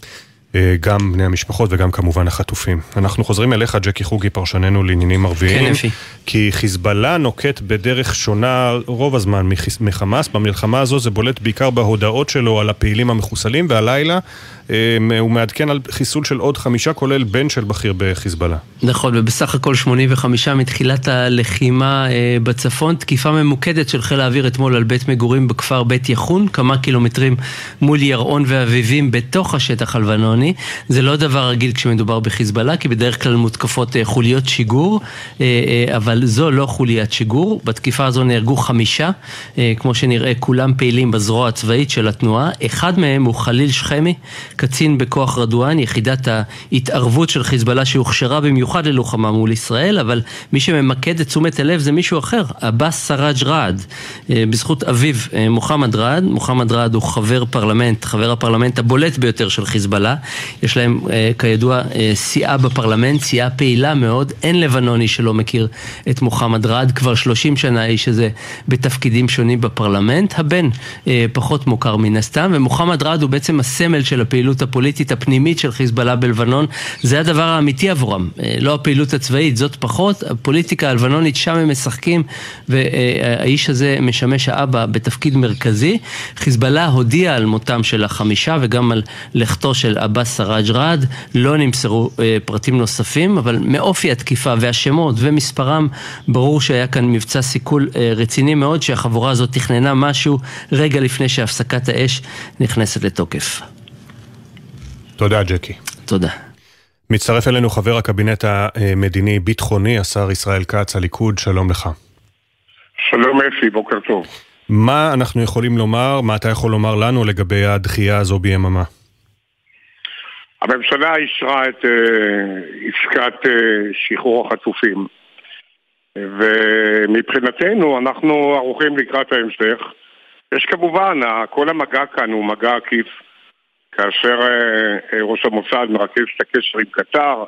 גם בני המשפחות וגם כמובן החטופים. אנחנו חוזרים אליך, ג'קי חוגי, פרשננו לעניינים ערביים. כן, אפי. כי חיזבאללה נוקט בדרך שונה רוב הזמן מחמאס. במלחמה הזו זה בולט בעיקר בהודעות שלו על הפעילים המחוסלים, והלילה הוא מעדכן על חיסול של עוד חמישה, כולל בן של בכיר בחיזבאללה. נכון, ובסך הכל שמונים וחמישה מתחילת הלחימה בצפון, תקיפה ממוקדת של חיל האוויר אתמול על בית מגורים בכפר בית יחון, כמה קילומטרים מול ירעון ואביבים בתוך השטח הלבנוני. זה לא דבר רגיל כשמדובר בחיזבאללה, כי בדרך כלל מותקפות חוליות שיגור, אבל זו לא חוליית שיגור. בתקיפה הזו נהרגו חמישה, כמו שנראה כולם פעילים בזרוע הצבאית של התנועה. אחד מהם הוא חליל שכמי, קצין בכוח רדואן, יחידת ההתערבות של חיזבאללה שהוכשרה במיוחד ללוחמה מול ישראל, אבל מי שממקד את תשומת הלב זה מישהו אחר, עבאס סראג' רעד, בזכות אביו מוחמד רעד. מוחמד רעד הוא חבר פרלמנט, חבר הפרלמנט הבולט ביותר של חיזבאללה. יש להם כידוע סיעה בפרלמנט, סיעה פעילה מאוד, אין לבנוני שלא מכיר את מוחמד רעד, כבר שלושים שנה איש הזה בתפקידים שונים בפרלמנט. הבן פחות מוכר מן הסתם, ומוחמד רעד הוא בעצם הסמל של הפעילות הפוליטית הפנימית של חיזבאללה בלבנון. זה הדבר האמיתי עבורם, לא הפעילות הצבאית, זאת פחות, הפוליטיקה הלבנונית שם הם משחקים, והאיש הזה משמש האבא בתפקיד מרכזי. חיזבאללה הודיע על מותם של החמישה וגם על לכתו של עבאס סראג' רעד, לא נמסרו פרטים נוספים, אבל מאופי התקיפה והשמות ומספרם ברור שהיה כאן מבצע סיכול רציני מאוד, שהחבורה הזאת תכננה משהו רגע לפני שהפסקת האש נכנסת לתוקף. תודה, ג'קי. תודה. מצטרף אלינו חבר הקבינט המדיני ביטחוני, השר ישראל כץ, הליכוד. שלום לך. שלום אפי, בוקר טוב. מה אנחנו יכולים לומר, מה אתה יכול לומר לנו לגבי הדחייה הזו ביממה? הממשלה אישרה את uh, עסקת uh, שחרור החטופים, ומבחינתנו אנחנו ערוכים לקראת ההמשך. יש כמובן, כל המגע כאן הוא מגע עקיף, כאשר uh, ראש המוסד מרכז את הקשר עם קטר,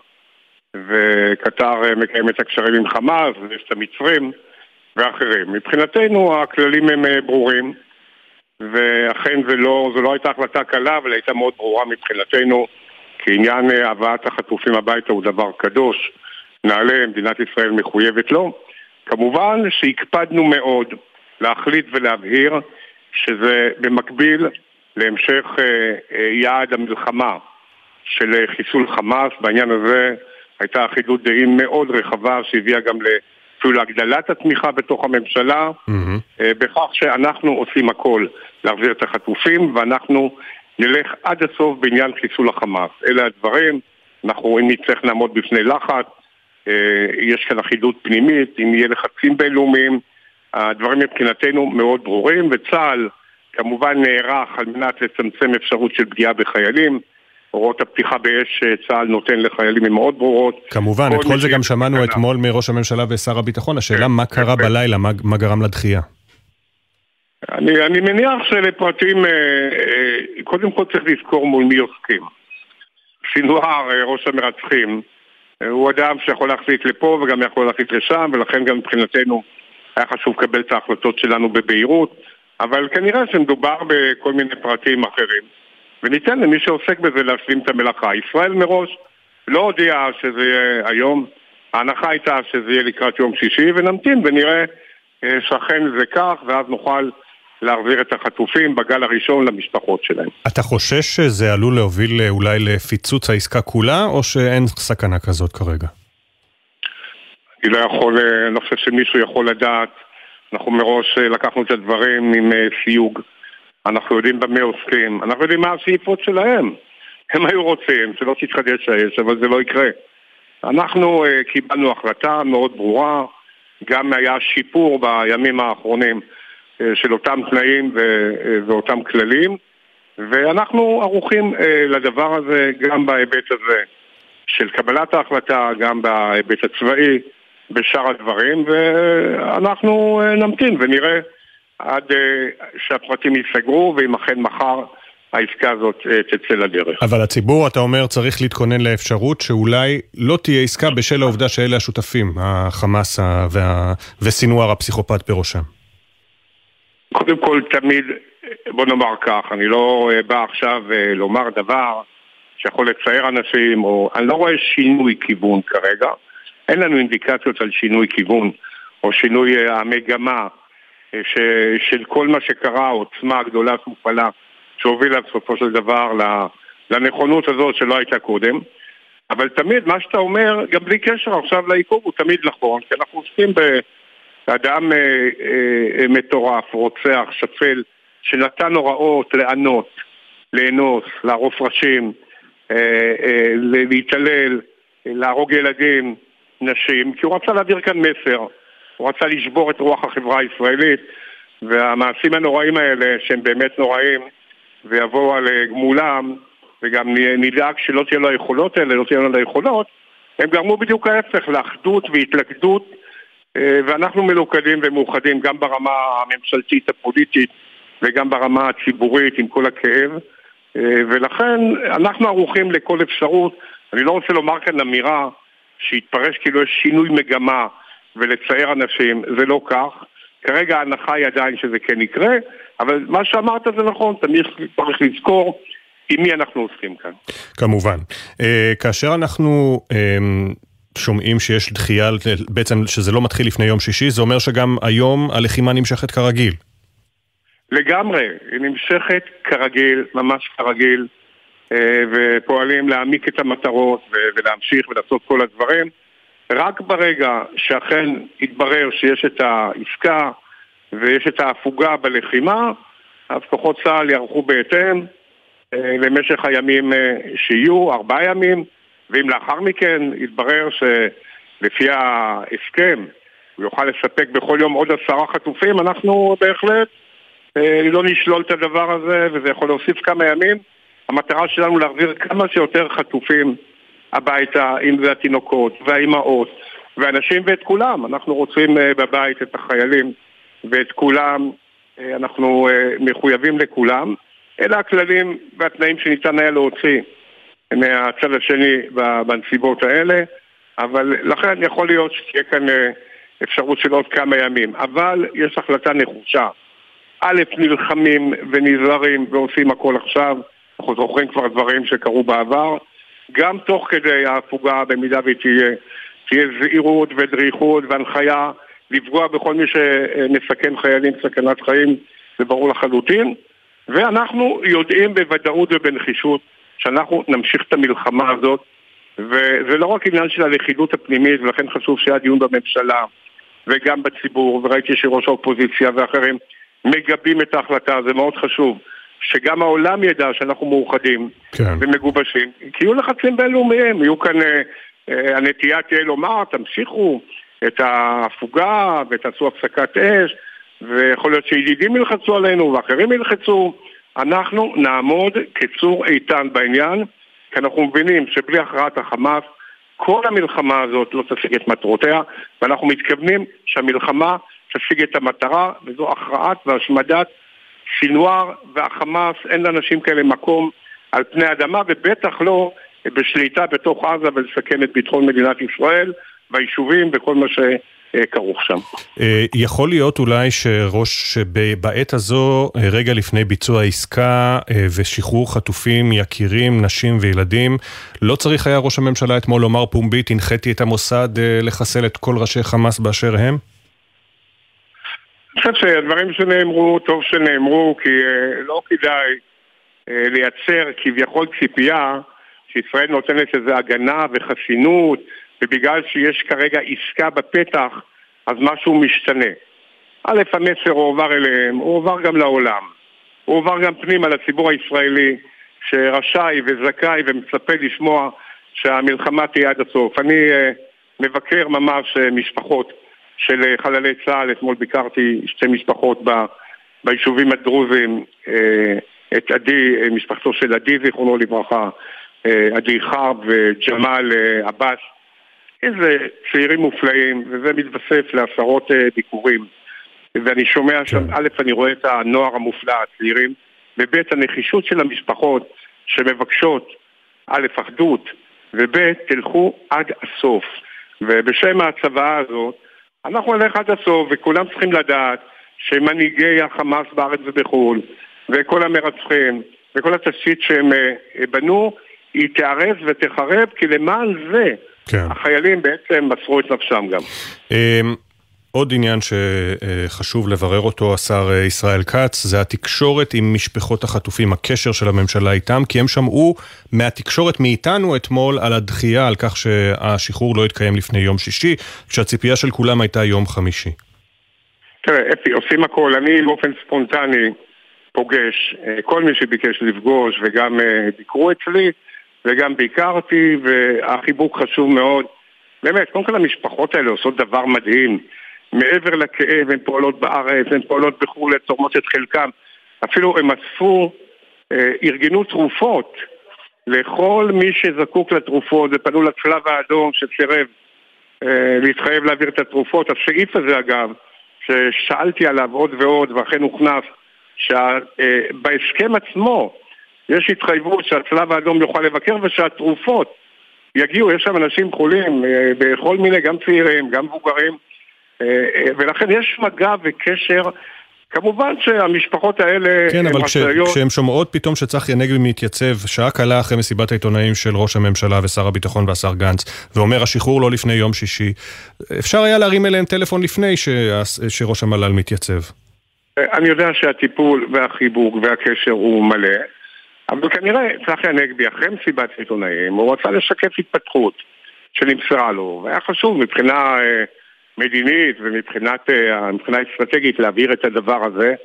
וקטר uh, מקיים את הקשרים עם חמאס, ויש את המצרים ואחרים. מבחינתנו הכללים הם uh, ברורים, ואכן זה לא, זה לא הייתה החלטה קלה, אבל הייתה מאוד ברורה מבחינתנו, כי עניין uh, הבאת החטופים הביתה הוא דבר קדוש, נעלה, מדינת ישראל מחויבת לו. כמובן שהקפדנו מאוד להחליט ולהבהיר שזה במקביל להמשך אה, אה, יעד המלחמה של אה, חיסול חמאס. בעניין הזה הייתה אחידות דעים מאוד רחבה שהביאה גם אפילו להגדלת התמיכה בתוך הממשלה, mm-hmm. אה, בכך שאנחנו עושים הכל להחזיר את החטופים, ואנחנו נלך עד הסוף בעניין חיסול החמאס. אלה הדברים, אנחנו אם נצטרך לעמוד בפני לחץ, אה, יש כאן אחידות פנימית, אם יהיה לחצים בינלאומיים, הדברים מבחינתנו מאוד ברורים, וצה"ל כמובן נערך על מנת לצמצם אפשרות של פגיעה בחיילים. הוראות הפתיחה באש צה"ל נותן לחיילים הם מאוד ברורות. כמובן, את כל זה גם שמענו אתמול מראש הממשלה ושר הביטחון. השאלה מה קרה בלילה, מה גרם לדחייה? אני, אני מניח שלפרטים, קודם כל צריך לזכור מול מי עוסקים. סינואר, ראש המרצחים, הוא אדם שיכול להחליט לפה וגם יכול להחליט לשם, ולכן גם מבחינתנו היה חשוב לקבל את ההחלטות שלנו בבהירות, אבל כנראה שמדובר בכל מיני פרטים אחרים, וניתן למי שעוסק בזה להשלים את המלאכה. ישראל מראש לא הודיעה שזה יהיה היום, ההנחה הייתה שזה יהיה לקראת יום שישי, ונמתין ונראה שאכן זה כך, ואז נוכל להחזיר את החטופים בגל הראשון למשפחות שלהם. אתה חושש שזה עלול להוביל אולי לפיצוץ העסקה כולה, או שאין סכנה כזאת כרגע? אני לא יכול, אני לא חושב שמישהו יכול לדעת. אנחנו מראש לקחנו את הדברים עם סיוג. אנחנו יודעים במה עוסקים. אנחנו יודעים מה השאיפות שלהם. הם היו רוצים שלא תתחדש האש, אבל זה לא יקרה. אנחנו קיבלנו החלטה מאוד ברורה. גם היה שיפור בימים האחרונים של אותם תנאים ואותם כללים. ואנחנו ערוכים לדבר הזה גם בהיבט הזה של קבלת ההחלטה, גם בהיבט הצבאי, בשאר הדברים, ואנחנו נמתין ונראה עד שהפרטים ייסגרו, ואם אכן מחר העסקה הזאת תצא לדרך. אבל הציבור, אתה אומר, צריך להתכונן לאפשרות שאולי לא תהיה עסקה בשל העובדה שאלה השותפים, החמאס וה... וסינואר הפסיכופת בראשם. קודם כל, תמיד, בוא נאמר כך, אני לא בא עכשיו לומר דבר שיכול לצייר אנשים, או אני לא רואה שינוי כיוון כרגע, אין לנו אינדיקציות על שינוי כיוון, או שינוי המגמה ש, של כל מה שקרה, העוצמה הגדולה שהופעלה, שהובילה בסופו של דבר לנכונות הזאת שלא הייתה קודם. אבל תמיד מה שאתה אומר, גם בלי קשר עכשיו לעיכוב, הוא תמיד נכון, כי אנחנו עושים באדם אה, אה, מטורף, רוצח, שפל, שנתן הוראות לענות, לאנוס, לערוף ראשים, אה, אה, להתעלל, להרוג ילדים, נשים, כי הוא רצה להעביר כאן מסר, הוא רצה לשבור את רוח החברה הישראלית, והמעשים הנוראים האלה, שהם באמת נוראים, ויבואו על גמולם, וגם נדאג שלא תהיה לו היכולות האלה, לא תהיה לו היכולות, הם גרמו בדיוק ההפך, לאחדות והתלכדות, ואנחנו מלוכדים ומאוחדים גם ברמה הממשלתית הפוליטית, וגם ברמה הציבורית עם כל הכאב, ולכן אנחנו ערוכים לכל אפשרות. אני לא רוצה לומר כאן אמירה שהתפרש כאילו יש שינוי מגמה ולצייר אנשים, זה לא כך. כרגע ההנחה היא עדיין שזה כן יקרה, אבל מה שאמרת זה נכון, תמיד צריך לזכור עם מי אנחנו עושים כאן. כמובן. כאשר אנחנו שומעים שיש דחייה, בעצם שזה לא מתחיל לפני יום שישי, זה אומר שגם היום הלחימה נמשכת כרגיל. לגמרי, היא נמשכת כרגיל, ממש כרגיל, ופועלים להעמיק את המטרות ולהמשיך ולעשות כל הדברים. רק ברגע שאכן יתברר שיש את העסקה ויש את ההפוגה בלחימה, אז כוחות צה"ל יערכו בהתאם למשך הימים שיהיו, ארבעה ימים, ואם לאחר מכן יתברר שלפי ההסכם הוא יוכל לספק בכל יום עוד עשרה חטופים, אנחנו בהחלט לא נשלול את הדבר הזה, וזה יכול להוסיף כמה ימים. המטרה שלנו להחזיר כמה שיותר חטופים הביתה, אם זה התינוקות והאימהות ואנשים ואת כולם. אנחנו רוצים בבית את החיילים ואת כולם, אנחנו מחויבים לכולם. אלה הכללים והתנאים שניתן היה להוציא מהצד השני בנסיבות האלה, אבל לכן יכול להיות שתהיה כאן אפשרות של עוד כמה ימים. אבל יש החלטה נחושה. א', נלחמים ונזהרים ועושים הכל עכשיו, אנחנו זוכרים כבר דברים שקרו בעבר, גם תוך כדי ההפוגה במידה ותהיה, תהיה זהירות ודריכות והנחיה לפגוע בכל מי שמסכן חיילים, סכנת חיים, זה ברור לחלוטין, ואנחנו יודעים בוודאות ובנחישות שאנחנו נמשיך את המלחמה הזאת, וזה לא רק עניין של הלכידות הפנימית, ולכן חשוב שהיה דיון בממשלה וגם בציבור, וראיתי שראש האופוזיציה ואחרים מגבים את ההחלטה, זה מאוד חשוב, שגם העולם ידע שאנחנו מאוחדים כן. ומגובשים, כי יהיו לחצים בינלאומיים, יהיו כאן, אה, הנטייה תהיה לומר, תמשיכו את ההפוגה ותעשו הפסקת אש, ויכול להיות שידידים ילחצו עלינו ואחרים ילחצו, אנחנו נעמוד כצור איתן בעניין, כי אנחנו מבינים שבלי הכרעת החמאס, כל המלחמה הזאת לא תשיג את מטרותיה, ואנחנו מתכוונים שהמלחמה תשיג את המטרה, וזו הכרעת והשמדת סינואר והחמאס. אין לאנשים כאלה מקום על פני האדמה, ובטח לא בשליטה בתוך עזה ולסכן את ביטחון מדינת ישראל והיישובים וכל מה שכרוך שם. יכול להיות אולי שראש בעת הזו, רגע לפני ביצוע עסקה ושחרור חטופים, יקירים, נשים וילדים, לא צריך היה ראש הממשלה אתמול לומר פומבית, הנחיתי את המוסד לחסל את כל ראשי חמאס באשר הם? אני חושב שהדברים שנאמרו, טוב שנאמרו, כי לא כדאי לייצר כביכול ציפייה שישראל נותנת איזו הגנה וחסינות, ובגלל שיש כרגע עסקה בפתח, אז משהו משתנה. א', המסר הוא עובר אליהם, הוא עובר גם לעולם. הוא עובר גם פנימה לציבור הישראלי, שרשאי וזכאי ומצפה לשמוע שהמלחמה תהיה עד הסוף. אני uh, מבקר ממש uh, משפחות של uh, חללי צה"ל, אתמול ביקרתי שתי משפחות ב, ביישובים הדרוזיים, uh, את עדי, uh, משפחתו של עדי זיכרונו לברכה, uh, עדי חרב וג'מאל uh, עבאס, איזה צעירים מופלאים, וזה מתווסף לעשרות uh, ביקורים. ואני שומע שם, א', אני רואה את הנוער המופלא, הצעירים, וב', הנחישות של המשפחות שמבקשות, א', אחדות, וב', תלכו עד הסוף. ובשם הצבא הזאת, אנחנו נלך עד הסוף, וכולם צריכים לדעת שמנהיגי החמאס בארץ ובחול, וכל המרצחים, וכל התשתית שהם בנו, היא תארז ותחרב, כי למען זה כן. החיילים בעצם מסרו את נפשם גם. עוד עניין שחשוב לברר אותו, השר ישראל כץ, זה התקשורת עם משפחות החטופים, הקשר של הממשלה איתם, כי הם שמעו מהתקשורת מאיתנו אתמול על הדחייה, על כך שהשחרור לא יתקיים לפני יום שישי, כשהציפייה של כולם הייתה יום חמישי. תראה, אפי, עושים הכל, אני באופן ספונטני פוגש, כל מי שביקש לפגוש, וגם ביקרו אצלי, וגם ביקרתי, והחיבוק חשוב מאוד. באמת, קודם כל המשפחות האלה עושות דבר מדהים, מעבר לכאב, הן פועלות בארץ, הן פועלות בחו"ל, תורמות את חלקם. אפילו הם אספו, אה, ארגנו תרופות לכל מי שזקוק לתרופות, ופנו לצלב האדום שסירב אה, להתחייב להעביר את התרופות. הסעיף הזה אגב, ששאלתי עליו עוד ועוד, ואכן הוכנס, שבהסכם עצמו יש התחייבות שהצלב האדום יוכל לבקר, ושהתרופות יגיעו, יש שם אנשים חולים, אה, בכל מיני, גם צעירים, גם מבוגרים, ולכן יש מגע וקשר, כמובן שהמשפחות האלה... כן, אבל כש, כשהם שומעות פתאום שצחי הנגבי מתייצב שעה קלה אחרי מסיבת העיתונאים של ראש הממשלה ושר הביטחון והשר גנץ, ואומר השחרור לא לפני יום שישי, אפשר היה להרים אליהם טלפון לפני ש, שראש המל"ל מתייצב. אני יודע שהטיפול והחיבוק והקשר הוא מלא, אבל כנראה צחי הנגבי אחרי מסיבת העיתונאים, הוא רצה לשקף התפתחות שנמסרה לו, והיה חשוב מבחינה... מדינית ומבחינת מבחינה אסטרטגית להעביר את הדבר הזה,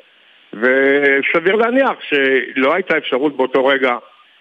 וסביר להניח שלא הייתה אפשרות באותו רגע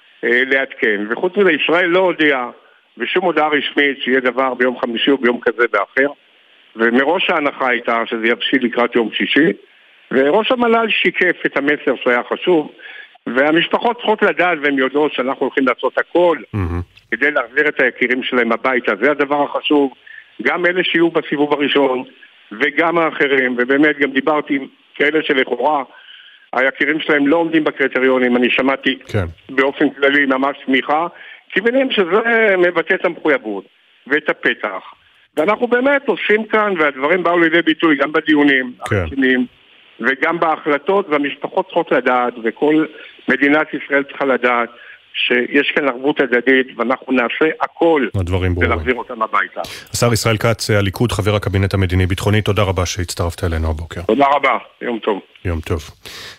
לעדכן, וחוץ מזה ישראל לא הודיעה בשום הודעה רשמית שיהיה דבר ביום חמישי או ביום כזה באחר, ומראש ההנחה הייתה שזה יבשיל לקראת יום שישי, וראש המל"ל שיקף את המסר שהיה חשוב, והמשפחות צריכות לדעת והן יודעות שאנחנו הולכים לעשות הכל mm-hmm. כדי להחזיר את היקירים שלהם הביתה. זה הדבר החשוב, גם אלה שיהיו בסיבוב הראשון וגם האחרים, ובאמת גם דיברתי עם כאלה שלכאורה היקירים שלהם לא עומדים בקריטריונים. אני שמעתי כן. באופן כללי ממש תמיכה, כי ביניהם שזה מבטא את המחויבות ואת הפתח, ואנחנו באמת עושים כאן, והדברים באו לידי ביטוי גם בדיונים כן. הרציניים וגם בהחלטות, והמשפחות צריכות לדעת, וכל מדינת ישראל צריכה לדעת שיש כאן ערבות הדדית, ואנחנו נעשה הכל ולהחזיר אותם הביתה. השר ישראל כץ, הליכוד, חבר הקבינט המדיני-ביטחוני, תודה רבה שהצטרפת אלינו הבוקר. תודה רבה, יום טוב. יום טוב.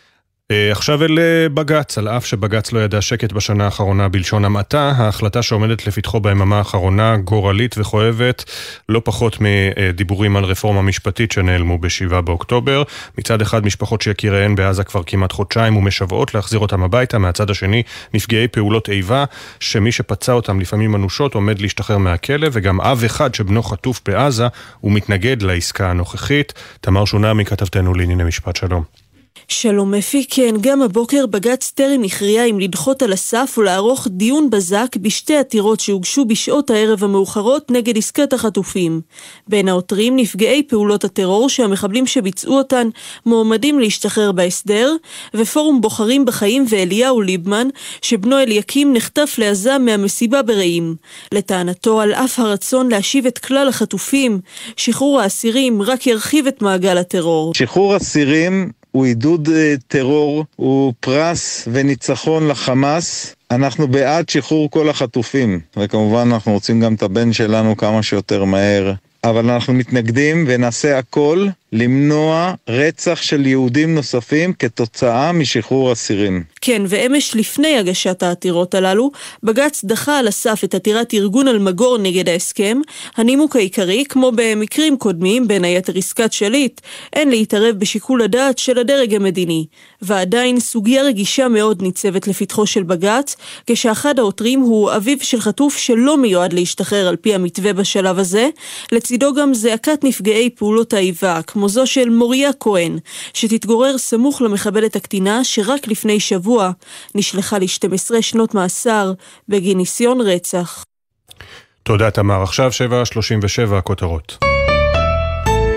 עכשיו אל בגץ, על אף שבגץ לא ידע שקט בשנה האחרונה בלשון המעטה, ההחלטה שעומדת לפתחו ביממה האחרונה גורלית וכואבת, לא פחות מדיבורים על רפורמה משפטית שנעלמו בשבעה באוקטובר. מצד אחד משפחות שיקיריהן בעזה כבר כמעט חודשיים ומשוועות להחזיר אותם הביתה, מהצד השני נפגעי פעולות איבה שמי שפצע אותם לפעמים אנושות עומד להשתחרר מהכלא, וגם אב אחד שבנו חטוף בעזה ומתנגד לעסקה הנוכחית. תמר שונה מכתבתנו לענייני משפט, שלום. שלום אפי, כן, גם הבוקר בג"ץ טרם הכריע אם לדחות על הסף ולערוך דיון בזק בשתי עתירות שהוגשו בשעות הערב המאוחרות נגד עסקת החטופים. בין העותרים נפגעי פעולות הטרור שהמחבלים שביצעו אותן מועמדים להשתחרר בהסדר, ופורום בוחרים בחיים ואליהו ליבמן שבנו אליקים נחטף לעזה מהמסיבה ברעים. לטענתו, על אף הרצון להשיב את כלל החטופים, שחרור האסירים רק ירחיב את מעגל הטרור. שחרור אסירים הוא עידוד טרור, הוא פרס וניצחון לחמאס. אנחנו בעד שחרור כל החטופים, וכמובן אנחנו רוצים גם את הבן שלנו כמה שיותר מהר, אבל אנחנו מתנגדים ונעשה הכל למנוע רצח של יהודים נוספים כתוצאה משחרור אסירים. כן, ואמש לפני הגשת העתירות הללו, בג"ץ דחה על הסף את עתירת ארגון אלמגור נגד ההסכם. הנימוק העיקרי, כמו במקרים קודמים, בין היתר עסקת שליט, אין להתערב בשיקול הדעת של הדרג המדיני. ועדיין סוגיה רגישה מאוד ניצבת לפתחו של בג"ץ, כשאחד העותרים הוא אביו של חטוף שלא מיועד להשתחרר על פי המתווה בשלב הזה, לצידו גם זעקת נפגעי פעולות האיבה, כמו זו של מוריה כהן, שתתגורר סמוך למחבלת הקטינה שרק לפני שבוע נשלחה ל-שתים עשרה שנות מאסר בגין ניסיון רצח. תודה תמר. עכשיו שבע שלושים ושבע הכותרות.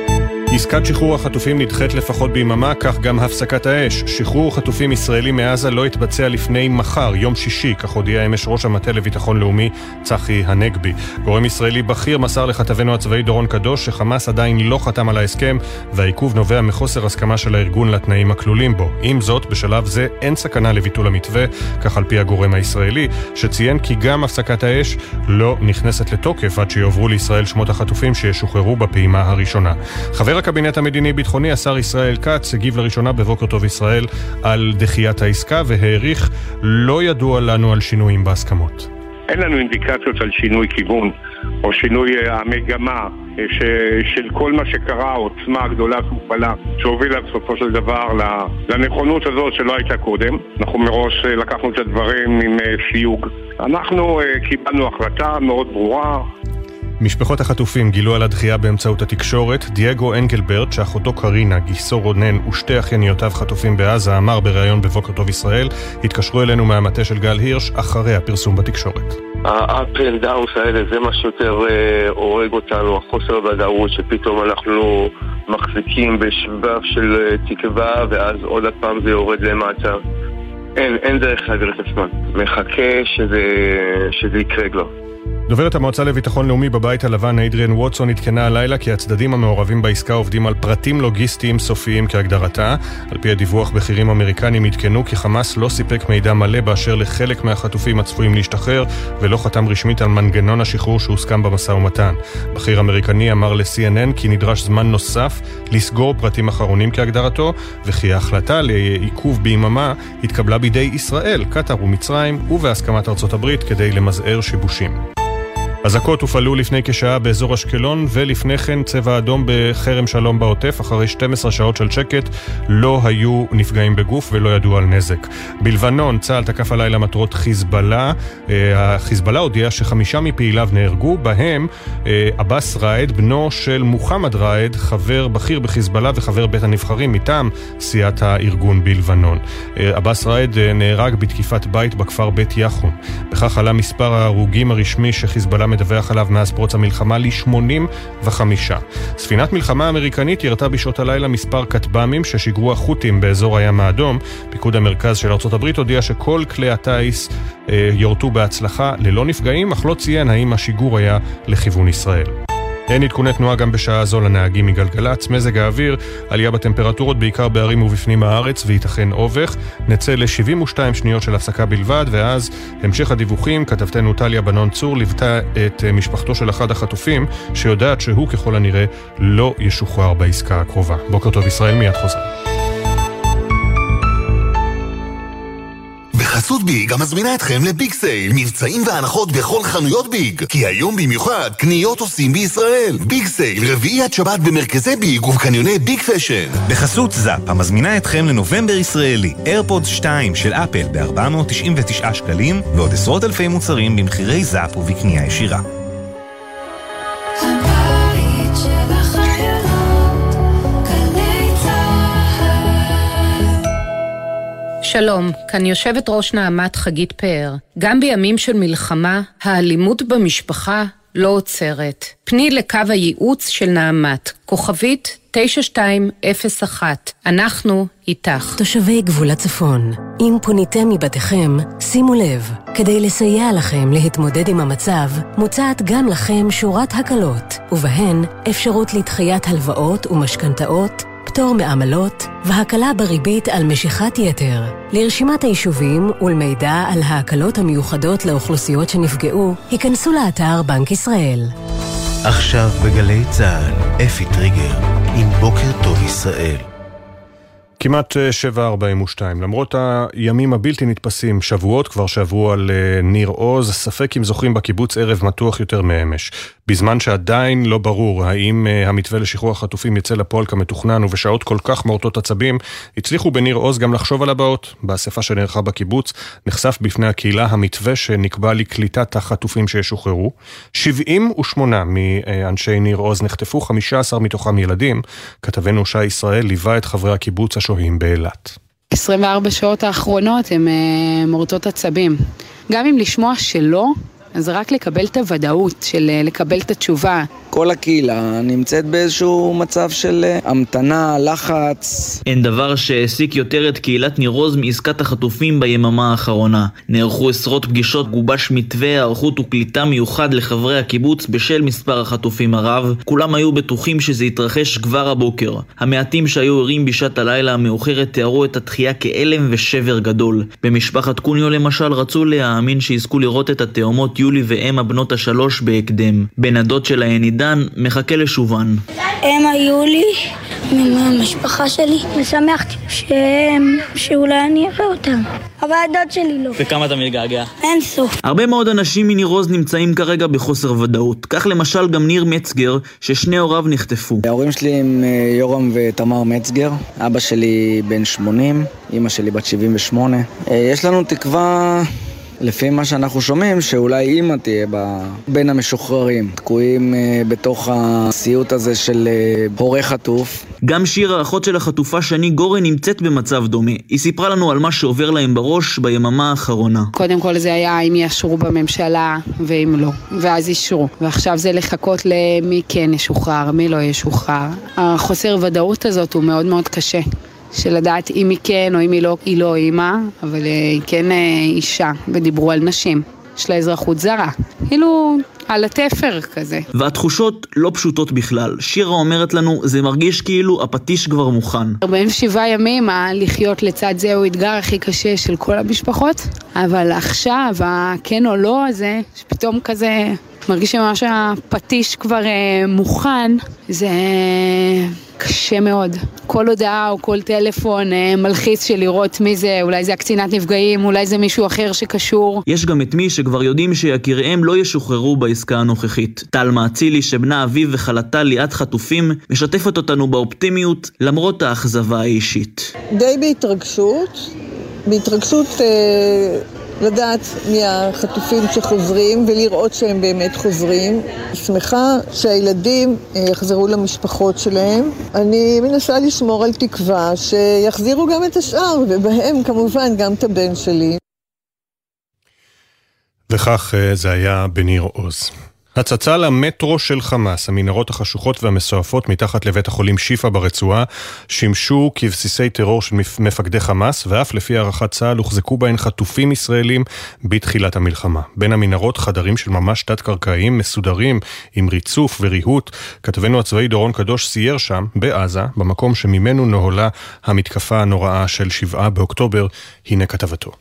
עסקת שחרור החטופים נדחית לפחות ביממה, כך גם הפסקת האש. שחרור חטופים ישראלים מעזה לא יתבצע לפני מחר, יום שישי, כך הודיע אמש ראש המטה לביטחון לאומי צחי הנגבי. גורם ישראלי בכיר מסר לכתבנו הצבאי דורון קדוש שחמאס עדיין לא חתם על ההסכם, והעיכוב נובע מחוסר הסכמה של הארגון לתנאים הכלולים בו. עם זאת, בשלב זה אין סכנה לביטול המתווה, כך על פי הגורם הישראלי, שציין כי גם הפסקת האש לא נכנסת לתוקף עד שיעברו לישראל שמות החטופים שישוחררו בפעימה הראשונה. חבר הקבינט המדיני-ביטחוני, השר ישראל כץ, הגיב לראשונה בבוקר טוב ישראל על דחיית העסקה והעריך לא ידוע לנו על שינויים בהסכמות. אין לנו אינדיקציות על שינוי כיוון או שינוי המגמה ש... של כל מה שקרה, העוצמה הגדולה שהופעלה שהובילה בסופו של דבר לנכונות הזאת שלא הייתה קודם. אנחנו מראש לקחנו את הדברים עם סיוג. אנחנו קיבלנו החלטה מאוד ברורה. משפחות החטופים גילו על הדחייה באמצעות התקשורת. דייגו אנגלברט, שאחותו קרינה, גיסו רונן ושתי אחיינותיו חטופים בעזה, אמר בראיון בבוקר טוב ישראל, התקשרו אלינו מהמטה של גל הירש אחרי הפרסום בתקשורת. ה-up and downs האלה זה מה שיותר אה, הורג אותנו, החוסר ודאות שפתאום אנחנו מחזיקים בשבב של אה, תקווה ואז עוד הפעם זה יורד למטה. אין, אין דרך להגר את עצמם. מחכה שזה, שזה יקרה כבר. דוברת המועצה לביטחון לאומי בבית הלבן, אדריאן ווטסון, התקנה הלילה כי הצדדים המעורבים בעסקה עובדים על פרטים לוגיסטיים סופיים כהגדרתה. על פי הדיווח, בכירים אמריקנים התקנו כי חמאס לא סיפק מידע מלא באשר לחלק מהחטופים הצפויים להשתחרר ולא חתם רשמית על מנגנון השחרור שהוסכם במשא ומתן. בכיר אמריקני אמר ל-סי אן אן כי נדרש זמן נוסף לסגור פרטים אחרונים כהגדרתו, וכי ההחלטה לעיכוב ביממה התקבלה בידי ישראל, קטר ומצרים ובהסכמת ארצות הברית כדי למזער שיבושים. אזעקות הופעלו לפני כשעה באזור אשקלון, ולפני כן צבע אדום בחרם שלום בעוטף. אחרי שתים עשרה שעות של שקט לא היו נפגעים בגוף ולא ידעו על נזק. בלבנון צה"ל תקף הלילה מטרות חיזבאללה. החיזבאללה הודיע שחמישה מפעיליו נהרגו, בהם אבאס ראיד, בנו של מוחמד ראיד, חבר בכיר בחיזבאללה וחבר בית הנבחרים מטעם סיעת הארגון בלבנון. אבאס ראיד נהרג בתקיפת בית בכפר בית יחון. בכך עלה מספר ההרוגים הרשמי שחיזבאללה מדווח עליו מאז פרוץ המלחמה ל-שמונים וחמש. ספינת מלחמה אמריקנית ירתה בשעות הלילה מספר כטב"מים ששיגרו החות'ים באזור הים האדום. פיקוד המרכז של ארצות הברית הודיע שכל כלי הטייס אה, יורתו בהצלחה ללא נפגעים, אך לא ציין האם השיגור היה לכיוון ישראל. אין עדכוני תנועה גם בשעה זו לנהגים מגלגלץ. מזג האוויר, עלייה בטמפרטורות בעיקר בערים ובפנים הארץ וייתכן אובך. נצא ל-שבעים ושתיים שניות של הפסקה בלבד, ואז המשך הדיווחים. כתבתנו טליה בנון צור ליוותה את משפחתו של אחד החטופים שיודעת שהוא ככל הנראה לא ישוחרר בעסקה הקרובה. בוקר טוב ישראל, מיד חוזר. בחסות ביג המזמינה אתכם לביג סייל, מבצעים והנחות בכל חנויות ביג, כי היום במיוחד קניות עושים בישראל. ביג סייל רביעי עד שבת במרכזי ביג ובקניוני ביג פשן. בחסות זאפ המזמינה אתכם לנובמבר ישראלי, איירפודס שתיים של אפל ב-ארבע מאות תשעים ותשעה שקלים ועוד עשרות אלפי מוצרים במחירי זאפ ובקנייה ישירה. שלום, כאן יושבת ראש נעמת חגית פאר. גם בימים של מלחמה, האלימות במשפחה לא עוצרת. פני לקו הייעוץ של נעמת, כוכבית תשע שתיים אפס אחת. אנחנו איתך. תושבי גבול הצפון, אם פוניתם מבתיכם, שימו לב, כדי לסייע לכם להתמודד עם המצב, מוצעת גם לכם שורת הקלות, ובהן אפשרות לדחיית הלוואות ומשכנתאות, פטור מעמלות והקלה בריבית על משיכת יתר. לרשימת היישובים ולמידע על ההקלות המיוחדות לאוכלוסיות שנפגעו, היכנסו לאתר בנק ישראל. עכשיו בגלי צה"ל, אפי טריגר עם בוקר טוב ישראל. כמעט שבע ארבעים ושתיים. למרות הימים הבלתי נתפסים, שבועות כבר שעברו על ניר עוז, ספק אם זוכרים בקיבוץ ערב מתוח יותר מאמש. בזמן שעדיין לא ברור האם המתווה לשחרור החטופים יצא לפועל כמתוכנן, ובשעות כל כך מורטות עצבים, הצליחו בניר עוז גם לחשוב על הבאות. באספה שנערכה בקיבוץ נחשף בפני הקהילה המתווה שנקבע לקליטת החטופים שישוחררו. שבעים ושמונה מאנשי ניר עוז נחטפו, חמישה עשר מתוכם ילדים. כתבנו שי ישראל ליווה את חברי הקיבוץ השוהים באילת. עשרים וארבע שעות האחרונות הם מורטות עצבים. גם אם לשמוע שלא, אז רק לקבל את הוודאות של לקבל את התשובה. כל הקהילה נמצאת באיזשהו מצב של המתנה, לחץ. אין דבר שהעסיק יותר את קהילת ניר עוז מעסקת החטופים ביממה האחרונה. נערכו עשרות פגישות, גובש מתווה הערכות וקליטה מיוחד לחברי הקיבוץ בשל מספר החטופים הרב. כולם היו בטוחים שזה יתרחש כבר הבוקר. המעטים שהיו ערים בשעת הלילה המאוחרת תיארו את התחייה כאלם ושבר גדול. במשפחת קוניו למשל רצו להאמין שיזכו לראות את התאומות יולי ואם הבנות השלוש בהקדם. בן הדוד שלהן עידן מחכה לשובן. הם היו לי מהמשפחה שלי, ושמחתי שהם, שאולי אני אראה אותם. אבל הדוד שלי לא. וכמה אתה מתגעגע? אין סוף. הרבה מאוד אנשים מניר עוז נמצאים כרגע בחוסר ודאות. כך למשל גם ניר מצגר, ששני הוריו נחטפו. ההורים שלי הם יורם ותמר מצגר. אבא שלי בן שמונים, אמא שלי בת שבעים ושמונה. יש לנו תקווה, לפי מה שאנחנו שומעים, שאולי אמא תהיה בין המשוחררים, תקועים בתוך הסיוט הזה של הורה חטוף. גם שיר, האחות של החטופה שני גורן, נמצאת במצב דומה. היא סיפרה לנו על מה שעובר להם בראש ביממה האחרונה. קודם כל זה היה אם ישרו בממשלה ואם לא, ואז ישרו. ועכשיו זה לחכות למי כן ישוחרר, מי לא ישוחרר. החוסר ודאות הזאת הוא מאוד מאוד קשה. של לדעת אם היא כן או אם היא לא, היא לא אימא, אבל היא כן אישה, ודיברו על נשים. יש לה אזרחות זרה. כאילו על התפר כזה. והתחושות לא פשוטות בכלל. שירה אומרת לנו, זה מרגיש כאילו הפטיש כבר מוכן. ארבעים ושבעה ימים, לחיות לצד זה הוא אתגר הכי קשה של כל המשפחות, אבל עכשיו, הכן או לא הזה, שפתאום כזה מרגיש ממש הפטיש כבר מוכן, זה קשה מאוד. כל הודעה או כל טלפון מלחיץ של לראות מי זה, אולי זה הקצינת נפגעים, אולי זה מישהו אחר שקשור. יש גם את מי שכבר יודעים שיקיריהם לא ישוחררו בעסקה הנוכחית. טל מעצילי, שבנה אביב וחלתה ליאת חטופים, משתפת אותנו באופטימיות למרות האכזבה האישית. די בהתרגשות, בהתרגשות אה, לדעת מהחטופים שחוזרים ולראות שהם באמת חוזרים. שמחה שהילדים יחזרו למשפחות שלהם. אני מנסה לשמור על תקווה שיחזירו גם את השאר, ובהם כמובן גם את הבן שלי. וכך זה היה בניר עוז. הצצה למטרו של חמאס, המנהרות החשוכות והמסועפות מתחת לבית החולים שיפה ברצועה, שימשו כבסיסי טרור של מפקדי חמאס, ואף לפי הערכת צה"ל הוחזקו בהן חטופים ישראלים בתחילת המלחמה. בין המנהרות חדרים של ממש תת-קרקעיים מסודרים עם ריצוף וריהוט. כתבנו הצבאי דורון קדוש סייר שם, בעזה, במקום שממנו נהולה המתקפה הנוראה של שבעה באוקטובר. הנה כתבתו.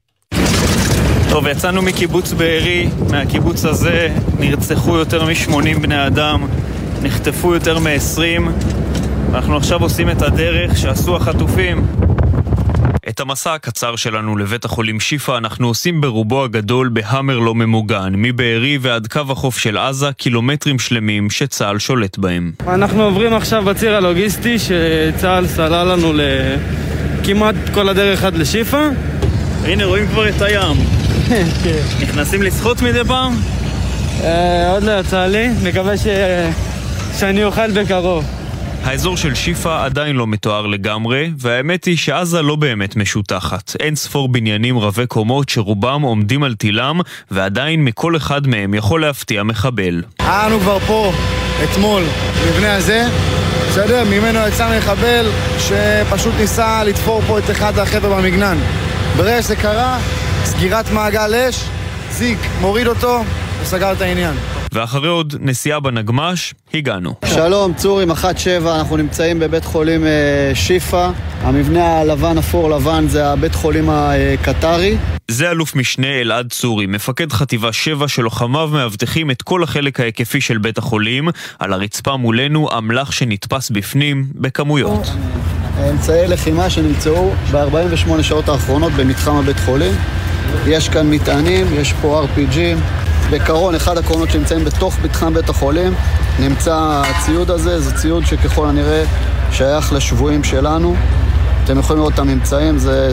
טוב, יצאנו מקיבוץ בארי, מהקיבוץ הזה נרצחו יותר מ-שמונים בני אדם, נחטפו יותר מ-עשרים, ואנחנו עכשיו עושים את הדרך שעשו החטופים. את המסע הקצר שלנו לבית החולים שיפה אנחנו עושים ברובו הגדול בהמר לא ממוגן, מבארי ועד קו החוף של עזה, קילומטרים שלמים שצה"ל שולט בהם. אנחנו עוברים עכשיו בציר הלוגיסטי שצה"ל סלל לנו לכמעט כל הדרך עד לשיפה. הנה רואים כבר את הים. נכנסים לשחות מדי פעם? עוד לא יצא לי, מקווה שאני אוכל בקרוב. האזור של שיפה עדיין לא מתואר לגמרי, והאמת היא שעזה לא באמת משותחת. אין ספור בניינים רבי קומות שרובם עומדים על תילם, ועדיין מכל אחד מהם יכול להפתיע מחבל. היינו כבר פה אתמול, מבנה הזה, בסדר? ממנו יצא מחבל שפשוט ניסה לתפור פה את אחד החבר'ה במגנן. ברגע שזה קרה, סגירת מעגל אש, זיק, מוריד אותו וסגר את העניין. ואחרי עוד נסיעה בנגמש, הגענו. שלום, צורים אחת שבע, אנחנו נמצאים בבית חולים שיפה. המבנה הלבן, אפור לבן, זה הבית חולים הקטרי. זה אלוף משנה אלעד צורי, מפקד חטיבה שבע שלוחמיו מאבטחים את כל החלק ההיקפי של בית החולים. על הרצפה מולנו אמל"ח שנתפס בפנים בכמויות. אמצעי לחימה שנמצאו ב-ארבעים ושמונה שעות האחרונות במתחם הבית חולים. יש כאן מטענים, יש פה אר פי ג'י. בקרון, אחד הקרונות שנמצאים בתוך מתחם בית החולים, נמצא הציוד הזה, זה ציוד שככל הנראה שייך לשבויים שלנו. אתם יכולים לראות את הממצאים, זה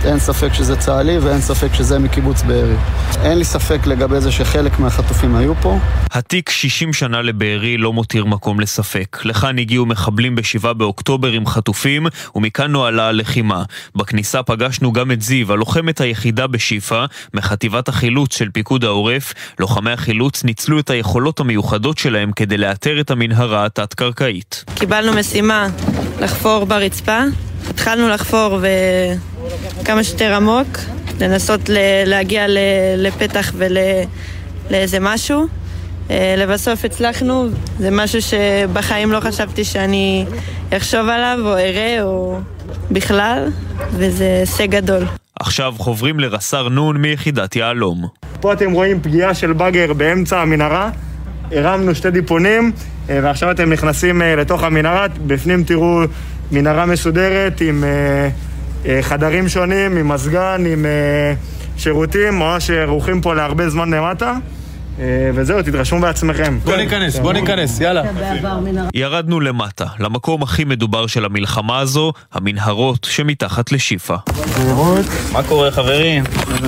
אין ספק שזה צה"לי ואין ספק שזה מקיבוץ בארי. אין לי ספק לגבי זה שחלק מהחטופים היו פה. התיק שישים שנה לבארי לא מותיר מקום לספק. לכאן הגיעו מחבלים בשבעה באוקטובר עם חטופים, ומכאן נועלה הלחימה. בכניסה פגשנו גם את זיו, הלוחמת היחידה בשיפה, מחטיבת החילוץ של פיקוד העורף. לוחמי החילוץ ניצלו את היכולות המיוחדות שלהם כדי לאתר את המנהרה התת-קרקעית. קיבלנו משימה לחפור ברצפה. התחלנו לחפור וכמה שיותר עמוק, לנסות להגיע לפתח ולאיזה משהו. לבסוף הצלחנו, זה משהו שבחיים לא חשבתי שאני אחשוב עליו או אראה או בכלל, וזה הישג גדול. עכשיו חוברים לרס"ר נון מיחידת יעלום. פה אתם רואים פגיעה של בגר באמצע המנהרה, הרמנו שתי דיפונים, ועכשיו אתם נכנסים לתוך המנהרה, בפנים תראו מנהרה מסודרת עם חדרים שונים, עם מזגן, עם שירותים, ממש ערוכים פה להרבה זמן למטה. וזהו, תתרשמו בעצמכם. בוא ניכנס, בוא ניכנס, יאללה. ירדנו למטה, למקום הכי מדובר של המלחמה הזו, המנהרות שמתחת לשיפה. מה קורה חברים?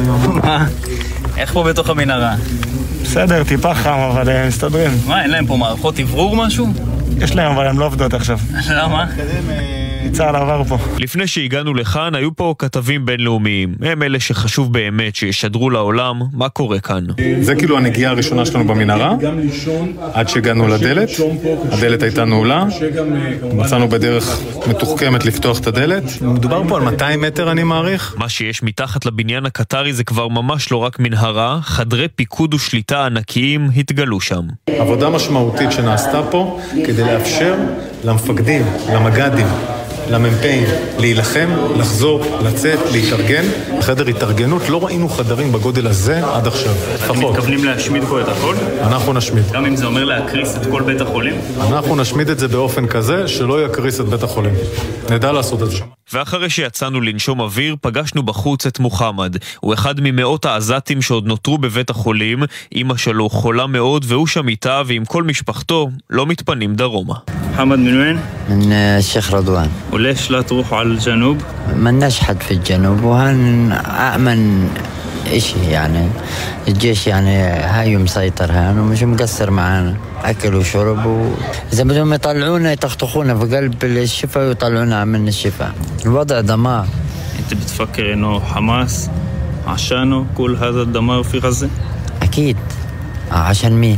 איך פה בתוך המנהרה? בסדר, טיפה חם, אבל מסתדרים. מה, אין להם פה מערכות עברור משהו? יש להם, אבל הם לא עובדות עכשיו. למה? צה"ל עבר פה. לפני שהגענו לכאן, היו פה כתבים בינלאומיים. הם אלה שחשוב באמת שישדרו לעולם מה קורה כאן. זה כאילו הנגיעה הראשונה שלנו במנהרה, עד שהגענו לדלת. הדלת הייתה נעולה. מצאנו בדרך מתוחכמת לפתוח את הדלת. מדובר פה על מאתיים מטר, אני מעריך. מה שיש מתחת לבניין הקטרי זה כבר ממש לא רק מנהרה, חדרי פיקוד ושליטה ענקיים התגלו שם. עבודה משמעותית שנעשתה פה כדי לאפשר למפקדים, למג"דים, למ"פים, להילחם, לחזור, לצאת, להתארגן. חדר התארגנות, לא ראינו חדרים בגודל הזה עד עכשיו. אתם מתכוונים להשמיד פה את הכל? אנחנו נשמיד. גם אם זה אומר להקריס את כל בית החולים? אנחנו נשמיד את זה באופן כזה שלא יקריס את בית החולים. נדע לעשות את זה. ואחרי שיצאנו לנשום אוויר, פגשנו בחוץ את מוחמד. הוא אחד ממאות העזתים שעוד נותרו בבית החולים. אמא שלו חולה מאוד והוא שם איתה, ועם כל משפחתו לא מתפנים דרומה. محمد من وين؟ من الشيخ رضوان. وليش لا تروحوا على الجنوب؟ مالناش حد في الجنوب وهن أأمن إشي يعني الجيش يعني هاي مسيطر هان ومش مقصر معانا أكل وشرب وإذا بدهم يطلعونا يتخطخونا في قلب الشفا ويطلعونا من الشفا. الوضع دمار. أنت بتفكر إنه حماس عشانه كل هذا الدمار في غزة؟ أكيد. عشان مين؟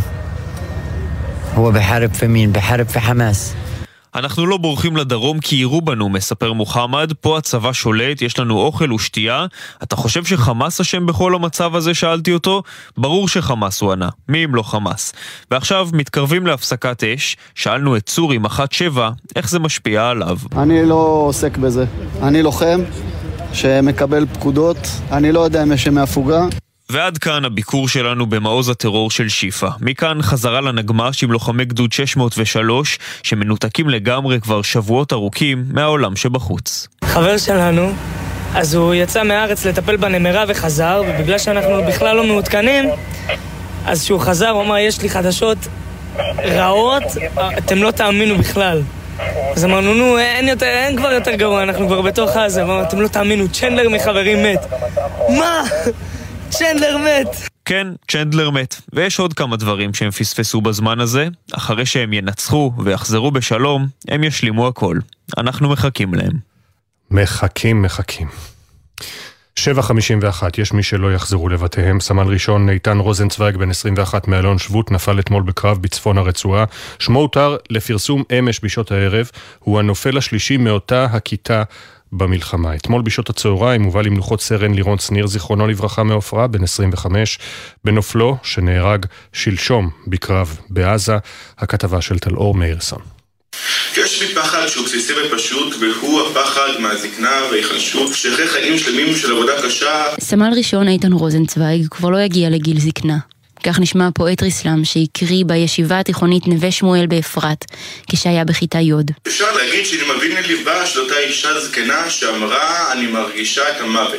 هو بحارب في مين؟ بحارب في حماس. אנחנו לא בורחים לדרום כי יראו בנו, מספר מוחמד. פה הצבא שולט, יש לנו אוכל ושתייה. אתה חושב שחמאס אשם בכל המצב הזה? שאלתי אותו. ברור שחמאס הוא ענה. מי אם לא חמאס? ועכשיו מתקרבים להפסקת אש. שאלנו את צורי מח"ט שבע איך זה משפיע עליו. אני לא עוסק בזה. אני לוחם שמקבל פקודות. אני לא יודע אם יש מהפוגה. ועד כאן הביקור שלנו במעוז הטרור של שיפה. מכאן חזרה לנגמ"ש עם לוחמי גדוד שש מאות ושלוש שמנותקים לגמרי כבר שבועות ארוכים מהעולם שבחוץ. חבר שלנו, אז הוא יצא מהארץ לטפל בנמרה וחזר, ובגלל שאנחנו בכלל לא מעודכנים, אז שהוא חזר הוא אמר יש לי חדשות רעות, אתם לא תאמינו בכלל. אז אמרנו, נו, אין, יותר, אין כבר יותר גרוע, אנחנו כבר בתוך הזה. אמרנו, אתם לא תאמינו, צ'נדלר מחברים מת. מה? צ'נדלר מת. כן, צ'נדלר מת. ויש עוד כמה דברים שהם פספסו בזמן הזה. אחרי שהם ינצחו ויחזרו בשלום, הם ישלימו הכל. אנחנו מחכים להם. מחכים, מחכים. שבע חמישים ואחת, יש מי שלא יחזרו לבתיהם. סמל ראשון איתן רוזנצוויג בן עשרים ואחת מאלון שבות נפל אתמול בקרב בצפון הרצועה. שמו הותר לפרסום אמש בשעות הערב. הוא הנופל השלישי מאותה הכיתה במלחמה. אתמול בשעות הצהריים הובא למנוחות סרן לירון צניר זיכרונו לברכה מעופרה בן עשרים וחמש בנופלו שנהרג שלשום בקרב בעזה. הכתבה של תלאור מאירסון. יש לי פחד שהוא בסיסי ופשוט, והוא הפחד מהזקנה וההיחלשות, שאחרי חיים שלמים של עבודה קשה. סמל ראשון איתן רוזנצוויג כבר לא יגיע לגיל זקנה. כך נשמע פואט רסלאם שהקריא בישיבה התיכונית נווה שמואל באפרת כשהיה בכיתה י'. אפשר להגיד שאני מבין לליבה של אותה אישה זקנה שאמרה אני מרגישה את המוות.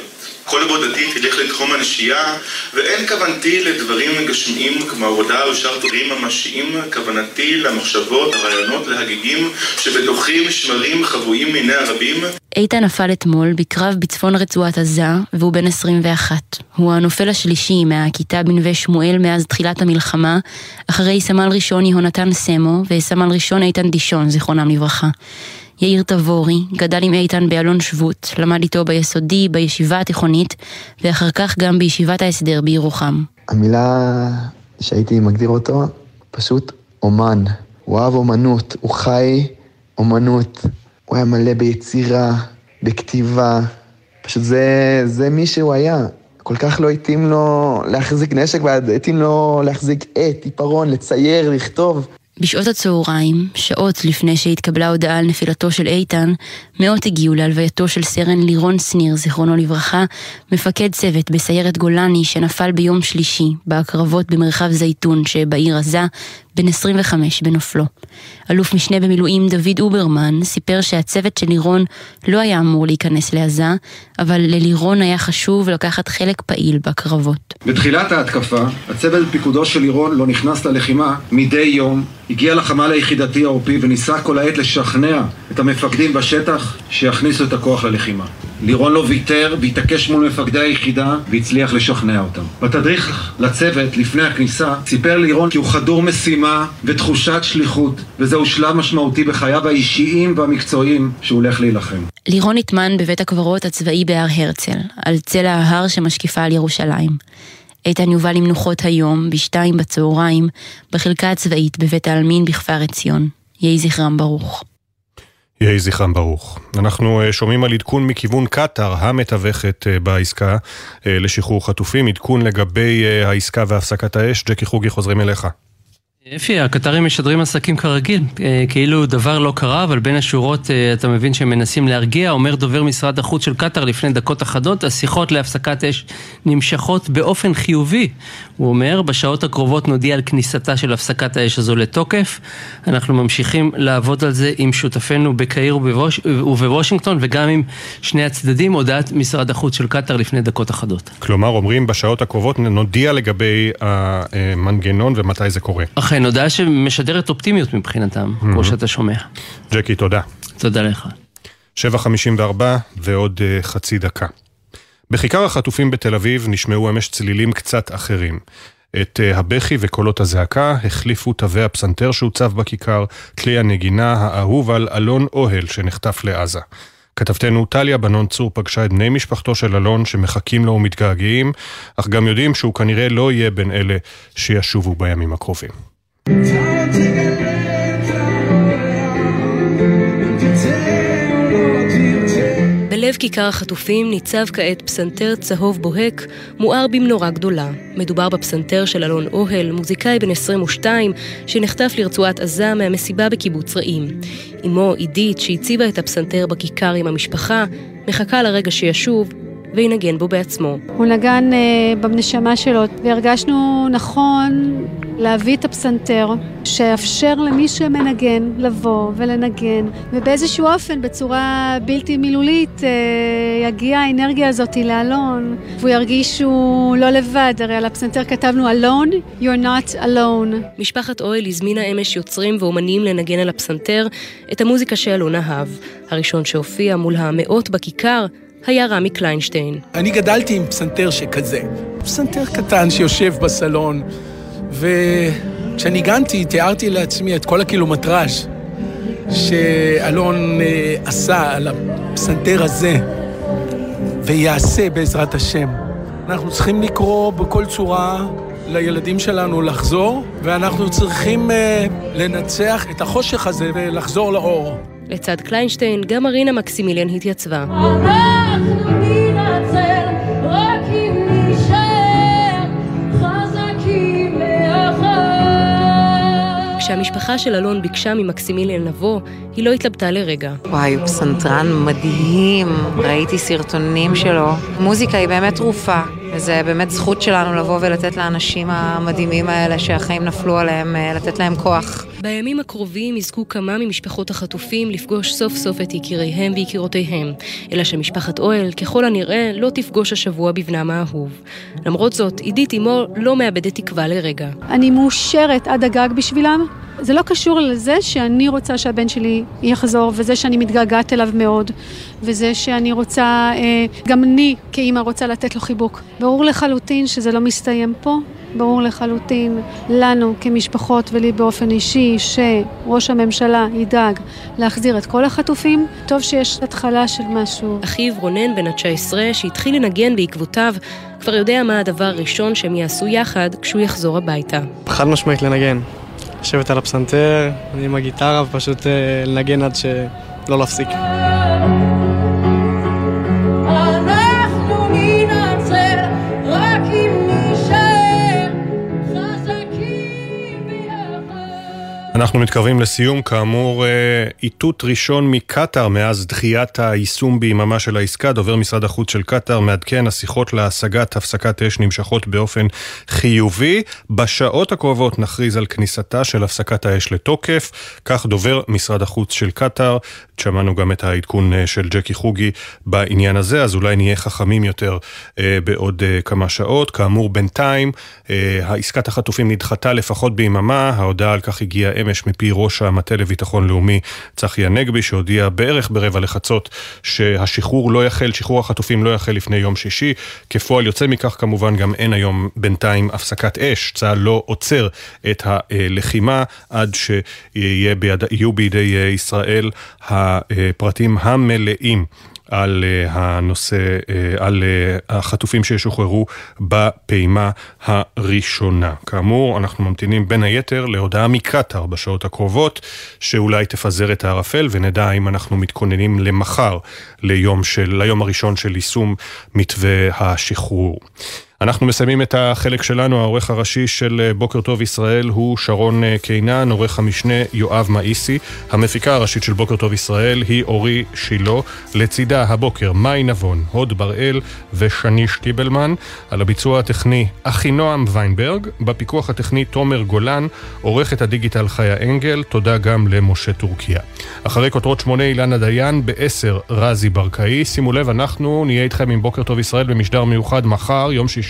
כל עבודתי תלך לתחום הנשייה, ואין כוונתי לדברים גשמיים כמו עבודה ושאר דברים ממשיים, כוונתי למחשבות, הרעיונות, להגיגים, שבתוכם שמרים חבויים מיני הרבים. איתן נפל אתמול בקרב בצפון רצועת עזה, והוא בן עשרים ואחת. הוא הנופל השלישי מהכיתה בנווה שמואל מאז תחילת המלחמה, אחרי סמל ראשון יהונתן סמו וסמל ראשון איתן דישון, זיכרונם לברכה. יאיר תבורי גדל עם איתן באלון שבות, למד איתו ביסודי, בישיבה התיכונית, ואחר כך גם בישיבת ההסדר בירוחם. המילה שהייתי מגדיר אותו, פשוט אומן. הוא אהב אומנות, הוא חי אומנות. הוא היה מלא ביצירה, בכתיבה. פשוט זה, זה מי שהוא היה. כל כך לא התאים לו להחזיק נשק, והתאים לו להחזיק עת, עיפרון, לצייר, לכתוב. בשעות הצהריים, שעות לפני שהתקבלה הודעה על נפילתו של איתן, מאות הגיעו להלווייתו של סרן לירון סניר, זיכרונו לברכה, מפקד צוות בסיירת גולני שנפל ביום שלישי, בהקרבות במרחב זייתון שבעיר עזה, בן עשרים וחמש בנופלו. אלוף משנה במילואים דוד אוברמן סיפר שהצוות של לירון לא היה אמור להיכנס לעזה, אבל ללירון היה חשוב לקחת חלק פעיל בקרבות. בתחילת ההתקפה, הצוות בפיקודו של לירון לא נכנס ללחימה מדי יום, הגיע לחמ"ל היחידתי העורפי וניסה כל העת לשכנע את המפקדים בשטח שיכניסו את הכוח ללחימה. לירון לא ויתר והתעקש מול מפקדי היחידה והצליח לשכנע אותם. בתדריך לצוות לפני הכניסה סיפר לירון כי הוא חדור משימה ותחושת שליחות, וזהו שלב משמעותי בחייו האישיים והמקצועיים שהוא הולך להילחם. לירון התמן בבית הקברות הצבאי בהר הרצל, על צלע ההר שמשקיפה על ירושלים. איתן יובל למנוחות היום, בשתיים בצהריים, בחלקה הצבאית בבית העלמין בכפר עציון. יהי זכרם ברוך. יהי זכרם ברוך. אנחנו שומעים על עדכון מכיוון קטר, המתווכת בעסקה לשחרור חטופים, עדכון לגבי העסקה והפסקת האש. ג'קי חוגי, חוזרים אליך. אפי, הקטרים משדרים עסקים כרגיל, כאילו דבר לא קרה, אבל בין השורות אתה מבין שהם מנסים להרגיע. אומר דובר משרד החוץ של קטר לפני דקות אחדות, השיחות להפסקת אש נמשכות באופן חיובי. הוא אומר, בשעות הקרובות נודיע על כניסתה של הפסקת האש הזו לתוקף. אנחנו ממשיכים לעבוד על זה עם שותפינו בקהיר ובווש... ובוושינגטון, וגם עם שני הצדדים, הודעת משרד החוץ של קטר לפני דקות אחדות. כלומר, אומרים בשעות הקרובות נודיע לגבי המנגנון ומתי זה קורה. אכן, הודעה שמשדרת אופטימיות מבחינתם, mm-hmm. כמו שאתה שומע. ג'קי, תודה. תודה לך. שבע חמישים וארבע ועוד uh, חצי דקה. בכיכר החטופים בתל אביב נשמעו אמש צלילים קצת אחרים. את uh, הבכי וקולות הזעקה החליפו תווי הפסנתר שהוצב בכיכר, כלי הנגינה האהוב על אלון אוהל שנחטף לעזה. כתבתנו טליה בנון צור פגשה את בני משפחתו של אלון שמחכים לו ומתגעגעים, אך גם יודעים שהוא כנראה לא יהיה בין אלה שישובו בימים הקרובים. בלב כיכר החטופים ניצב כעת פסנתר צהוב בוהק, מואר במנורה גדולה. מדובר בפסנתר של אלון אוהל, מוזיקאי בן עשרים ושתיים, שנחטף לרצועת עזה מהמסיבה בקיבוץ רעים. אמו עידית, שהציבה את הפסנתר בכיכר עם המשפחה, מחכה לרגע שישוב וינגן בו בעצמו. הוא נגן uh, בנשמה שלו, והרגשנו נכון להביא את הפסנתר, שאפשר למי שמנגן לבוא ולנגן, ובאיזשהו אופן, בצורה בלתי מילולית, uh, יגיע האנרגיה הזאת לאלון, והוא ירגיש שהוא לא לבד. הרי על הפסנתר כתבנו alone, you're not alone. משפחת אוהל הזמינה אמש יוצרים ואומנים לנגן על הפסנתר את המוזיקה שאלון אהב. הראשון שהופיע מול המאות בכיכר, היה רמי קליינשטיין. אני גדלתי עם פסנתר שכזה. פסנתר קטן שיושב בסלון, וכשאני גנתי, תיארתי לעצמי את כל הקילומטראז' שאלון אה, עשה על הפסנתר הזה, ויעשה בעזרת השם. אנחנו צריכים לקרוא בכל צורה לילדים שלנו לחזור, ואנחנו צריכים אה, לנצח את החושך הזה ולחזור לאור. לצד קליינשטיין, גם מרינה מקסימיליאן התייצבה. אנחנו ננצל, רק אם נשאר חזקים מאחר. כשהמשפחה של אלון ביקשה ממקסימיליאן לבוא, היא לא התלבטה לרגע. וואי, הוא פסנתרן מדהים, ראיתי סרטונים שלו. מוזיקה היא באמת תרופה. וזה באמת זכות שלנו לבוא ולתת לאנשים המדהימים האלה שהחיים נפלו עליהם, לתת להם כוח. בימים הקרובים יזכו כמה ממשפחות החטופים לפגוש סוף סוף את יקיריהם ויקירותיהם, אלא שמשפחת אוהל ככל הנראה לא תפגוש השבוע בבנם האהוב. למרות זאת, עידית אמו לא מאבדת תקווה לרגע. אני מאושרת עד הגג בשבילם. זה לא קשור לזה שאני רוצה שהבן שלי יחזור, וזה שאני מתגעגעת אליו מאוד, וזה שאני רוצה, גם אני כאמא רוצה לתת לו חיבוק. ברור לחלוטין שזה לא מסתיים פה, ברור לחלוטין לנו כמשפחות ולי באופן אישי שראש הממשלה ידאג להחזיר את כל החטופים. טוב שיש התחלה של משהו. אחיו רונן בן ה-תשע עשרה שהתחיל לנגן בעקבותיו, כבר יודע מה הדבר הראשון שהם יעשו יחד כשהוא יחזור הביתה. חד משמעית לנגן. לשבת על הפסנתר, אני עם הגיטרה ופשוט לנגן עד שלא להפסיק. אנחנו מתקרבים לסיום, כאמור, איתות ראשון מקטר מאז דחיית היישום ביממה של העסקה. דובר משרד החוץ של קטר מעדכן, השיחות להשגת הפסקת אש נמשכות באופן חיובי. בשעות הקרובות נכריז על כניסתה של הפסקת האש לתוקף, כך דובר משרד החוץ של קטר. שמענו גם את העדכון של ג'קי חוגי בעניין הזה, אז אולי נהיה חכמים יותר בעוד כמה שעות. כאמור, בינתיים העסקת החטופים נדחתה לפחות ביממה, ההודעה על כך הגיעה אמש מפי ראש המטה לביטחון לאומי צחי הנגבי, שהודיע בערך ברבע לחצות שהשחרור לא יחל, שחרור החטופים לא יחל לפני יום שישי. כפועל יוצא מכך כמובן גם אין היום בינתיים הפסקת אש, צה"ל לא עוצר את הלחימה עד שיהיו בידי ישראל הפרטים המלאים על הנושא, על החטופים שישוחררו בפעימה הראשונה. כאמור, אנחנו ממתינים בין היתר להודעה מקטר בשעות הקרובות, שאולי תפזר את הערפל, ונדע אם אנחנו מתכוננים למחר, ליום, של, ליום הראשון של יישום מתווה השחרור. אנחנו מסיימים את החלק שלנו. העורך הראשי של בוקר טוב ישראל הוא שרון קינן, עורך המשנה יואב מאיסי, המפיקה הראשית של בוקר טוב ישראל היא אורי שילו, לצידה הבוקר מאי נבון, הוד בראל ושני שטיבלמן, על הביצוע הטכני אחינועם ויינברג, בפיקוח הטכני תומר גולן, עורכת הדיגיטל חיה אנגל, תודה גם למשה טורקיה. אחרי כותרות שמונה אילנה דיין, בעשר רזי ברקאי. שימו לב, אנחנו נהיה איתכם עם בוקר טוב ישראל במשדר מיוחד מחר, יום שישי,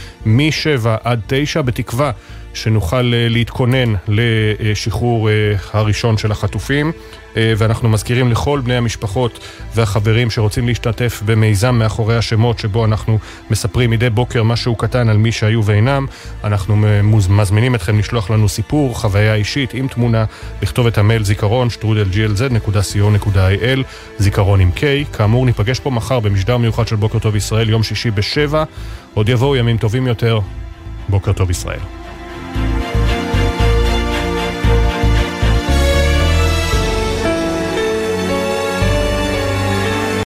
משבע עד תשע, בתקווה שנוכל להתכונן לשחרור הראשון של החטופים, ואנחנו מזכירים לכל בני המשפחות והחברים שרוצים להשתתף במיזם מאחורי השמות, שבו אנחנו מספרים מדי בוקר משהו קטן על מי שהיו ואינם. אנחנו מזמינים אתכם לשלוח לנו סיפור, חוויה אישית עם תמונה, לכתוב את המייל זיכרון שטרודל ג'י אל זד נקודה סי או נקודה איי אל, זיכרון עם K. כאמור, ניפגש פה מחר במשדר מיוחד של בוקר טוב ישראל, יום שישי בשבע. עוד יבואו ימים טובים יותר. בוקר טוב ישראל.